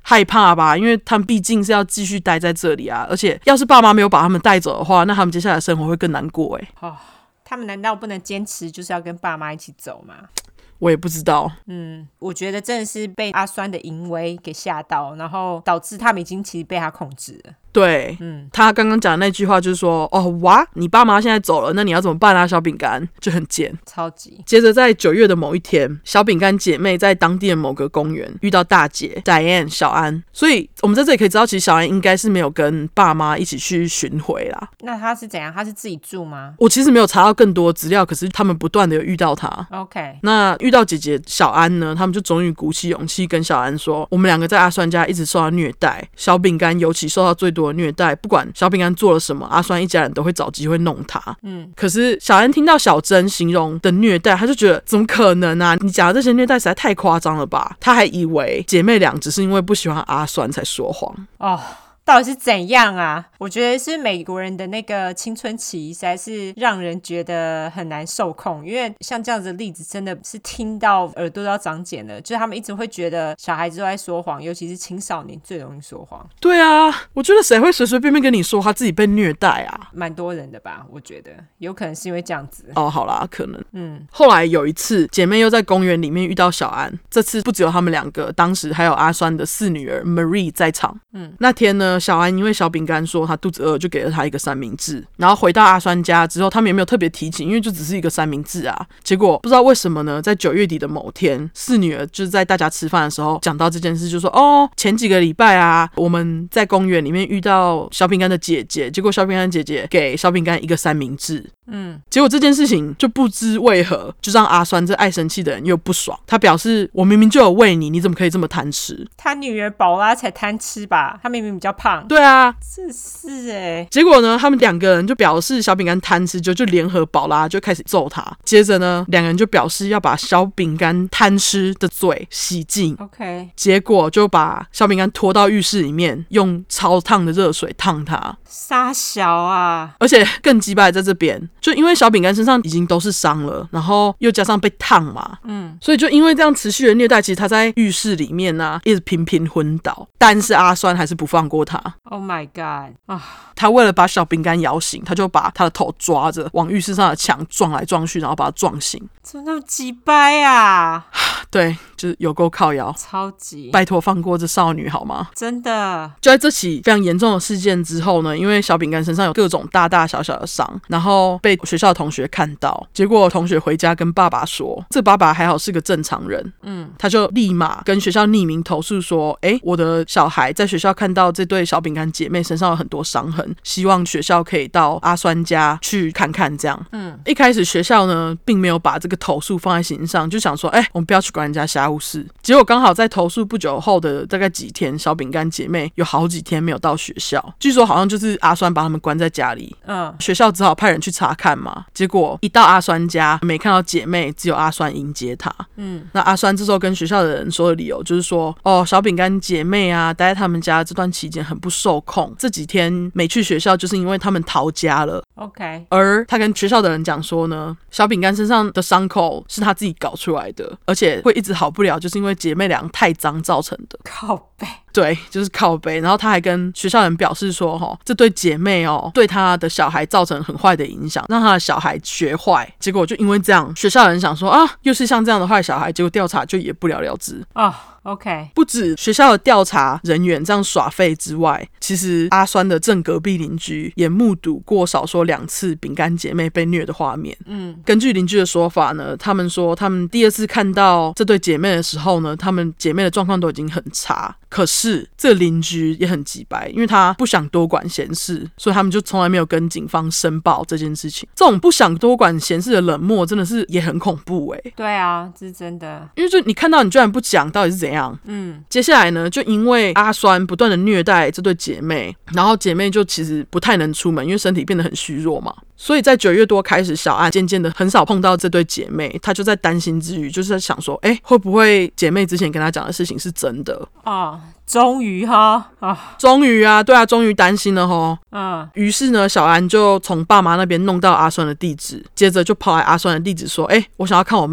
[SPEAKER 1] 害怕吧，因为他们毕竟是要继续待在这里啊，而且要是爸妈没有把他们带走的话，那他们接下来的生活会更难过哎、
[SPEAKER 2] 哦，他们难道不能坚持就是要跟爸妈一起走吗？
[SPEAKER 1] 我也不知道。
[SPEAKER 2] 嗯，我觉得真的是被阿酸的淫威给吓到，然后导致他们已经其实被他控制了。
[SPEAKER 1] 对，嗯，他刚刚讲的那句话就是说，哦哇，你爸妈现在走了，那你要怎么办啊？小饼干就很贱，
[SPEAKER 2] 超级。
[SPEAKER 1] 接着在九月的某一天，小饼干姐妹在当地的某个公园遇到大姐 Diane 小安，所以我们在这里可以知道，其实小安应该是没有跟爸妈一起去巡回啦。
[SPEAKER 2] 那他是怎样？他是自己住吗？
[SPEAKER 1] 我其实没有查到更多资料，可是他们不断的有遇到他。
[SPEAKER 2] OK，
[SPEAKER 1] 那遇到姐姐小安呢，他们就终于鼓起勇气跟小安说，我们两个在阿酸家一直受到虐待，小饼干尤其受到最多的虐待，不管小饼干做了什么，阿酸一家人都会找机会弄他。嗯，可是小安听到小珍形容的虐待，他就觉得怎么可能啊？你讲的这些虐待实在太夸张了吧？他还以为姐妹俩只是因为不喜欢阿酸才说谎。
[SPEAKER 2] 哦，到底是怎样啊？我觉得是美国人的那个青春期实在是让人觉得很难受控，因为像这样子的例子真的是听到耳朵都要长茧了，就是他们一直会觉得小孩子都在说谎，尤其是青少年最容易说谎。
[SPEAKER 1] 对啊，我觉得谁会随随便便跟你说他自己被虐待啊？
[SPEAKER 2] 蛮多人的吧，我觉得有可能是因为这样子。
[SPEAKER 1] 哦，好啦，可能。嗯，后来有一次姐妹又在公园里面遇到小安，这次不只有他们两个，当时还有阿酸的四女儿 Marie 在场。嗯，那天呢，小安因为小饼干说他肚子饿，就给了他一个三明治。然后回到阿酸家之后，他们也没有特别提起，因为就只是一个三明治啊。结果不知道为什么呢，在九月底的某天，四女儿就是在大家吃饭的时候讲到这件事，就说哦，前几个礼拜啊，我们在公园里面遇到小饼干的姐姐，结果小饼干姐姐给小饼干一个三明治。嗯，结果这件事情就不知为何就让阿酸这爱生气的人又不爽，他表示我明明就有喂你，你怎么可以这么贪吃？
[SPEAKER 2] 他女儿宝拉才贪吃吧，他明明比较胖。
[SPEAKER 1] 对啊，
[SPEAKER 2] 这是欸。
[SPEAKER 1] 结果呢，他们两个人就表示小饼干贪吃，就就联合宝拉就开始揍他。接着呢，两个人就表示要把小饼干贪吃的嘴洗净。
[SPEAKER 2] OK，
[SPEAKER 1] 结果就把小饼干拖到浴室里面，用超烫的热水烫他。
[SPEAKER 2] 傻小啊！
[SPEAKER 1] 而且更鸡掰在这边，就因为小饼干身上已经都是伤了，然后又加上被烫嘛，嗯，所以就因为这样持续的虐待，其实他在浴室里面啊一直频频昏倒，但是阿酸还是不放过他。
[SPEAKER 2] Oh my god！ 啊，
[SPEAKER 1] 他为了把小饼干摇醒，他就把他的头抓着往浴室上的墙撞来撞去，然后把他撞醒。
[SPEAKER 2] 怎么那么鸡掰啊？
[SPEAKER 1] 对，就是有够靠腰，
[SPEAKER 2] 超级
[SPEAKER 1] 拜托放过这少女好吗？
[SPEAKER 2] 真的。
[SPEAKER 1] 就在这起非常严重的事件之后呢，因为小饼干身上有各种大大小小的伤，然后被学校的同学看到，结果同学回家跟爸爸说，这爸爸还好是个正常人，嗯，他就立马跟学校匿名投诉说，哎，我的小孩在学校看到这对小饼干姐妹身上有很多伤痕，希望学校可以到阿酸家去看看这样。嗯，一开始学校呢并没有把这个投诉放在心上，就想说，哎，我们不要去管人家家务事。结果刚好在投诉不久后的大概几天，小饼干姐妹有好几天没有到学校，据说好像就是阿酸把他们关在家里，嗯，学校只好派人去查看嘛。结果一到阿酸家，没看到姐妹，只有阿酸迎接她。嗯，那阿酸这时候跟学校的人说的理由就是说，哦，小饼干姐妹啊，待在他们家这段期间很不受控，这几天没去学校就是因为他们逃家了。
[SPEAKER 2] OK，
[SPEAKER 1] 而他跟学校的人讲说呢，小饼干身上的伤口是他自己搞出来的，而且会一直好不了，就是因为姐妹俩太脏造成的。
[SPEAKER 2] 靠北。
[SPEAKER 1] 对，就是靠背。然后他还跟学校人表示说，哦，这对姐妹哦，对他的小孩造成很坏的影响，让他的小孩学坏。结果就因为这样，学校人想说啊，又是像这样的坏小孩，结果调查就也不了了之。
[SPEAKER 2] 哦，OK，
[SPEAKER 1] 不止学校的调查人员这样耍废之外，其实阿酸的正隔壁邻居也目睹过少说两次饼干姐妹被虐的画面。嗯，根据邻居的说法呢，他们说他们第二次看到这对姐妹的时候呢，他们姐妹的状况都已经很差，可是这个邻居也很鸡掰，因为他不想多管闲事，所以他们就从来没有跟警方申报这件事情。这种不想多管闲事的冷漠真的是也很恐怖欸。
[SPEAKER 2] 对啊，这是真的。
[SPEAKER 1] 因为就你看到你居然不讲，到底是怎样？嗯，接下来呢，就因为阿酸不断的虐待这对姐妹，然后姐妹就其实不太能出门，因为身体变得很虚弱嘛。所以在九月多开始，小安渐渐的很少碰到这对姐妹，她就在担心之余，就是在想说，哎，会不会姐妹之前跟她讲的事情是真的
[SPEAKER 2] 啊？终于哈啊，
[SPEAKER 1] 终于啊，对啊，终于担心了哈。嗯，于是呢，小安就从爸妈那边弄到阿酸的地址，接着就跑来阿酸的地址说，哎，我想要看我妹，可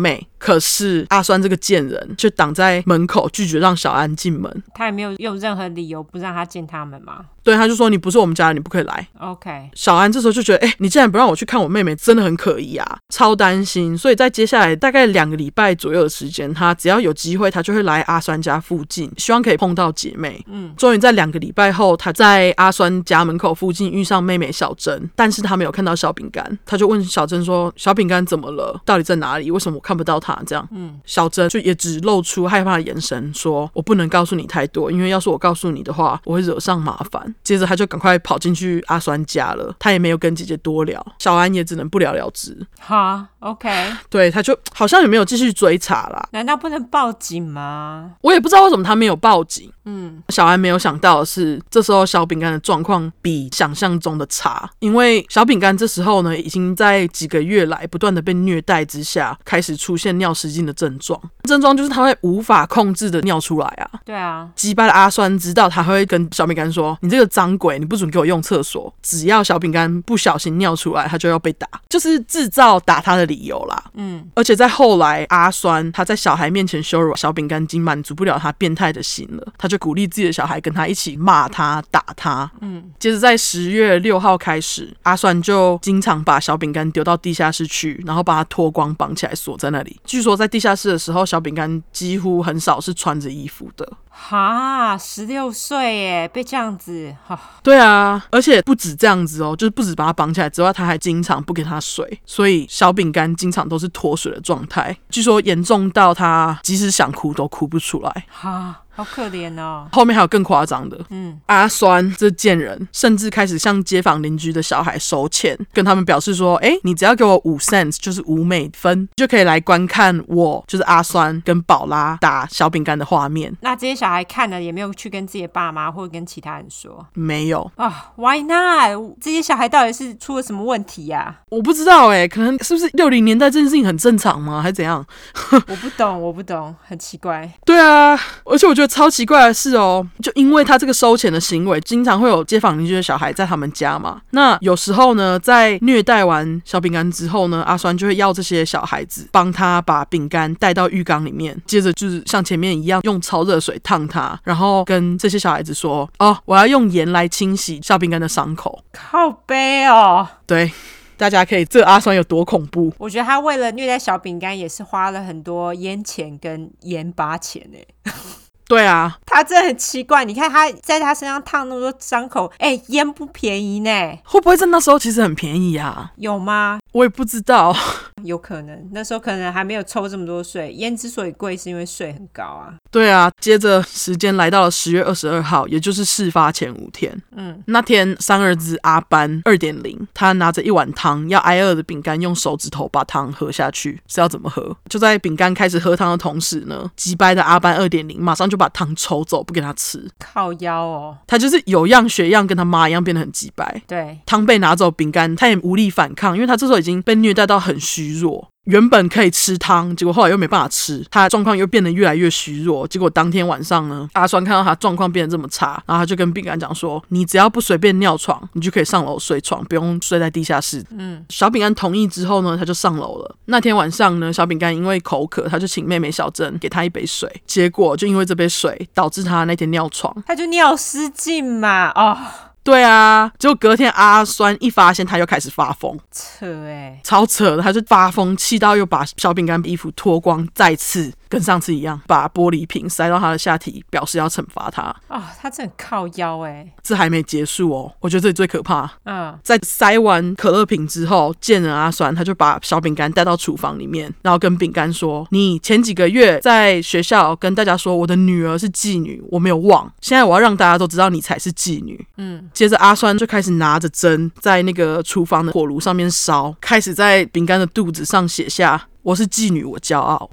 [SPEAKER 1] 可是阿酸这个贱人却挡在门口，拒绝让小安进门。
[SPEAKER 2] 他也没有用任何理由不让他见他们吗？
[SPEAKER 1] 对，他就说你不是我们家人，你不可以来。
[SPEAKER 2] OK，
[SPEAKER 1] 小安这时候就觉得哎、欸，你既然不让我去看我妹妹，真的很可疑啊，超担心。所以在接下来大概两个礼拜左右的时间，他只要有机会他就会来阿酸家附近，希望可以碰到姐妹。嗯，终于在两个礼拜后，他在阿酸家门口附近遇上妹妹小珍，但是他没有看到小饼干。他就问小珍说，小饼干怎么了，到底在哪里，为什么我看不到他？这样，嗯，小珍就也只露出害怕的眼神说，我不能告诉你太多，因为要是我告诉你的话，我会惹上麻烦。接着他就赶快跑进去阿酸家了，他也没有跟姐姐多聊，小安也只能不了了之。
[SPEAKER 2] 哈 OK，
[SPEAKER 1] 对，他就好像也没有继续追查啦。
[SPEAKER 2] 难道不能报警吗？
[SPEAKER 1] 我也不知道为什么他没有报警。嗯，小安没有想到的是，这时候小饼干的状况比想象中的差，因为小饼干这时候呢，已经在几个月来不断的被虐待之下，开始出现尿失禁的症状。症状就是他会无法控制的尿出来啊。
[SPEAKER 2] 对啊，
[SPEAKER 1] 鸡巴的阿酸知道，他会跟小饼干说，你这个脏鬼，你不准给我用厕所。只要小饼干不小心尿出来，他就要被打，就是制造打他的理由啦。嗯，而且在后来，阿酸他在小孩面前羞辱小饼干，已经满足不了他变态的心了，他就鼓励自己的小孩跟他一起骂他打他。嗯，接着在十月六号开始，阿酸就经常把小饼干丢到地下室去，然后把他脱光绑起来锁在那里。据说在地下室的时候，小饼干几乎很少是穿着衣服的。
[SPEAKER 2] 哈，十六岁耶，被这样子，
[SPEAKER 1] 对啊，而且不止这样子哦，就是不止把他绑起来之外，他还经常不给他水，所以小饼干经常都是脱水的状态。据说严重到他即使想哭都哭不出来。
[SPEAKER 2] 哈，好可怜哦。
[SPEAKER 1] 后面还有更夸张的，嗯，阿酸这贱人甚至开始向街坊邻居的小孩收钱，跟他们表示说，哎，你只要给我五 cents， 就是五美分，就可以来观看我就是阿酸跟宝拉打小饼干的画面。
[SPEAKER 2] 那这些小孩看了也没有去跟自己的爸妈或者跟其他人说？
[SPEAKER 1] 没有
[SPEAKER 2] 啊、oh, Why not？ 这些小孩到底是出了什么问题呀、啊？
[SPEAKER 1] 我不知道哎、欸，可能是不是六零年代这件事情很正常吗？还是怎样？
[SPEAKER 2] 我不懂，我不懂，很奇怪。
[SPEAKER 1] 对啊，而且我觉得超奇怪的是哦，就因为他这个收钱的行为，经常会有街坊邻居的小孩在他们家嘛。那有时候呢，在虐待完小饼干之后呢，阿酸就会要这些小孩子帮他把饼干带到浴缸里面，接着就是像前面一样用超热水烫他，然后跟这些小孩子说，哦，我要用盐来清洗小饼干的伤口。
[SPEAKER 2] 靠背哦。
[SPEAKER 1] 对，大家可以，这个阿酸有多恐怖？
[SPEAKER 2] 我觉得他为了虐待小饼干，也是花了很多烟钱跟盐巴钱哎。
[SPEAKER 1] 对啊，
[SPEAKER 2] 他真的很奇怪，你看他在他身上烫那么多伤口，哎，烟不便宜呢。
[SPEAKER 1] 会不会在那时候其实很便宜啊？
[SPEAKER 2] 有吗？
[SPEAKER 1] 我也不知道，
[SPEAKER 2] 有可能那时候可能还没有抽这么多税，烟之所以贵是因为税很高啊。
[SPEAKER 1] 对啊，接着时间来到了十月二十二号，也就是事发前五天。嗯，那天三儿子阿班 二点零， 他拿着一碗汤，要挨饿的饼干用手指头把汤喝下去，是要怎么喝？就在饼干开始喝汤的同时呢，鸡掰的阿班 二点零 马上就把汤抽走，不给他吃。
[SPEAKER 2] 靠腰哦，
[SPEAKER 1] 他就是有样学样，跟他妈一样变得很鸡掰。
[SPEAKER 2] 对，
[SPEAKER 1] 汤被拿走，饼干他也无力反抗，因为他这时候已经被虐待到很虚弱。原本可以吃汤，结果后来又没办法吃，他的状况又变得越来越虚弱。结果当天晚上呢，阿酸看到他状况变得这么差，然后他就跟饼干讲说，你只要不随便尿床，你就可以上楼睡床，不用睡在地下室。嗯，小饼干同意之后呢，他就上楼了。那天晚上呢，小饼干因为口渴，他就请妹妹小珍给他一杯水，结果就因为这杯水导致他那天尿床，
[SPEAKER 2] 他就尿失禁嘛。哦，
[SPEAKER 1] 对啊，结果隔天阿酸一发现他又开始发疯，
[SPEAKER 2] 扯欸，
[SPEAKER 1] 超扯的，他就发疯，气到又把小饼干衣服脱光，再次跟上次一样把玻璃瓶塞到他的下体，表示要惩罚他。
[SPEAKER 2] 啊、哦，他真的靠腰欸。
[SPEAKER 1] 这还没结束哦，我觉得这里最可怕。
[SPEAKER 2] 嗯，
[SPEAKER 1] 在塞完可乐瓶之后，贱人阿酸他就把小饼干带到厨房里面，然后跟饼干说，你前几个月在学校跟大家说我的女儿是妓女，我没有忘，现在我要让大家都知道你才是妓女。嗯，接着阿酸就开始拿着针在那个厨房的火炉上面烧，开始在饼干的肚子上写下，我是妓女，我骄傲。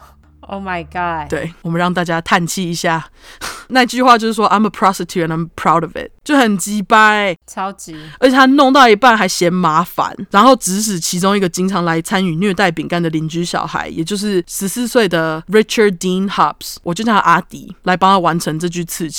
[SPEAKER 2] Oh my god！
[SPEAKER 1] 对，我们让大家叹气一下。那句话就是说 I'm a prostitute and I'm proud of it， 就很鸡掰，
[SPEAKER 2] 超级。
[SPEAKER 1] 而且他弄到一半还嫌麻烦，然后指使其中一个经常来参与虐待饼干的邻居小孩，也就是十四岁的 Richard Dean Hobbs， 我就叫他阿迪，来帮他完成这具刺青。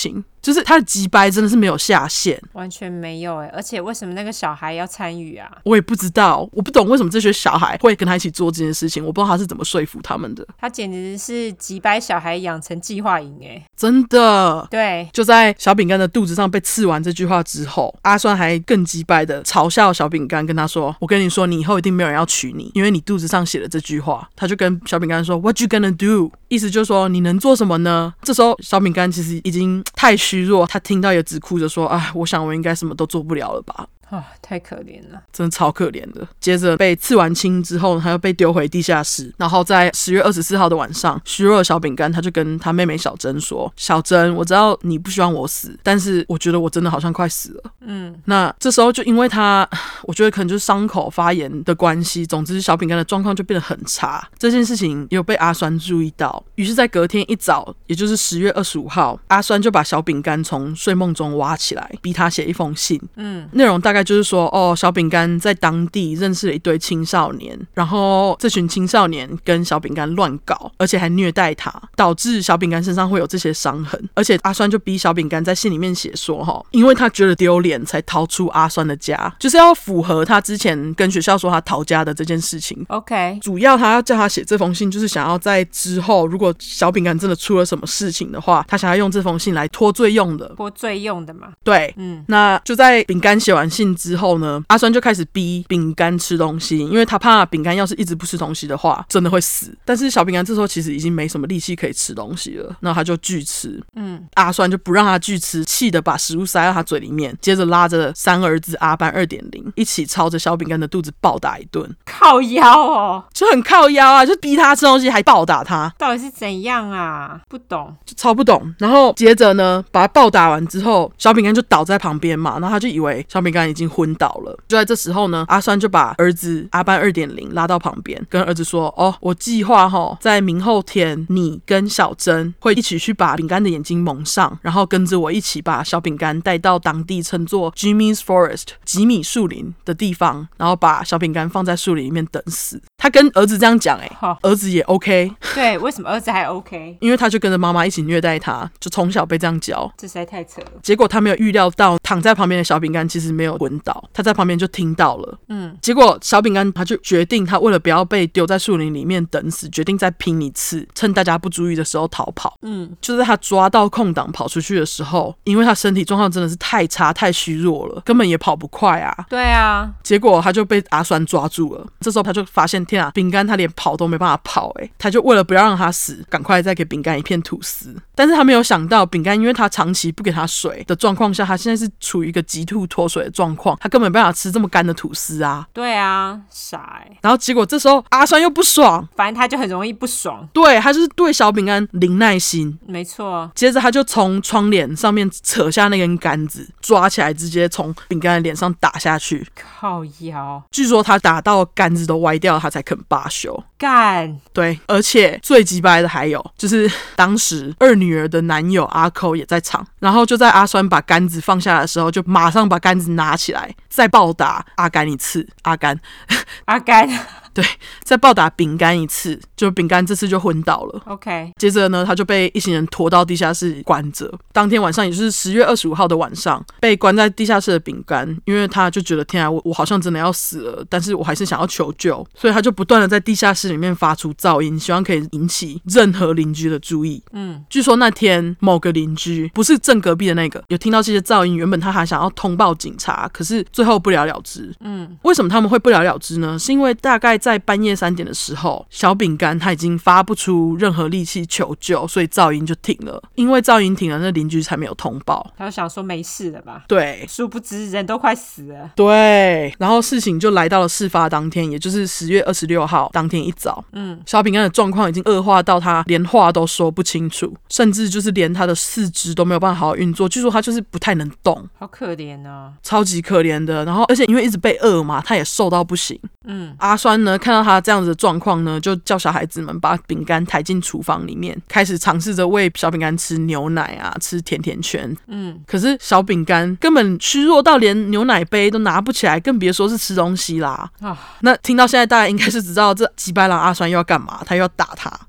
[SPEAKER 1] 就是他的击败真的是没有下限，
[SPEAKER 2] 完全没有哎。而且为什么那个小孩要参与啊？
[SPEAKER 1] 我也不知道，我不懂为什么这些小孩会跟他一起做这件事情，我不知道他是怎么说服他们的。
[SPEAKER 2] 他简直是击败小孩养成计划营哎，
[SPEAKER 1] 真的。
[SPEAKER 2] 对，
[SPEAKER 1] 就在小饼干的肚子上被刺完这句话之后，阿酸还更击败的嘲笑小饼干，跟他说：“我跟你说，你以后一定没有人要娶你，因为你肚子上写了这句话。”他就跟小饼干说 ：“What you gonna do？” 意思就是说你能做什么呢？这时候小饼干其实已经太虚弱，他听到也只哭着说：“哎，我想我应该什么都做不了了吧。”
[SPEAKER 2] 啊、哦，太可怜了，
[SPEAKER 1] 真的超可怜的。接着被刺完青之后，他又被丢回地下室。然后在十月二十四号的晚上，虚弱的小饼干他就跟他妹妹小珍说：“小珍，我知道你不希望我死，但是我觉得我真的好像快死了。”嗯，那这时候就因为他，我觉得可能就是伤口发炎的关系，总之小饼干的状况就变得很差。这件事情也有被阿酸注意到，于是，在隔天一早，也就是十月二十五号，阿酸就把小饼干从睡梦中挖起来，逼他写一封信。嗯，内容大概大概就是说，哦，小饼干在当地认识了一堆青少年，然后这群青少年跟小饼干乱搞，而且还虐待他，导致小饼干身上会有这些伤痕。而且阿酸就逼小饼干在信里面写说，因为他觉得丢脸才逃出阿酸的家，就是要符合他之前跟学校说他逃家的这件事情。
[SPEAKER 2] OK，
[SPEAKER 1] 主要他要叫他写这封信，就是想要在之后如果小饼干真的出了什么事情的话，他想要用这封信来脱罪用的。
[SPEAKER 2] 脱罪用的嘛。
[SPEAKER 1] 对，嗯，那就在饼干写完信之后呢，阿酸就开始逼饼干吃东西，因为他怕饼干要是一直不吃东西的话真的会死。但是小饼干这时候其实已经没什么力气可以吃东西了，那他就拒吃。嗯，阿酸就不让他拒吃，气得把食物塞到他嘴里面，接着拉着三儿子阿班 二点零 一起朝着小饼干的肚子暴打一顿。
[SPEAKER 2] 靠腰哦，
[SPEAKER 1] 就很靠腰啊，就逼他吃东西还暴打他，
[SPEAKER 2] 到底是怎样啊？不懂，
[SPEAKER 1] 就超不懂。然后接着呢，把他暴打完之后，小饼干就倒在旁边嘛，然后他就以为小饼干已经昏倒了。就在这时候呢，阿酸就把儿子阿班 二点零 拉到旁边，跟儿子说：“哦，我计划齁，在明后天你跟小珍会一起去把饼干的眼睛蒙上，然后跟着我一起把小饼干带到当地称作 Jimmy's Forest 吉米树林的地方，然后把小饼干放在树林里面等死。”他跟儿子这样讲，哎、欸，儿子也 OK。
[SPEAKER 2] 对，为什么儿子还 OK？
[SPEAKER 1] 因为他就跟着妈妈一起虐待他，就从小被这样教，
[SPEAKER 2] 这实在太扯了。
[SPEAKER 1] 结果他没有预料到，躺在旁边的小饼干其实没有昏倒，他在旁边就听到了。嗯，结果小饼干他就决定，他为了不要被丢在树林里面等死，决定再拼一次，趁大家不注意的时候逃跑。嗯，就在他抓到空档跑出去的时候，因为他身体状况真的是太差太虚弱了，根本也跑不快啊。
[SPEAKER 2] 对啊，
[SPEAKER 1] 结果他就被阿酸抓住了。这时候他就发现，天啊，饼干他连跑都没办法跑，欸，他就为了不要让他死，赶快再给饼干一片吐司。但是他没有想到，饼干因为他长期不给他水的状况下，他现在是处于一个极度脱水的状况，他根本没办法吃这么干的吐司啊。
[SPEAKER 2] 对啊，傻欸。
[SPEAKER 1] 然后结果这时候阿酸又不爽，
[SPEAKER 2] 反正他就很容易不爽。
[SPEAKER 1] 对，他就是对小饼干零耐心。
[SPEAKER 2] 没错。
[SPEAKER 1] 接着他就从窗帘上面扯下那根杆子，抓起来直接从饼干的脸上打下去。
[SPEAKER 2] 靠腰。
[SPEAKER 1] 据说他打到杆子都歪掉，他才肯罢休。
[SPEAKER 2] 干。
[SPEAKER 1] 对，而且最鸡掰的还有就是当时二女儿的男友阿扣也在场，然后就在阿酸把杆子放下来的时候，就马上把杆子拿起来，再暴打阿甘一次。阿甘，
[SPEAKER 2] 阿甘。
[SPEAKER 1] 对，再暴打饼干一次，就饼干这次就昏倒了。
[SPEAKER 2] OK，
[SPEAKER 1] 接着呢，他就被一行人拖到地下室关着。当天晚上，也就是十月二十五号的晚上，被关在地下室的饼干，因为他就觉得天啊，我我好像真的要死了，但是我还是想要求救，所以他就不断的在地下室里面发出噪音，希望可以引起任何邻居的注意。嗯，据说那天某个邻居，不是正隔壁的那个，有听到这些噪音，原本他还想要通报警察，可是最后不了了之。嗯，为什么他们会不了了之呢？是因为大概在半夜三点的时候，小饼干他已经发不出任何力气求救，所以噪音就停了。因为噪音停了，那邻居才没有通报。
[SPEAKER 2] 他就想说没事了吧？
[SPEAKER 1] 对，
[SPEAKER 2] 殊不知人都快死了。
[SPEAKER 1] 对，然后事情就来到了事发当天，也就是十月二十六号当天一早。嗯，小饼干的状况已经恶化到他连话都说不清楚，甚至就是连他的四肢都没有办法好好运作。据说他就是不太能动，
[SPEAKER 2] 好可怜啊，
[SPEAKER 1] 超级可怜的。然后而且因为一直被饿嘛，他也瘦到不行。嗯，阿酸呢看到他这样子的状况呢，就叫小孩子们把饼干抬进厨房里面，开始尝试着喂小饼干吃牛奶啊，吃甜甜圈。嗯，可是小饼干根本虚弱到连牛奶杯都拿不起来，更别说是吃东西啦。啊，那听到现在大家应该是知道这几白狼阿酸又要干嘛，他又要打他。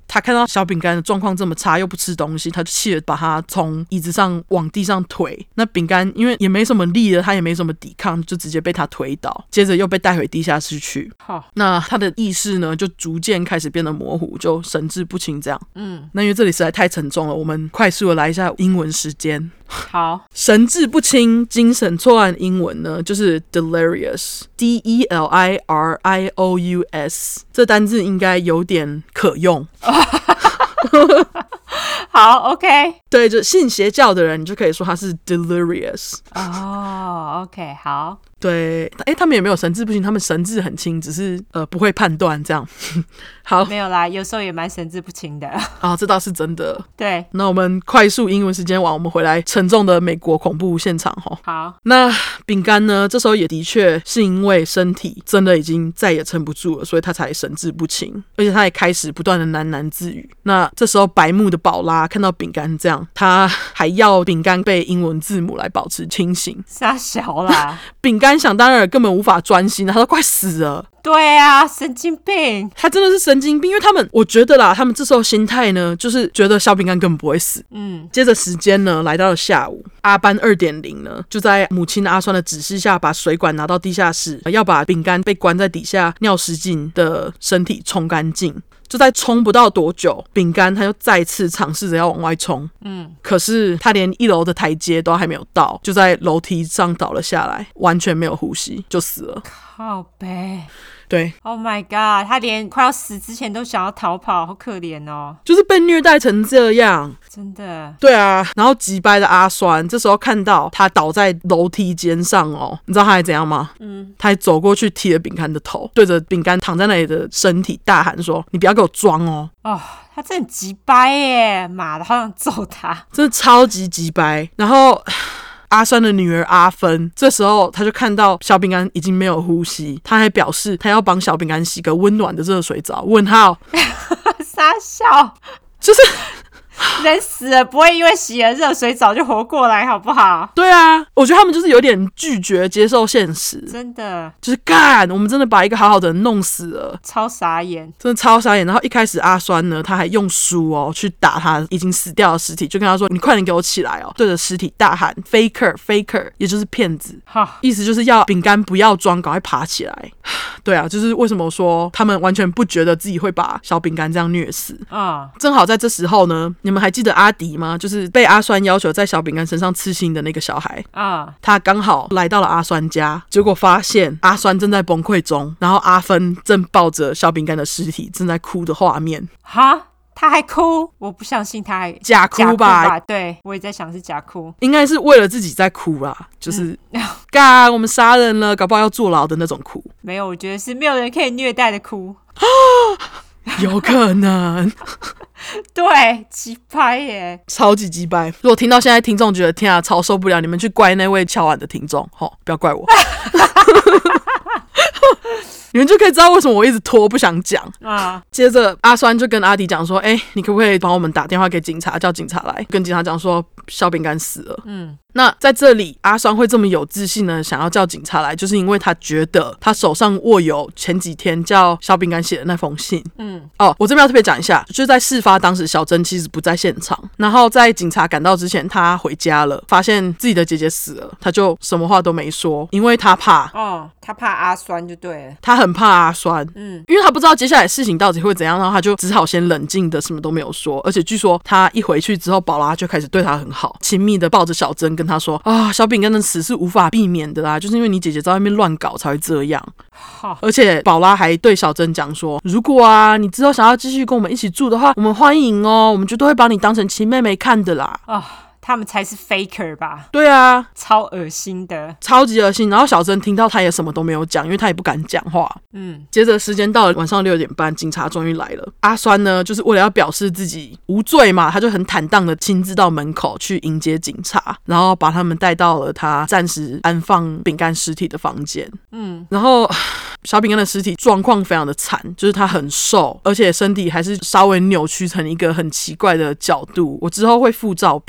[SPEAKER 1] 他看到小饼干的状况这么差，又不吃东西，他就气得把他从椅子上往地上推。那饼干因为也没什么力了，他也没什么抵抗，就直接被他推倒，接着又被带回地下室去。
[SPEAKER 2] 好，
[SPEAKER 1] 那他的意识呢，就逐渐开始变得模糊，就神志不清这样。嗯，那因为这里实在太沉重了，我们快速的来一下英文时间。
[SPEAKER 2] 好，
[SPEAKER 1] 神志不清、精神错乱，英文呢就是 delirious， D E L I R I O U S， 这单字应该有点可用。
[SPEAKER 2] 好 ，OK，
[SPEAKER 1] 对，就信邪教的人，你就可以说他是 delirious。
[SPEAKER 2] 哦 ，OK， 好。
[SPEAKER 1] 对，哎，他们也没有神志不清，他们神志很清，只是呃不会判断这样。好，
[SPEAKER 2] 没有啦，有时候也蛮神志不清的。
[SPEAKER 1] 啊，这倒是真的。
[SPEAKER 2] 对，
[SPEAKER 1] 那我们快速英文时间往我们回来沉重的美国恐怖现场哈。
[SPEAKER 2] 好，
[SPEAKER 1] 那饼干呢？这时候也的确是因为身体真的已经再也撑不住了，所以他才神志不清，而且他也开始不断的喃喃自语。那这时候白目的宝拉看到饼干这样，他还要饼干背英文字母来保持清醒。
[SPEAKER 2] 傻小啦，
[SPEAKER 1] 饼干想当然根本无法专心，他都快死了。
[SPEAKER 2] 对啊，神经病，
[SPEAKER 1] 他真的是神经病，因为他们，我觉得啦，他们这时候心态呢，就是觉得小饼干根本不会死。嗯，接着时间呢，来到了下午，阿班 二点零 呢，就在母亲阿酸的指示下，把水管拿到地下室，要把饼干被关在底下尿失禁的身体冲干净。就在冲不到多久，饼干他又再次尝试着要往外冲，嗯，可是他连一楼的台阶都还没有到，就在楼梯上倒了下来，完全没有呼吸，就死了。
[SPEAKER 2] 靠北。
[SPEAKER 1] 对
[SPEAKER 2] ，Oh my god， 他连快要死之前都想要逃跑，好可怜哦，
[SPEAKER 1] 就是被虐待成这样，
[SPEAKER 2] 真的。
[SPEAKER 1] 对啊，然后急掰的阿酸这时候看到他倒在楼梯间上哦，你知道他还怎样吗？嗯，他还走过去踢了饼干的头，对着饼干躺在那里的身体大喊说：“你不要给我装哦！”
[SPEAKER 2] 哦，他真的很急掰耶，妈的，好想揍他，
[SPEAKER 1] 真的超级急掰。然后阿酸的女儿阿芬，这时候他就看到小饼干已经没有呼吸，他还表示他要帮小饼干洗个温暖的热水澡。问号，
[SPEAKER 2] 傻笑，
[SPEAKER 1] 就是
[SPEAKER 2] 人死了不会因为洗了热水澡就活过来，好不好？
[SPEAKER 1] 对啊，我觉得他们就是有点拒绝接受现实，
[SPEAKER 2] 真的
[SPEAKER 1] 就是干，我们真的把一个好好的人弄死了，
[SPEAKER 2] 超傻眼，
[SPEAKER 1] 真的超傻眼。然后一开始阿酸呢，他还用书哦去打他已经死掉的尸体，就跟他说：“你快点给我起来哦！”对着尸体大喊 “faker faker”， 也就是骗子，意思就是要饼干不要装，赶快爬起来。对啊，就是为什么说他们完全不觉得自己会把小饼干这样虐死啊、嗯？正好在这时候呢，你们还记得阿迪吗？就是被阿酸要求在小饼干身上刺青的那个小孩啊、嗯，他刚好来到了阿酸家，结果发现阿酸正在崩溃中，然后阿芬正抱着小饼干的尸体正在哭的画面。
[SPEAKER 2] 哈？他还哭？我不相信他还
[SPEAKER 1] 假哭 吧,
[SPEAKER 2] 假哭吧？对，我也在想是假哭，
[SPEAKER 1] 应该是为了自己在哭啦，就是干、嗯、我们杀人了，搞不好要坐牢的那种哭。
[SPEAKER 2] 没有，我觉得是没有人可以虐待的哭。
[SPEAKER 1] 有可能。
[SPEAKER 2] 对，鸡掰耶，
[SPEAKER 1] 超级鸡掰。如果听到现在听众觉得天啊超受不了，你们去怪那位敲碗的听众，齁，不要怪我。你们就可以知道为什么我一直拖不想讲啊。接着阿酸就跟阿迪讲说：“哎、欸，你可不可以帮我们打电话给警察，叫警察来？跟警察讲说小饼干死了。”嗯，那在这里阿酸会这么有自信呢，想要叫警察来，就是因为他觉得他手上握有前几天叫小饼干写的那封信。嗯，哦，我这边要特别讲一下，就是在事发当时，小珍其实不在现场，然后在警察赶到之前，他回家了，发现自己的姐姐死了，他就什么话都没说，因为他怕。
[SPEAKER 2] 哦，他怕阿酸就对了，
[SPEAKER 1] 他很怕阿酸，嗯，因为他不知道接下来事情到底会怎样，然后他就只好先冷静的什么都没有说。而且据说他一回去之后，宝拉就开始对他很好，亲密的抱着小珍跟他说：“啊、哦，小饼干的死是无法避免的啦，就是因为你姐姐在外面乱搞才会这样。”而且宝拉还对小珍讲说：“如果啊你之后想要继续跟我们一起住的话，我们欢迎哦，我们绝对会把你当成亲妹妹看的啦。”啊。
[SPEAKER 2] 他们才是 faker 吧？
[SPEAKER 1] 对啊，
[SPEAKER 2] 超恶心的，
[SPEAKER 1] 超级恶心。然后小珍听到他也什么都没有讲，因为他也不敢讲话。嗯，接着时间到了晚上六点半，警察终于来了。阿酸呢，就是为了要表示自己无罪嘛，他就很坦荡的亲自到门口去迎接警察，然后把他们带到了他暂时安放饼干尸体的房间。嗯，然后小饼干的尸体状况非常的惨，就是他很瘦，而且身体还是稍微扭曲成一个很奇怪的角度。我之后会附照片啊。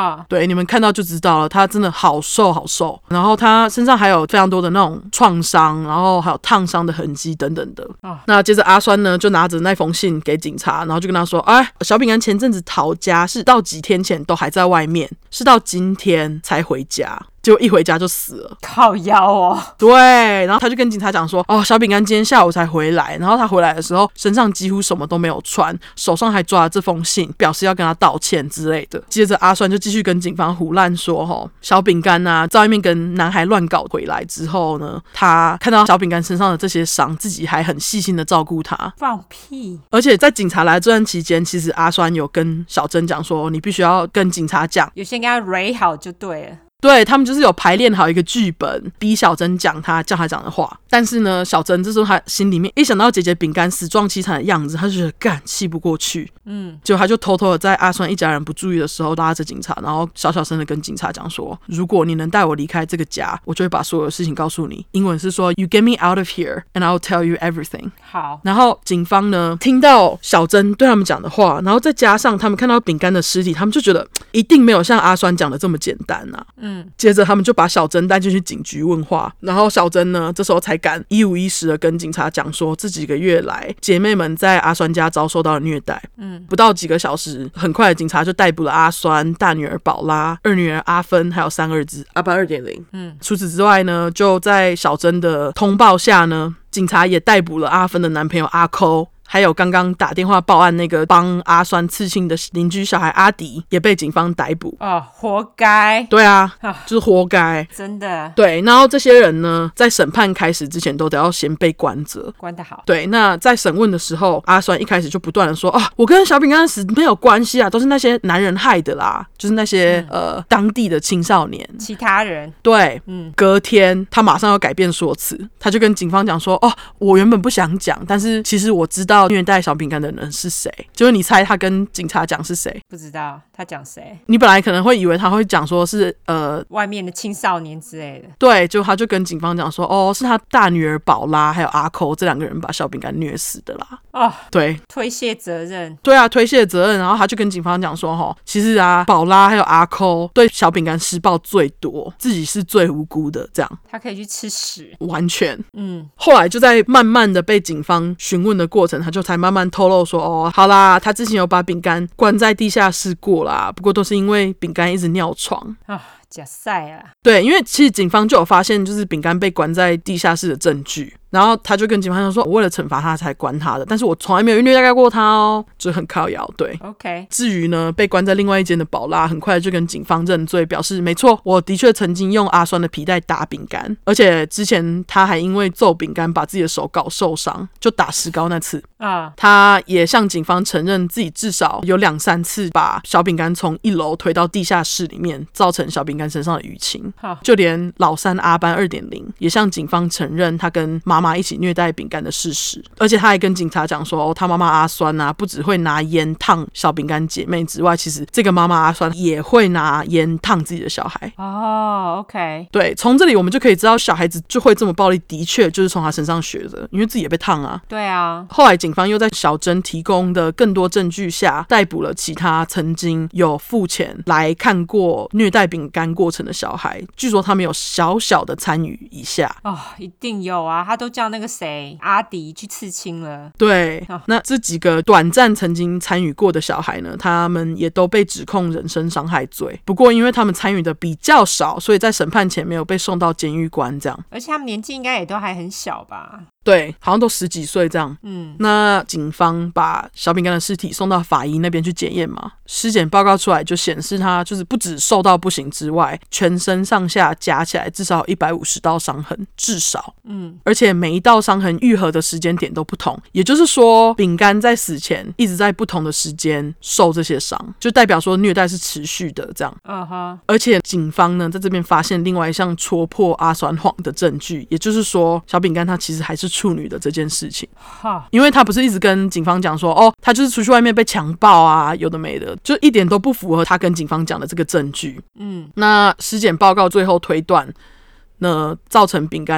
[SPEAKER 2] 啊，
[SPEAKER 1] 对，你们看到就知道了，他真的好瘦好瘦，然后他身上还有非常多的那种创伤，然后还有烫伤的痕迹等等的。
[SPEAKER 2] 啊，
[SPEAKER 1] 那接着阿酸呢就拿着那封信给警察，然后就跟他说，哎，小饼干前阵子逃家，是到几天前都还在外面，是到今天才回家，结果一回家就死了，
[SPEAKER 2] 靠腰哦。
[SPEAKER 1] 对，然后他就跟警察讲说，哦，小饼干今天下午才回来，然后他回来的时候身上几乎什么都没有穿，手上还抓了这封信，表示要跟他道歉之类的。接着阿酸就继续跟警方胡乱说，哦，小饼干啊在外面跟男孩乱搞回来之后呢，他看到小饼干身上的这些伤，自己还很细心的照顾他。
[SPEAKER 2] 放屁！
[SPEAKER 1] 而且在警察来这段期间，其实阿酸有跟小珍讲说，你必须要跟警察讲，
[SPEAKER 2] 有先跟他 re 好就对了。
[SPEAKER 1] 对，他们就是有排练好一个剧本，逼小珍讲他叫他讲的话。但是呢，小珍这时候他心里面一想到姐姐饼干死状凄惨的样子，他就觉得干气不过去。嗯，结果他就偷偷的在阿酸一家人不注意的时候拉着警察，然后小小声的跟警察讲说，如果你能带我离开这个家，我就会把所有的事情告诉你。英文是说 You get me out of here and I'll tell you everything。
[SPEAKER 2] 好，
[SPEAKER 1] 然后警方呢听到小珍对他们讲的话，然后再加上他们看到饼干的尸体，他们就觉得一定没有像阿酸讲的这么简单啊。嗯，接着他们就把小珍带进去警局问话，然后小珍呢这时候才敢一五一十的跟警察讲说，这几个月来姐妹们在阿酸家遭受到了虐待。嗯，不到几个小时，很快的警察就逮捕了阿酸、大女儿宝拉、二女儿阿芬，还有三儿子阿班 二点零。 嗯，除此之外呢，就在小珍的通报下呢，警察也逮捕了阿芬的男朋友阿抠，还有刚刚打电话报案那个帮阿酸刺青的邻居小孩阿迪也被警方逮捕。
[SPEAKER 2] 哦，活该。
[SPEAKER 1] 对啊，就是活该，
[SPEAKER 2] 真的。
[SPEAKER 1] 对，然后这些人呢，在审判开始之前都得要先被关着，
[SPEAKER 2] 关得好。
[SPEAKER 1] 对，那在审问的时候，阿酸一开始就不断的说，啊，我跟小饼干死没有关系啊，都是那些男人害的啦，就是那些、嗯、呃当地的青少年，
[SPEAKER 2] 其他人。
[SPEAKER 1] 对，嗯，隔天他马上要改变说辞，他就跟警方讲说，哦，我原本不想讲，但是其实我知道虐待小饼干的人是谁。就是你猜他跟警察讲是谁？
[SPEAKER 2] 不知道他讲谁。
[SPEAKER 1] 你本来可能会以为他会讲说是呃
[SPEAKER 2] 外面的青少年之类的，
[SPEAKER 1] 对，就他就跟警方讲说，哦，是他大女儿宝拉还有阿抠这两个人把小饼干虐死的啦。
[SPEAKER 2] 哦，
[SPEAKER 1] 对，
[SPEAKER 2] 推卸责任。
[SPEAKER 1] 对啊，推卸责任。然后他就跟警方讲说，哦，其实啊，宝拉还有阿抠对小饼干施暴最多，自己是最无辜的，这样
[SPEAKER 2] 他可以去吃屎。
[SPEAKER 1] 完全。
[SPEAKER 2] 嗯，
[SPEAKER 1] 后来就在慢慢的被警方询问的过程，他就才慢慢透露说，哦，好啦，他之前有把饼干关在地下室过啦，不过都是因为饼干一直尿床
[SPEAKER 2] 啊。假赛啊！
[SPEAKER 1] 对，因为其实警方就有发现，就是饼干被关在地下室的证据，然后他就跟警方说，我为了惩罚他才关他的，但是我从来没有虐待过他哦，就很靠腰。对
[SPEAKER 2] ，OK。
[SPEAKER 1] 至于呢，被关在另外一间的宝拉，很快就跟警方认罪，表示没错，我的确曾经用阿酸的皮带打饼干，而且之前他还因为揍饼干把自己的手搞受伤，就打石膏那次啊，他也向警方承认自己至少有两三次把小饼干从一楼推到地下室里面，造成小饼干身上的淤青。就连老三阿班 二点零 也向警方承认他跟妈妈一起虐待饼干的事实，而且他还跟警察讲说，哦，他妈妈阿酸啊，不只会拿烟烫小饼干姐妹之外，其实这个妈妈阿酸也会拿烟烫自己的小孩。
[SPEAKER 2] 哦 OK。
[SPEAKER 1] 对，从这里我们就可以知道小孩子就会这么暴力，的确就是从他身上学的，因为自己也被烫啊。
[SPEAKER 2] 对啊。
[SPEAKER 1] 后来警方又在小珍提供的更多证据下，逮捕了其他曾经有付钱来看过虐待饼干过程的小孩，据说他们有小小的参与一下。
[SPEAKER 2] 哦，一定有啊，他都叫那个谁阿迪去刺青了。
[SPEAKER 1] 对、哦、那这几个短暂曾经参与过的小孩呢，他们也都被指控人身伤害罪，不过因为他们参与的比较少，所以在审判前没有被送到监狱关这样。
[SPEAKER 2] 而且他们年纪应该也都还很小吧。
[SPEAKER 1] 对，好像都十几岁这样。嗯，那警方把小饼干的尸体送到法医那边去检验嘛，尸检报告出来就显示他就是不止瘦到不行之外，全身上下加起来至少有一百五十道伤痕，至少。嗯，而且每一道伤痕愈合的时间点都不同，也就是说饼干在死前一直在不同的时间受这些伤，就代表说虐待是持续的这样。嗯哼。而且警方呢在这边发现另外一项戳破阿酸谎的证据，也就是说小饼干他其实还是处女的这件事情。因为他不是一直跟警方讲说，哦，他就是出去外面被强暴啊，有的没的，就一点都不符合他跟警方讲的这个证据。嗯，那尸检报告最后推断，那造成饼干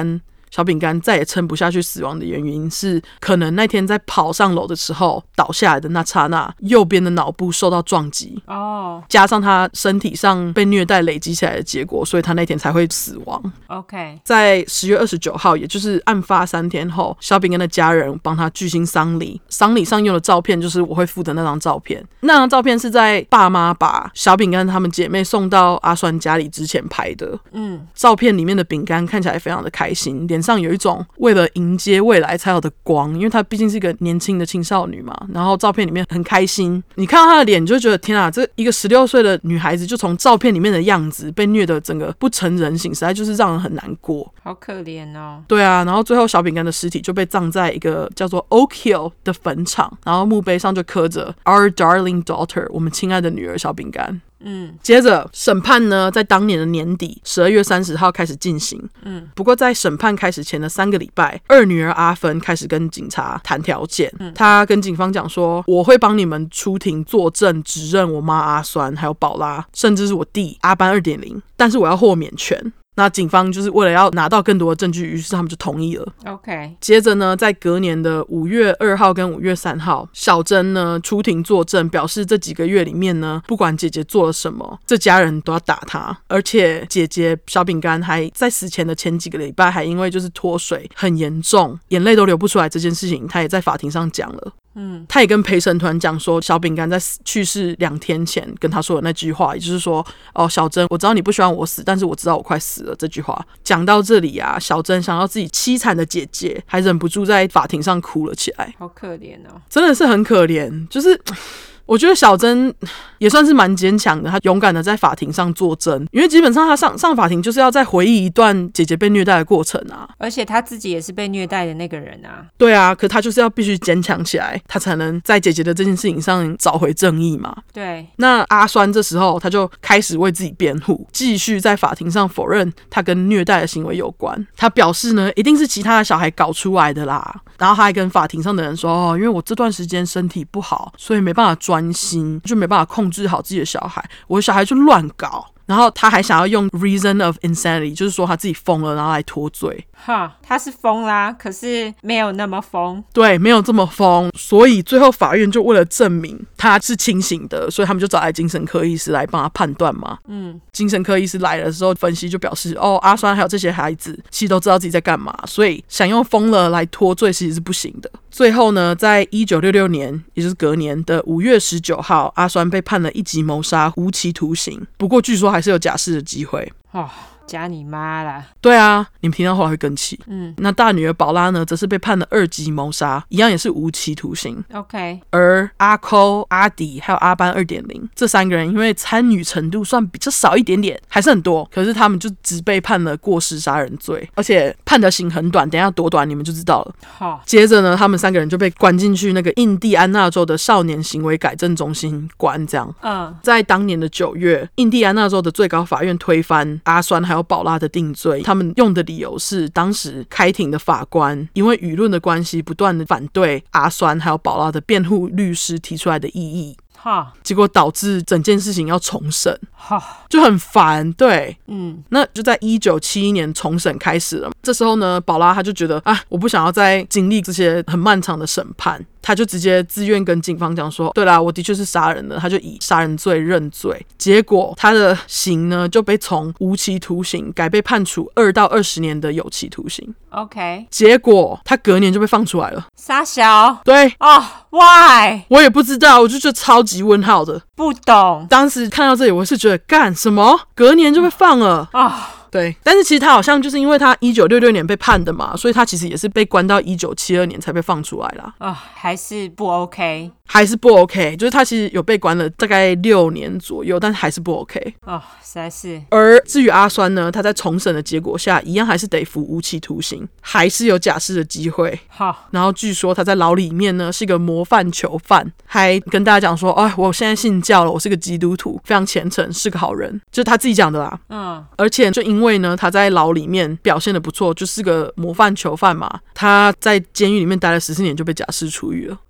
[SPEAKER 1] 小饼干再也撑不下去死亡的原因是，可能那天在跑上楼的时候倒下来的那刹那，右边的脑部受到撞击，
[SPEAKER 2] 哦，
[SPEAKER 1] 加上他身体上被虐待累积起来的结果，所以他那天才会死亡。
[SPEAKER 2] OK，
[SPEAKER 1] 在十月二十九号，也就是案发三天后，小饼干的家人帮他举行丧礼，丧礼上用的照片就是我会附的那张照片。那张照片是在爸妈把小饼干他们姐妹送到阿酸家里之前拍的。嗯，照片里面的饼干看起来非常的开心，脸上有一种为了迎接未来才有的光，因为她毕竟是一个年轻的青少女嘛。然后照片里面很开心，你看到她的脸，你就觉得天啊，这一个十六岁的女孩子就从照片里面的样子被虐的整个不成人形，实在就是让人很难过，
[SPEAKER 2] 好可怜哦。
[SPEAKER 1] 对啊，然后最后小饼干的尸体就被葬在一个叫做 Oak Hill 的坟场，然后墓碑上就刻着 Our darling daughter， 我们亲爱的女儿小饼干。嗯，接着审判呢，在当年的年底十二月三十号开始进行。嗯，不过在审判开始前的三个礼拜，二女儿阿芬开始跟警察谈条件。嗯，她跟警方讲说，我会帮你们出庭作证，指认我妈阿酸，还有宝拉，甚至是我弟阿班 二点零， 但是我要豁免权。那警方就是为了要拿到更多的证据，于是他们就同意了。
[SPEAKER 2] OK，
[SPEAKER 1] 接着呢，在隔年的五月二号跟五月三号，小珍呢出庭作证，表示这几个月里面呢，不管姐姐做了什么，这家人都要打她，而且姐姐小饼干还在死前的前几个礼拜还因为就是脱水很严重，眼泪都流不出来这件事情，她也在法庭上讲了。嗯，他也跟陪审团讲说，小饼干在去世两天前跟他说的那句话，也就是说，哦，小珍，我知道你不希望我死，但是我知道我快死了。这句话讲到这里啊，小珍想到自己凄惨的姐姐，还忍不住在法庭上哭了起来。
[SPEAKER 2] 好可怜哦，
[SPEAKER 1] 真的是很可怜，就是。我觉得小珍也算是蛮坚强的，她勇敢的在法庭上作证，因为基本上她上上法庭就是要再回忆一段姐姐被虐待的过程啊，
[SPEAKER 2] 而且她自己也是被虐待的那个人啊。
[SPEAKER 1] 对啊，可她就是要必须坚强起来，她才能在姐姐的这件事情上找回正义嘛。
[SPEAKER 2] 对，
[SPEAKER 1] 那阿酸这时候他就开始为自己辩护，继续在法庭上否认他跟虐待的行为有关。他表示呢，一定是其他的小孩搞出来的啦。然后他还跟法庭上的人说，哦，因为我这段时间身体不好，所以没办法专心，就没办法控制好自己的小孩，我的小孩就乱搞。然后他还想要用 reason of insanity， 就是说他自己疯了，然后来脱罪。
[SPEAKER 2] 哈，他是疯啦，可是没有那么疯。
[SPEAKER 1] 对，没有这么疯，所以最后法院就为了证明他是清醒的，所以他们就找来精神科医师来帮他判断嘛。嗯，精神科医师来的时候分析就表示，哦，阿酸还有这些孩子其实都知道自己在干嘛，所以想用疯了来脱罪其实是不行的。最后呢，在一九六六年，也就是隔年的五月十九号，阿酸被判了一级谋杀，无期徒刑。不过据说还是有假释的机会。
[SPEAKER 2] 哦，加你妈啦！
[SPEAKER 1] 对啊，你们听到后来会更气。嗯，那大女儿宝拉呢，则是被判了二级谋杀，一样也是无期徒刑。
[SPEAKER 2] OK，
[SPEAKER 1] 而阿扣、阿迪还有阿班 二点零 这三个人，因为参与程度算比较少一点点，还是很多，可是他们就只被判了过失杀人罪，而且判的刑很短，等一下多短你们就知道了。
[SPEAKER 2] 好，
[SPEAKER 1] 接着呢，他们三个人就被关进去那个印第安纳州的少年行为改正中心关，这样。嗯，在当年的九月，印第安纳州的最高法院推翻阿酸还有宝拉的定罪，他们用的理由是当时开庭的法官因为舆论的关系不断的反对阿酸还有宝拉的辩护律师提出来的异议，
[SPEAKER 2] 哈，
[SPEAKER 1] 结果导致整件事情要重审，
[SPEAKER 2] 哈，
[SPEAKER 1] 就很烦。对，
[SPEAKER 2] 嗯，
[SPEAKER 1] 那就在一九七一年重审开始了。这时候呢，宝拉他就觉得啊，我不想要再经历这些很漫长的审判，他就直接自愿跟警方讲说，对啦，我的确是杀人的，他就以杀人罪认罪。结果他的刑呢就被从无期徒刑改被判处二到二十年的有期徒刑。
[SPEAKER 2] OK，
[SPEAKER 1] 结果他隔年就被放出来了。
[SPEAKER 2] 傻小，
[SPEAKER 1] 对
[SPEAKER 2] 哦、oh, why？
[SPEAKER 1] 我也不知道，我就觉得超级问号的，
[SPEAKER 2] 不懂。
[SPEAKER 1] 当时看到这里，我是觉得干什么？隔年就被放了啊。Oh.对，但是其实他好像就是因为他一九六六年被判的嘛，所以他其实也是被关到一九七二年才被放出来啦。
[SPEAKER 2] 啊、oh, 还是不 OK，
[SPEAKER 1] 还是不 OK， 就是他其实有被关了大概六年左右，但还是不 OK。
[SPEAKER 2] 哦、oh, 实在是。
[SPEAKER 1] 而至于阿酸呢，他在重审的结果下，一样还是得服无期徒刑，还是有假释的机会。
[SPEAKER 2] 好、oh.
[SPEAKER 1] 然后据说他在牢里面呢是个模范囚犯，还跟大家讲说，哎，我现在信教了，我是个基督徒，非常虔诚，是个好人，就是他自己讲的啦。
[SPEAKER 2] 嗯，
[SPEAKER 1] 而且就因为呢他在牢里面表现得不错，就是个模范囚犯嘛，他在监狱里面待了十四年就被假释出狱了。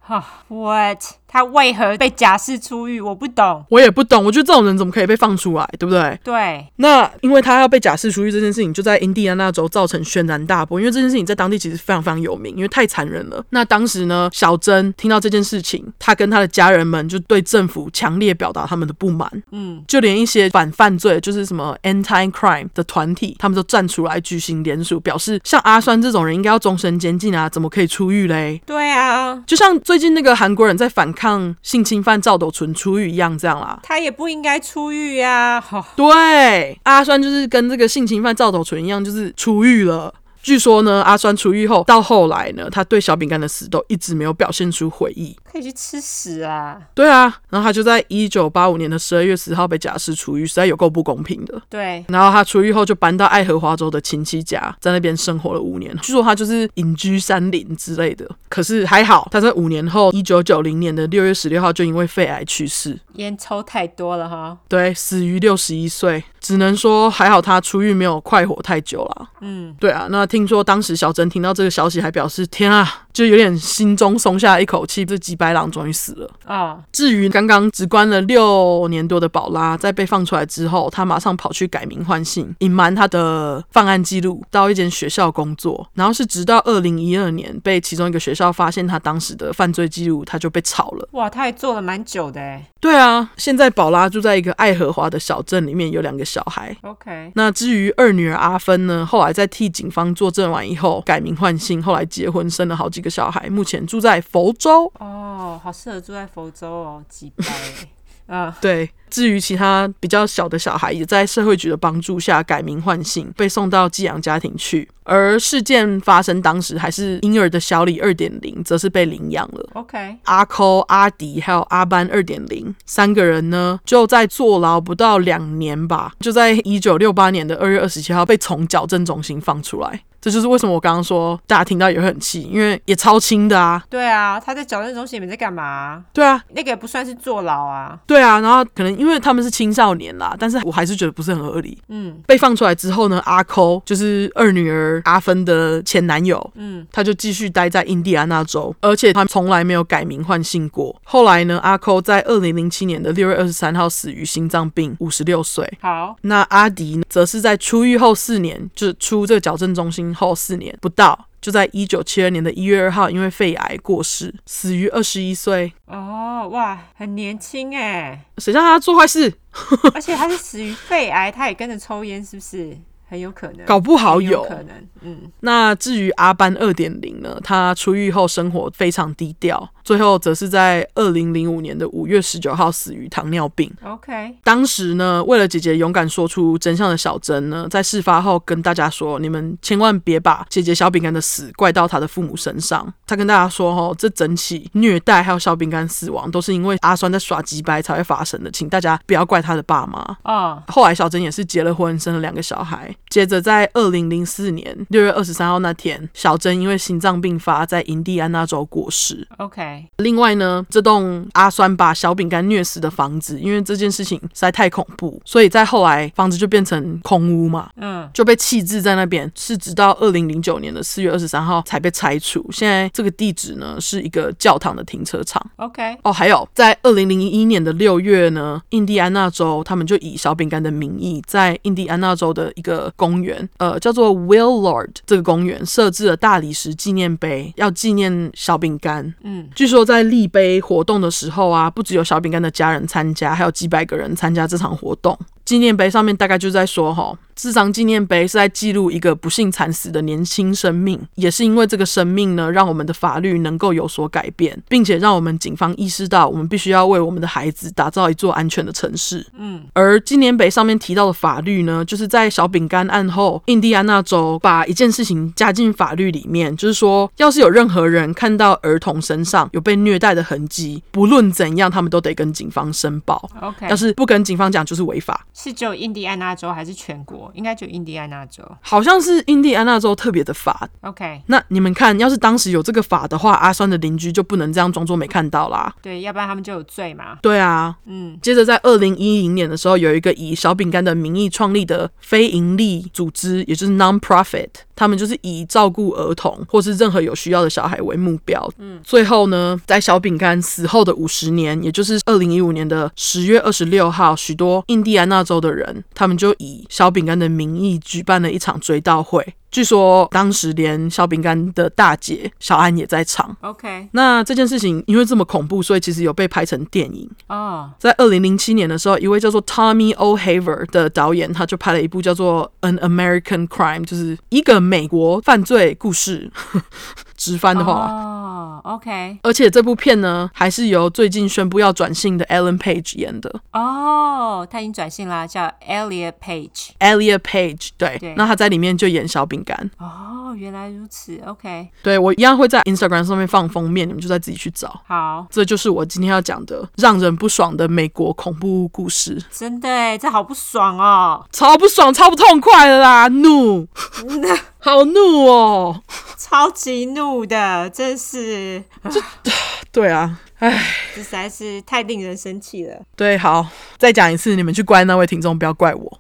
[SPEAKER 2] What？ 他为何被假释出狱？我不懂，
[SPEAKER 1] 我也不懂。我觉得这种人怎么可以被放出来，对不对？
[SPEAKER 2] 对。
[SPEAKER 1] 那因为他要被假释出狱这件事情，就在印第安纳州造成轩然大波，因为这件事情在当地其实非常非常有名，因为太残忍了。那当时呢，小珍听到这件事情，他跟他的家人们就对政府强烈表达他们的不满。嗯，就连一些反犯罪，就是什么 anti-crime 的团体，他们都站出来举行联署，表示像阿酸这种人应该要终身监禁啊，怎么可以出狱嘞？
[SPEAKER 2] 对啊，
[SPEAKER 1] 就像最近那个韩国人在反抗性侵犯赵斗淳出狱一样，这样啦。
[SPEAKER 2] 他也不应该出狱啊。哦、
[SPEAKER 1] 对，阿酸就是跟这个性侵犯赵斗淳一样，就是出狱了。据说呢，阿酸出狱后，到后来呢，他对小饼干的死都一直没有表现出悔意。
[SPEAKER 2] 可以去吃屎啊！
[SPEAKER 1] 对啊，然后他就在一九八五年的十二月十号被假释出狱，实在有够不公平的。
[SPEAKER 2] 对，
[SPEAKER 1] 然后他出狱后就搬到爱荷华州的亲戚家，在那边生活了五年。据说他就是隐居山林之类的。可是还好，他在五年后，一九九零年的六月十六号就因为肺癌去世。
[SPEAKER 2] 烟抽太多了哈。
[SPEAKER 1] 对，死于六十一岁。只能说还好他出狱没有快活太久啦。嗯，对啊。那听说当时小珍听到这个消息，还表示天啊，就有点心中松下一口气，这几白狼终于死了啊。至于刚刚只关了六年多的宝拉，在被放出来之后，他马上跑去改名换姓，隐瞒他的犯案记录，到一间学校工作。然后是直到二零一二年被其中一个学校发现他当时的犯罪记录，他就被炒了。
[SPEAKER 2] 哇，他也做了蛮久的耶。
[SPEAKER 1] 对啊，现在宝拉住在一个爱荷华的小镇里面，有两个小孩。
[SPEAKER 2] OK，
[SPEAKER 1] 那至于二女儿阿芬呢，后来在替警方作证完以后改名换姓，后来结婚生了好几个小孩，目前住在佛州。
[SPEAKER 2] 哦，好适合住在佛州哦，几百啊，
[SPEAKER 1] 对。至于其他比较小的小孩，也在社会局的帮助下改名换姓，被送到寄养家庭去。而事件发生当时，还是婴儿的小李 二点零 则是被领养了。
[SPEAKER 2] OK，
[SPEAKER 1] 阿扣、阿迪还有阿班 二点零 三个人呢，就在坐牢不到两年吧，就在一九六八年的二月二十七号被从矫正中心放出来。这就是为什么我刚刚说大家听到也会很气，因为也超轻的啊。
[SPEAKER 2] 对啊，他在矫正中心里面在干嘛、啊？
[SPEAKER 1] 对啊，
[SPEAKER 2] 那个也不算是坐牢啊。
[SPEAKER 1] 对啊，然后可能因为他们是青少年啦，但是我还是觉得不是很合理。嗯，被放出来之后呢，阿扣就是二女儿阿芬的前男友，嗯，他就继续待在印第安纳州，而且他从来没有改名换姓过。后来呢，阿扣在二零零七年的六月二十三号死于心脏病，五十六岁。
[SPEAKER 2] 好，
[SPEAKER 1] 那阿迪呢，则是在出狱后四年，就是出这个矫正中心后四年不到，就在一九七二年的一月二号，因为肺癌过世，死于二十一岁。
[SPEAKER 2] 哦，哇，很年轻哎！
[SPEAKER 1] 谁让他做坏事？
[SPEAKER 2] 而且他是死于肺癌，他也跟着抽烟，是不是？很有可能，
[SPEAKER 1] 搞不好有，
[SPEAKER 2] 有可能。嗯，
[SPEAKER 1] 那至于阿班 二点零 呢？他出狱后生活非常低调，最后则是在二零零五年的五月十九号死于糖尿病。
[SPEAKER 2] OK，
[SPEAKER 1] 当时呢，为了姐姐勇敢说出真相的小珍呢，在事发后跟大家说，你们千万别把姐姐小饼干的死怪到她的父母身上。他跟大家说，哦，这整起虐待还有小饼干死亡都是因为阿酸在耍鸡掰才会发生的，请大家不要怪他的爸妈。哦，后来小珍也是结了婚，生了两个小孩。接着在二零零四年六月二十三号那天，小珍因为心脏病发在印第安纳州过世。
[SPEAKER 2] OK，
[SPEAKER 1] 另外呢，这栋阿酸把小饼干虐死的房子，因为这件事情实在太恐怖，所以在后来房子就变成空屋嘛，嗯，就被弃置在那边，是直到二零零九年的四月二十三号才被拆除。现在这个地址呢是一个教堂的停车场。
[SPEAKER 2] OK，
[SPEAKER 1] 哦，还有在二零零一年的六月呢，印第安纳州他们就以小饼干的名义，在印第安纳州的一个公园，呃，叫做 Willard 这个公园设置了大理石纪念碑，要纪念小饼干。嗯，据说在立碑活动的时候啊，不只有小饼干的家人参加，还有几百个人参加这场活动。纪念碑上面大概就在说，齁，这张纪念碑是在记录一个不幸惨死的年轻生命，也是因为这个生命呢，让我们的法律能够有所改变，并且让我们警方意识到，我们必须要为我们的孩子打造一座安全的城市。嗯，而纪念碑上面提到的法律呢，就是在小饼干案后，印第安纳州把一件事情加进法律里面，就是说，要是有任何人看到儿童身上有被虐待的痕迹，不论怎样，他们都得跟警方申报。
[SPEAKER 2] OK，
[SPEAKER 1] 要是不跟警方讲，就是违法。
[SPEAKER 2] 是只有印第安纳州还是全国？应该就印第安纳州，
[SPEAKER 1] 好像是印第安纳州特别的法。
[SPEAKER 2] OK，
[SPEAKER 1] 那你们看，要是当时有这个法的话，阿酸的邻居就不能这样装作没看到啦。
[SPEAKER 2] 对，要不然他们就有罪嘛。
[SPEAKER 1] 对啊，嗯。接着在二零一零年的时候，有一个以小饼干的名义创立的非营利组织，也就是 non-profit， 他们就是以照顾儿童或是任何有需要的小孩为目标。嗯，最后呢，在小饼干死后的五十年，也就是二零一五年的十月二十六号，许多印第安纳州的人，他们就以小饼干的名义举办了一场追悼会。据说当时连小饼干的大姐小安也在场。
[SPEAKER 2] OK，
[SPEAKER 1] 那这件事情因为这么恐怖，所以其实有被拍成电影。
[SPEAKER 2] 哦、oh.
[SPEAKER 1] 在二零零七年的时候，一位叫做 Tommy O'Haver 的导演，他就拍了一部叫做 An American Crime， 就是一个美国犯罪故事直翻的话。
[SPEAKER 2] 哦、oh, OK，
[SPEAKER 1] 而且这部片呢，还是由最近宣布要转性的 Ellen Page 演的。
[SPEAKER 2] 哦、oh, 他已经转性啦，叫 Elliot Page。
[SPEAKER 1] Elliot Page， 对，
[SPEAKER 2] 对，
[SPEAKER 1] 那他在里面就演小饼干。
[SPEAKER 2] 哦、oh, 原来如此。 OK，
[SPEAKER 1] 对，我一样会在 Instagram 上面放封面，你们就再自己去找。
[SPEAKER 2] 好，
[SPEAKER 1] 这就是我今天要讲的让人不爽的美国恐怖故事。
[SPEAKER 2] 真的耶，这好不爽哦，
[SPEAKER 1] 超不爽，超不痛快的啦，怒好怒哦，
[SPEAKER 2] 超级怒的，真是
[SPEAKER 1] 对啊，唉，
[SPEAKER 2] 这实在是太令人生气了。
[SPEAKER 1] 对，好，再讲一次，你们去怪那位听众，不要怪我。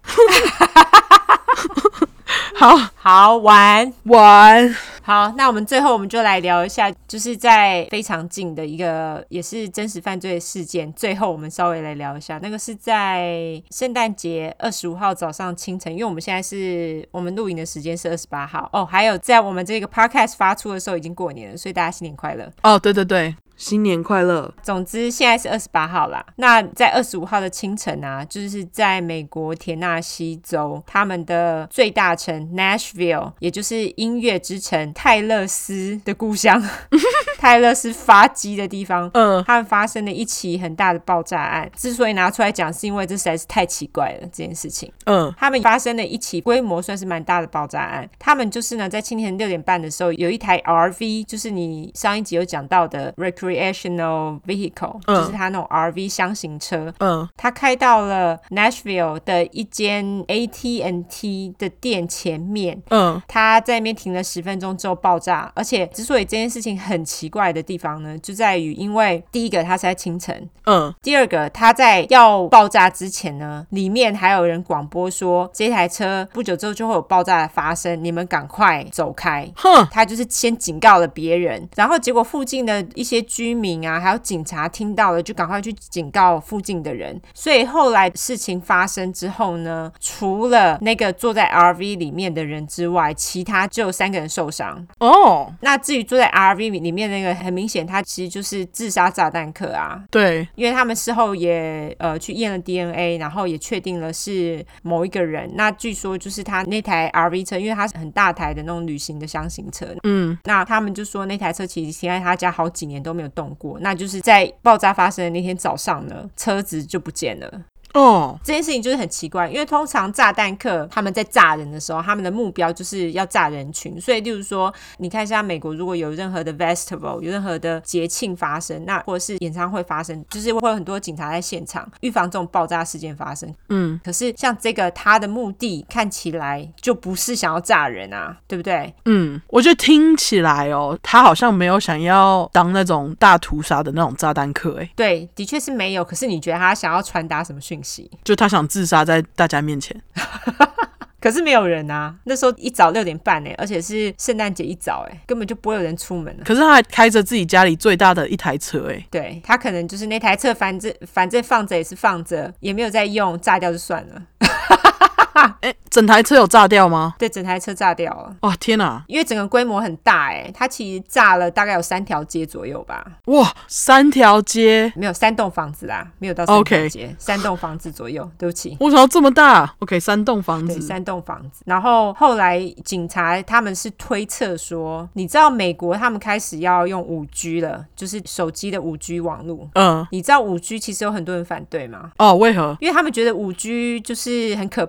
[SPEAKER 1] 好
[SPEAKER 2] 好玩
[SPEAKER 1] 玩。
[SPEAKER 2] 好，那我们最后我们就来聊一下，就是在非常近的一个也是真实犯罪事件，最后我们稍微来聊一下，那个是在圣诞节二十五号早上清晨，因为我们现在是我们录影的时间是二十八号哦，还有在我们这个 podcast 发出的时候已经过年了，所以大家新年快乐
[SPEAKER 1] 哦。对对对，新年快乐。
[SPEAKER 2] 总之现在是二十八号啦，那在二十五号的清晨啊，就是在美国田纳西州他们的最大城 Nashville， 也就是音乐之城泰勒斯的故乡泰勒斯发迹的地方，嗯，他们发生了一起很大的爆炸案。之所以拿出来讲，是因为这实在是太奇怪了这件事情。嗯，他们发生了一起规模算是蛮大的爆炸案。他们就是呢，在清晨六点半的时候，有一台 R V， 就是你上一集有讲到的 recreational vehicle，嗯，就是他那种 R V 箱型车，嗯，他开到了 Nashville 的一间 A T and T 的店前面，嗯，他在那边停了十分钟之后爆炸。而且之所以这件事情很奇怪的地方呢，就在于因为第一个它是在清晨，嗯，第二个它在要爆炸之前呢，里面还有人广播说这台车不久之后就会有爆炸的发生，你们赶快走开。哼，他就是先警告了别人，然后结果附近的一些居民啊还有警察听到了就赶快去警告附近的人。所以后来事情发生之后呢，除了那个坐在 R V 里面的人之外，其他就有三个人受伤。哦，那至于坐在 R V 里面那个，很明显他其实就是自杀炸弹客啊。对，因为他们事后也呃去验了 D N A， 然后也确定了是某一个人。那据说就是他那台 R V 车，因为它是很大台的那种旅行的箱型车，嗯，那他们就说那台车其实停在他家好几年都没有动过。那就是在爆炸发生的那天早上呢，车子就不见了。哦，这件事情就是很奇怪，因为通常炸弹客他们在炸人的时候，他们的目标就是要炸人群。所以例如说你看一下美国，如果有任何的 festival， 有任何的节庆发生，那或者是演唱会发生，就是会有很多警察在现场预防这种爆炸事件发生。嗯，可是像这个他的目的看起来就不是想要炸人啊，对不对？嗯，
[SPEAKER 1] 我觉得听起来哦，他好像没有想要当那种大屠杀的那种炸弹客。哎，
[SPEAKER 2] 对，的确是没有。可是你觉得他想要传达什么讯息？
[SPEAKER 1] 就他想自杀在大家面前。
[SPEAKER 2] 可是没有人啊，那时候一早六点半哎，而且是圣诞节一早哎，根本就不会有人出门了。
[SPEAKER 1] 可是他还开着自己家里最大的一台车哎。
[SPEAKER 2] 对，他可能就是那台车反正反正放着也是放着，也没有在用，炸掉就算了。
[SPEAKER 1] 欸，整台车有炸掉吗？
[SPEAKER 2] 对，整台车炸掉了。
[SPEAKER 1] 哇，天哪！
[SPEAKER 2] 因为整个规模很大哎，它其实炸了大概有三条街左右吧。
[SPEAKER 1] 哇，三条街？
[SPEAKER 2] 没有，三栋房子啦，没有到三条街， okay. 三栋房子左右。对不起，
[SPEAKER 1] 为什么这么大 ？OK， 三栋房子。
[SPEAKER 2] 对，三栋房子。然后后来警察他们是推测说，你知道美国他们开始要用五 G 了，就是手机的五 G 网络。嗯，你知道五 G 其实有很多人反对吗？
[SPEAKER 1] 哦，为何？
[SPEAKER 2] 因为他们觉得五 G 就是很可怕，他们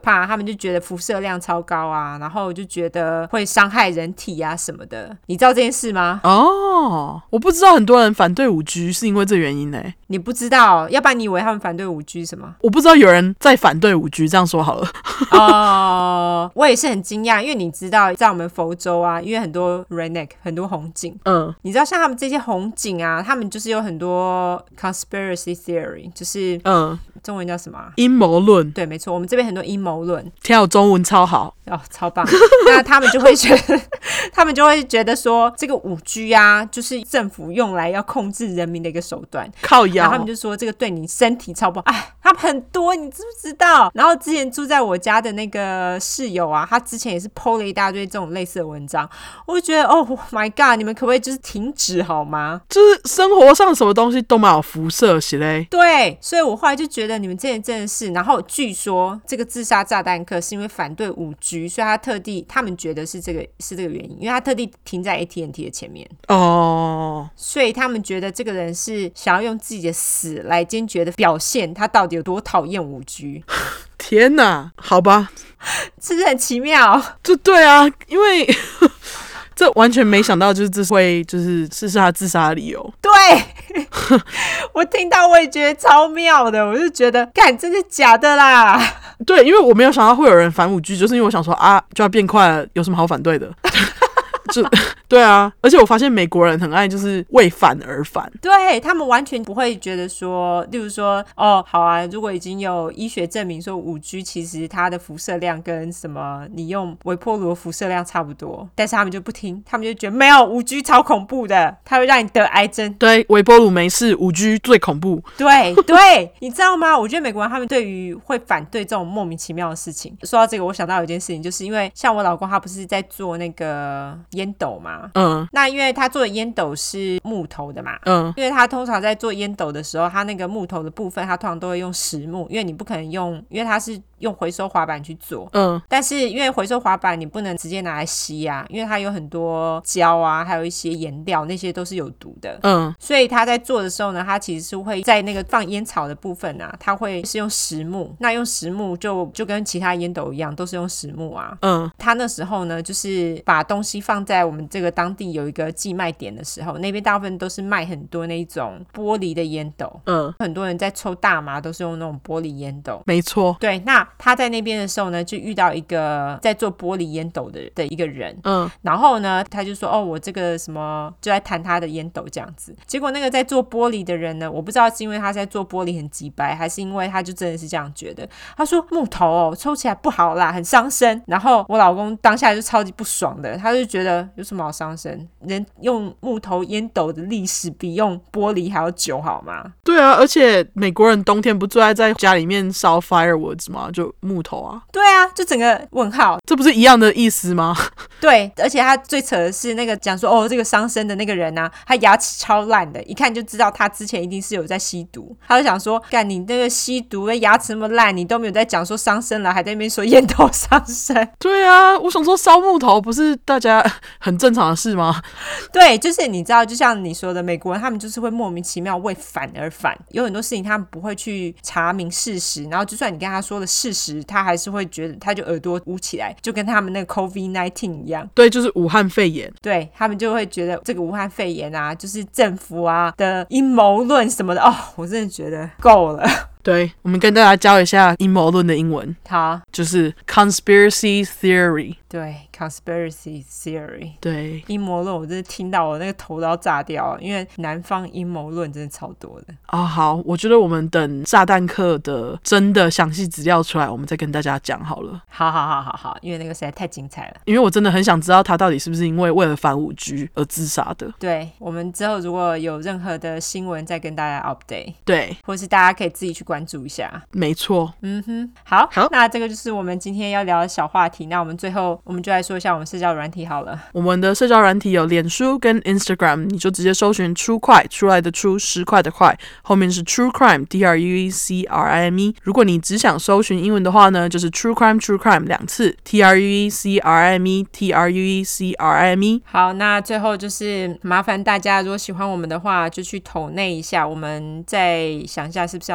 [SPEAKER 2] 们就觉得辐射量超高啊，然后就觉得会伤害人体啊什么的。你知道这件事吗？
[SPEAKER 1] 哦，我不知道很多人反对 五 G 是因为这原因呢、欸。
[SPEAKER 2] 你不知道，要不然你以为他们反对 五 G 什么？
[SPEAKER 1] 我不知道有人在反对 五 G， 这样说好了。
[SPEAKER 2] 哦，我也是很惊讶，因为你知道在我们佛州啊，因为很多 redneck 很多红警，嗯，你知道像他们这些红警啊，他们就是有很多 conspiracy theory， 就是嗯，中文叫什么、啊？
[SPEAKER 1] 阴谋论。
[SPEAKER 2] 对，没错，我们这边很多阴谋论。
[SPEAKER 1] 听我中文超好
[SPEAKER 2] 哦，超棒。那他们就会觉得，他们就会觉得说，这个 五 G 啊，就是政府用来要控制人民的一个手段。
[SPEAKER 1] 靠腰。
[SPEAKER 2] 然后他们就说这个对你身体超不好。哎，他们很多，你知不知道？然后之前住在我家的那个室友啊，他之前也是 po 了一大堆这种类似的文章，我就觉得哦 my god， 你们可不可以就是停止好吗？
[SPEAKER 1] 就是生活上什么东西都蛮有辐射是嘞。
[SPEAKER 2] 对，所以我后来就觉得你们这件真的是，然后据说这个自杀炸弹客是因为反对 五 G， 所以他特地，他们觉得是这个是这个原因，因为他特地停在 A T and T 的前面哦，所以他们觉得这个人是想要用自己的死来坚决的表现他到底有多讨厌 五 G。
[SPEAKER 1] 天哪，好吧，
[SPEAKER 2] 是不是很奇妙？
[SPEAKER 1] 就对啊，因为这完全没想到，就是这会就是这是他自杀的理由。
[SPEAKER 2] 对，我听到我也觉得超妙的，我就觉得干真的假的啦？
[SPEAKER 1] 对，因为我没有想到会有人反 五 G， 就是因为我想说啊，就要变快了，有什么好反对的？就对啊，而且我发现美国人很爱就是为反而反，
[SPEAKER 2] 对，他们完全不会觉得说，例如说哦好啊，如果已经有医学证明说 五 G 其实它的辐射量跟什么你用微波炉的辐射量差不多，但是他们就不听，他们就觉得没有 五 G 超恐怖的，它会让你得癌症。
[SPEAKER 1] 对，微波炉没事， 五 G 最恐怖。
[SPEAKER 2] 对对，你知道吗？我觉得美国人他们对于会反对这种莫名其妙的事情，说到这个我想到有一件事情，就是因为像我老公他不是在做那个烟斗嘛，嗯，那因为他做的烟斗是木头的嘛，嗯，因为他通常在做烟斗的时候，他那个木头的部分他通常都会用实木，因为你不可能用，因为他是用回收滑板去做，嗯，但是因为回收滑板你不能直接拿来吸啊，因为它有很多胶啊，还有一些颜料，那些都是有毒的，嗯，所以他在做的时候呢，他其实是会在那个放烟草的部分啊，他会是用实木，那用实木就就跟其他烟斗一样，都是用实木啊，嗯，他那时候呢，就是把东西放在我们这个当地有一个寄卖点的时候，那边大部分都是卖很多那种玻璃的烟斗，嗯，很多人在抽大麻都是用那种玻璃烟斗，
[SPEAKER 1] 没错，
[SPEAKER 2] 对，那他在那边的时候呢，就遇到一个在做玻璃烟斗的的一个人，嗯，然后呢，他就说哦，我这个什么就在谈他的烟斗这样子，结果那个在做玻璃的人呢，我不知道是因为他在做玻璃很急白，还是因为他就真的是这样觉得，他说木头哦抽起来不好啦，很伤身，然后我老公当下就超级不爽的，他就觉得有什么好伤身，人用木头烟斗的历史比用玻璃还要久好吗？
[SPEAKER 1] 对啊，而且美国人冬天不最爱在家里面烧 fireworks 吗？就木头啊。
[SPEAKER 2] 对啊，就整个问号，
[SPEAKER 1] 这不是一样的意思吗？
[SPEAKER 2] 对，而且他最扯的是那个讲说哦，这个伤身的那个人啊，他牙齿超烂的，一看就知道他之前一定是有在吸毒。他就想说，干你那个吸毒的牙齿那么烂，你都没有在讲说伤身了，还在那边说烟头伤身。
[SPEAKER 1] 对啊，我想说烧木头不是大家很正常的事吗？
[SPEAKER 2] 对，就是你知道，就像你说的，美国人他们就是会莫名其妙为反而反，有很多事情他们不会去查明事实，然后就算你跟他说的事实，他还是会觉得他就耳朵捂起来，就跟他们那个 COVID 十九 一样。
[SPEAKER 1] 对，就是武汉肺炎。
[SPEAKER 2] 对，他们就会觉得这个武汉肺炎啊，就是政府啊的阴谋论什么的。哦，我真的觉得够了。
[SPEAKER 1] 对，我们跟大家教一下阴谋论的英文。
[SPEAKER 2] 好，
[SPEAKER 1] 就是 conspiracy theory。
[SPEAKER 2] 对 conspiracy theory，
[SPEAKER 1] 对，
[SPEAKER 2] 阴谋论我真的听到我那个头都要炸掉了，因为南方阴谋论真的超多的。
[SPEAKER 1] 哦，好，我觉得我们等炸弹客的真的详细资料出来，我们再跟大家讲好了。
[SPEAKER 2] 好好好好好，因为那个实在太精彩了。
[SPEAKER 1] 因为我真的很想知道他到底是不是因为为了反 五 G 而自杀的。
[SPEAKER 2] 对，我们之后如果有任何的新闻再跟大家 update。
[SPEAKER 1] 对，
[SPEAKER 2] 或是大家可以自己去关注一下。
[SPEAKER 1] 没错。
[SPEAKER 2] 嗯哼，好，
[SPEAKER 1] 好，
[SPEAKER 2] 那这个就是我们今天要聊的小话题。那我们最后我们就来说一下我们社交软体好了。
[SPEAKER 1] 我们的社交软体有脸书跟 Instagram， 你就直接搜寻 True 快，出来的出，十块的块，后面是 True Crime T R U E C R I M E。 如果你只想搜寻英文的话呢，就是 True Crime True Crime 两次 T R U E C R I M E T R U E C R I M E。
[SPEAKER 2] 好，那最后就是麻烦大家如果喜欢我们的话就去抖内一下，我们再想一下是不是要弄一个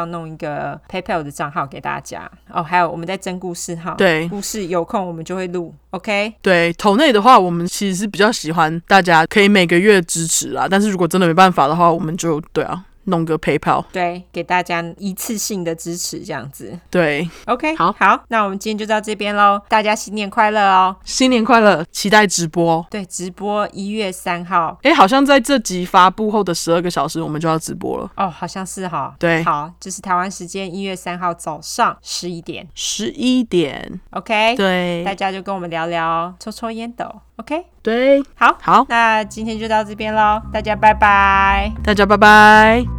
[SPEAKER 2] 个 PayPal 的账号给大家哦，还有我们在征故事号，
[SPEAKER 1] 对，
[SPEAKER 2] 故事有空我们就会录 OK。
[SPEAKER 1] 对，投内的话我们其实是比较喜欢大家可以每个月支持啦，但是如果真的没办法的话，我们就对啊弄个 PayPal，
[SPEAKER 2] 对，给大家一次性的支持这样子。
[SPEAKER 1] 对
[SPEAKER 2] OK，
[SPEAKER 1] 好
[SPEAKER 2] 好，那我们今天就到这边咯，大家新年快乐哦。
[SPEAKER 1] 新年快乐，期待直播。
[SPEAKER 2] 对，直播一月三号。
[SPEAKER 1] 哎，好像在这集发布后的十二个小时我们就要直播了
[SPEAKER 2] 哦，好像是哈。
[SPEAKER 1] 对，
[SPEAKER 2] 好，就是台湾时间一月三号早上十一点。
[SPEAKER 1] 十一点
[SPEAKER 2] OK，
[SPEAKER 1] 对，
[SPEAKER 2] 大家就跟我们聊聊，抽抽烟斗 OK。
[SPEAKER 1] 对，
[SPEAKER 2] 好，
[SPEAKER 1] 好，
[SPEAKER 2] 那今天就到这边咯，大家拜拜。
[SPEAKER 1] 大家拜拜。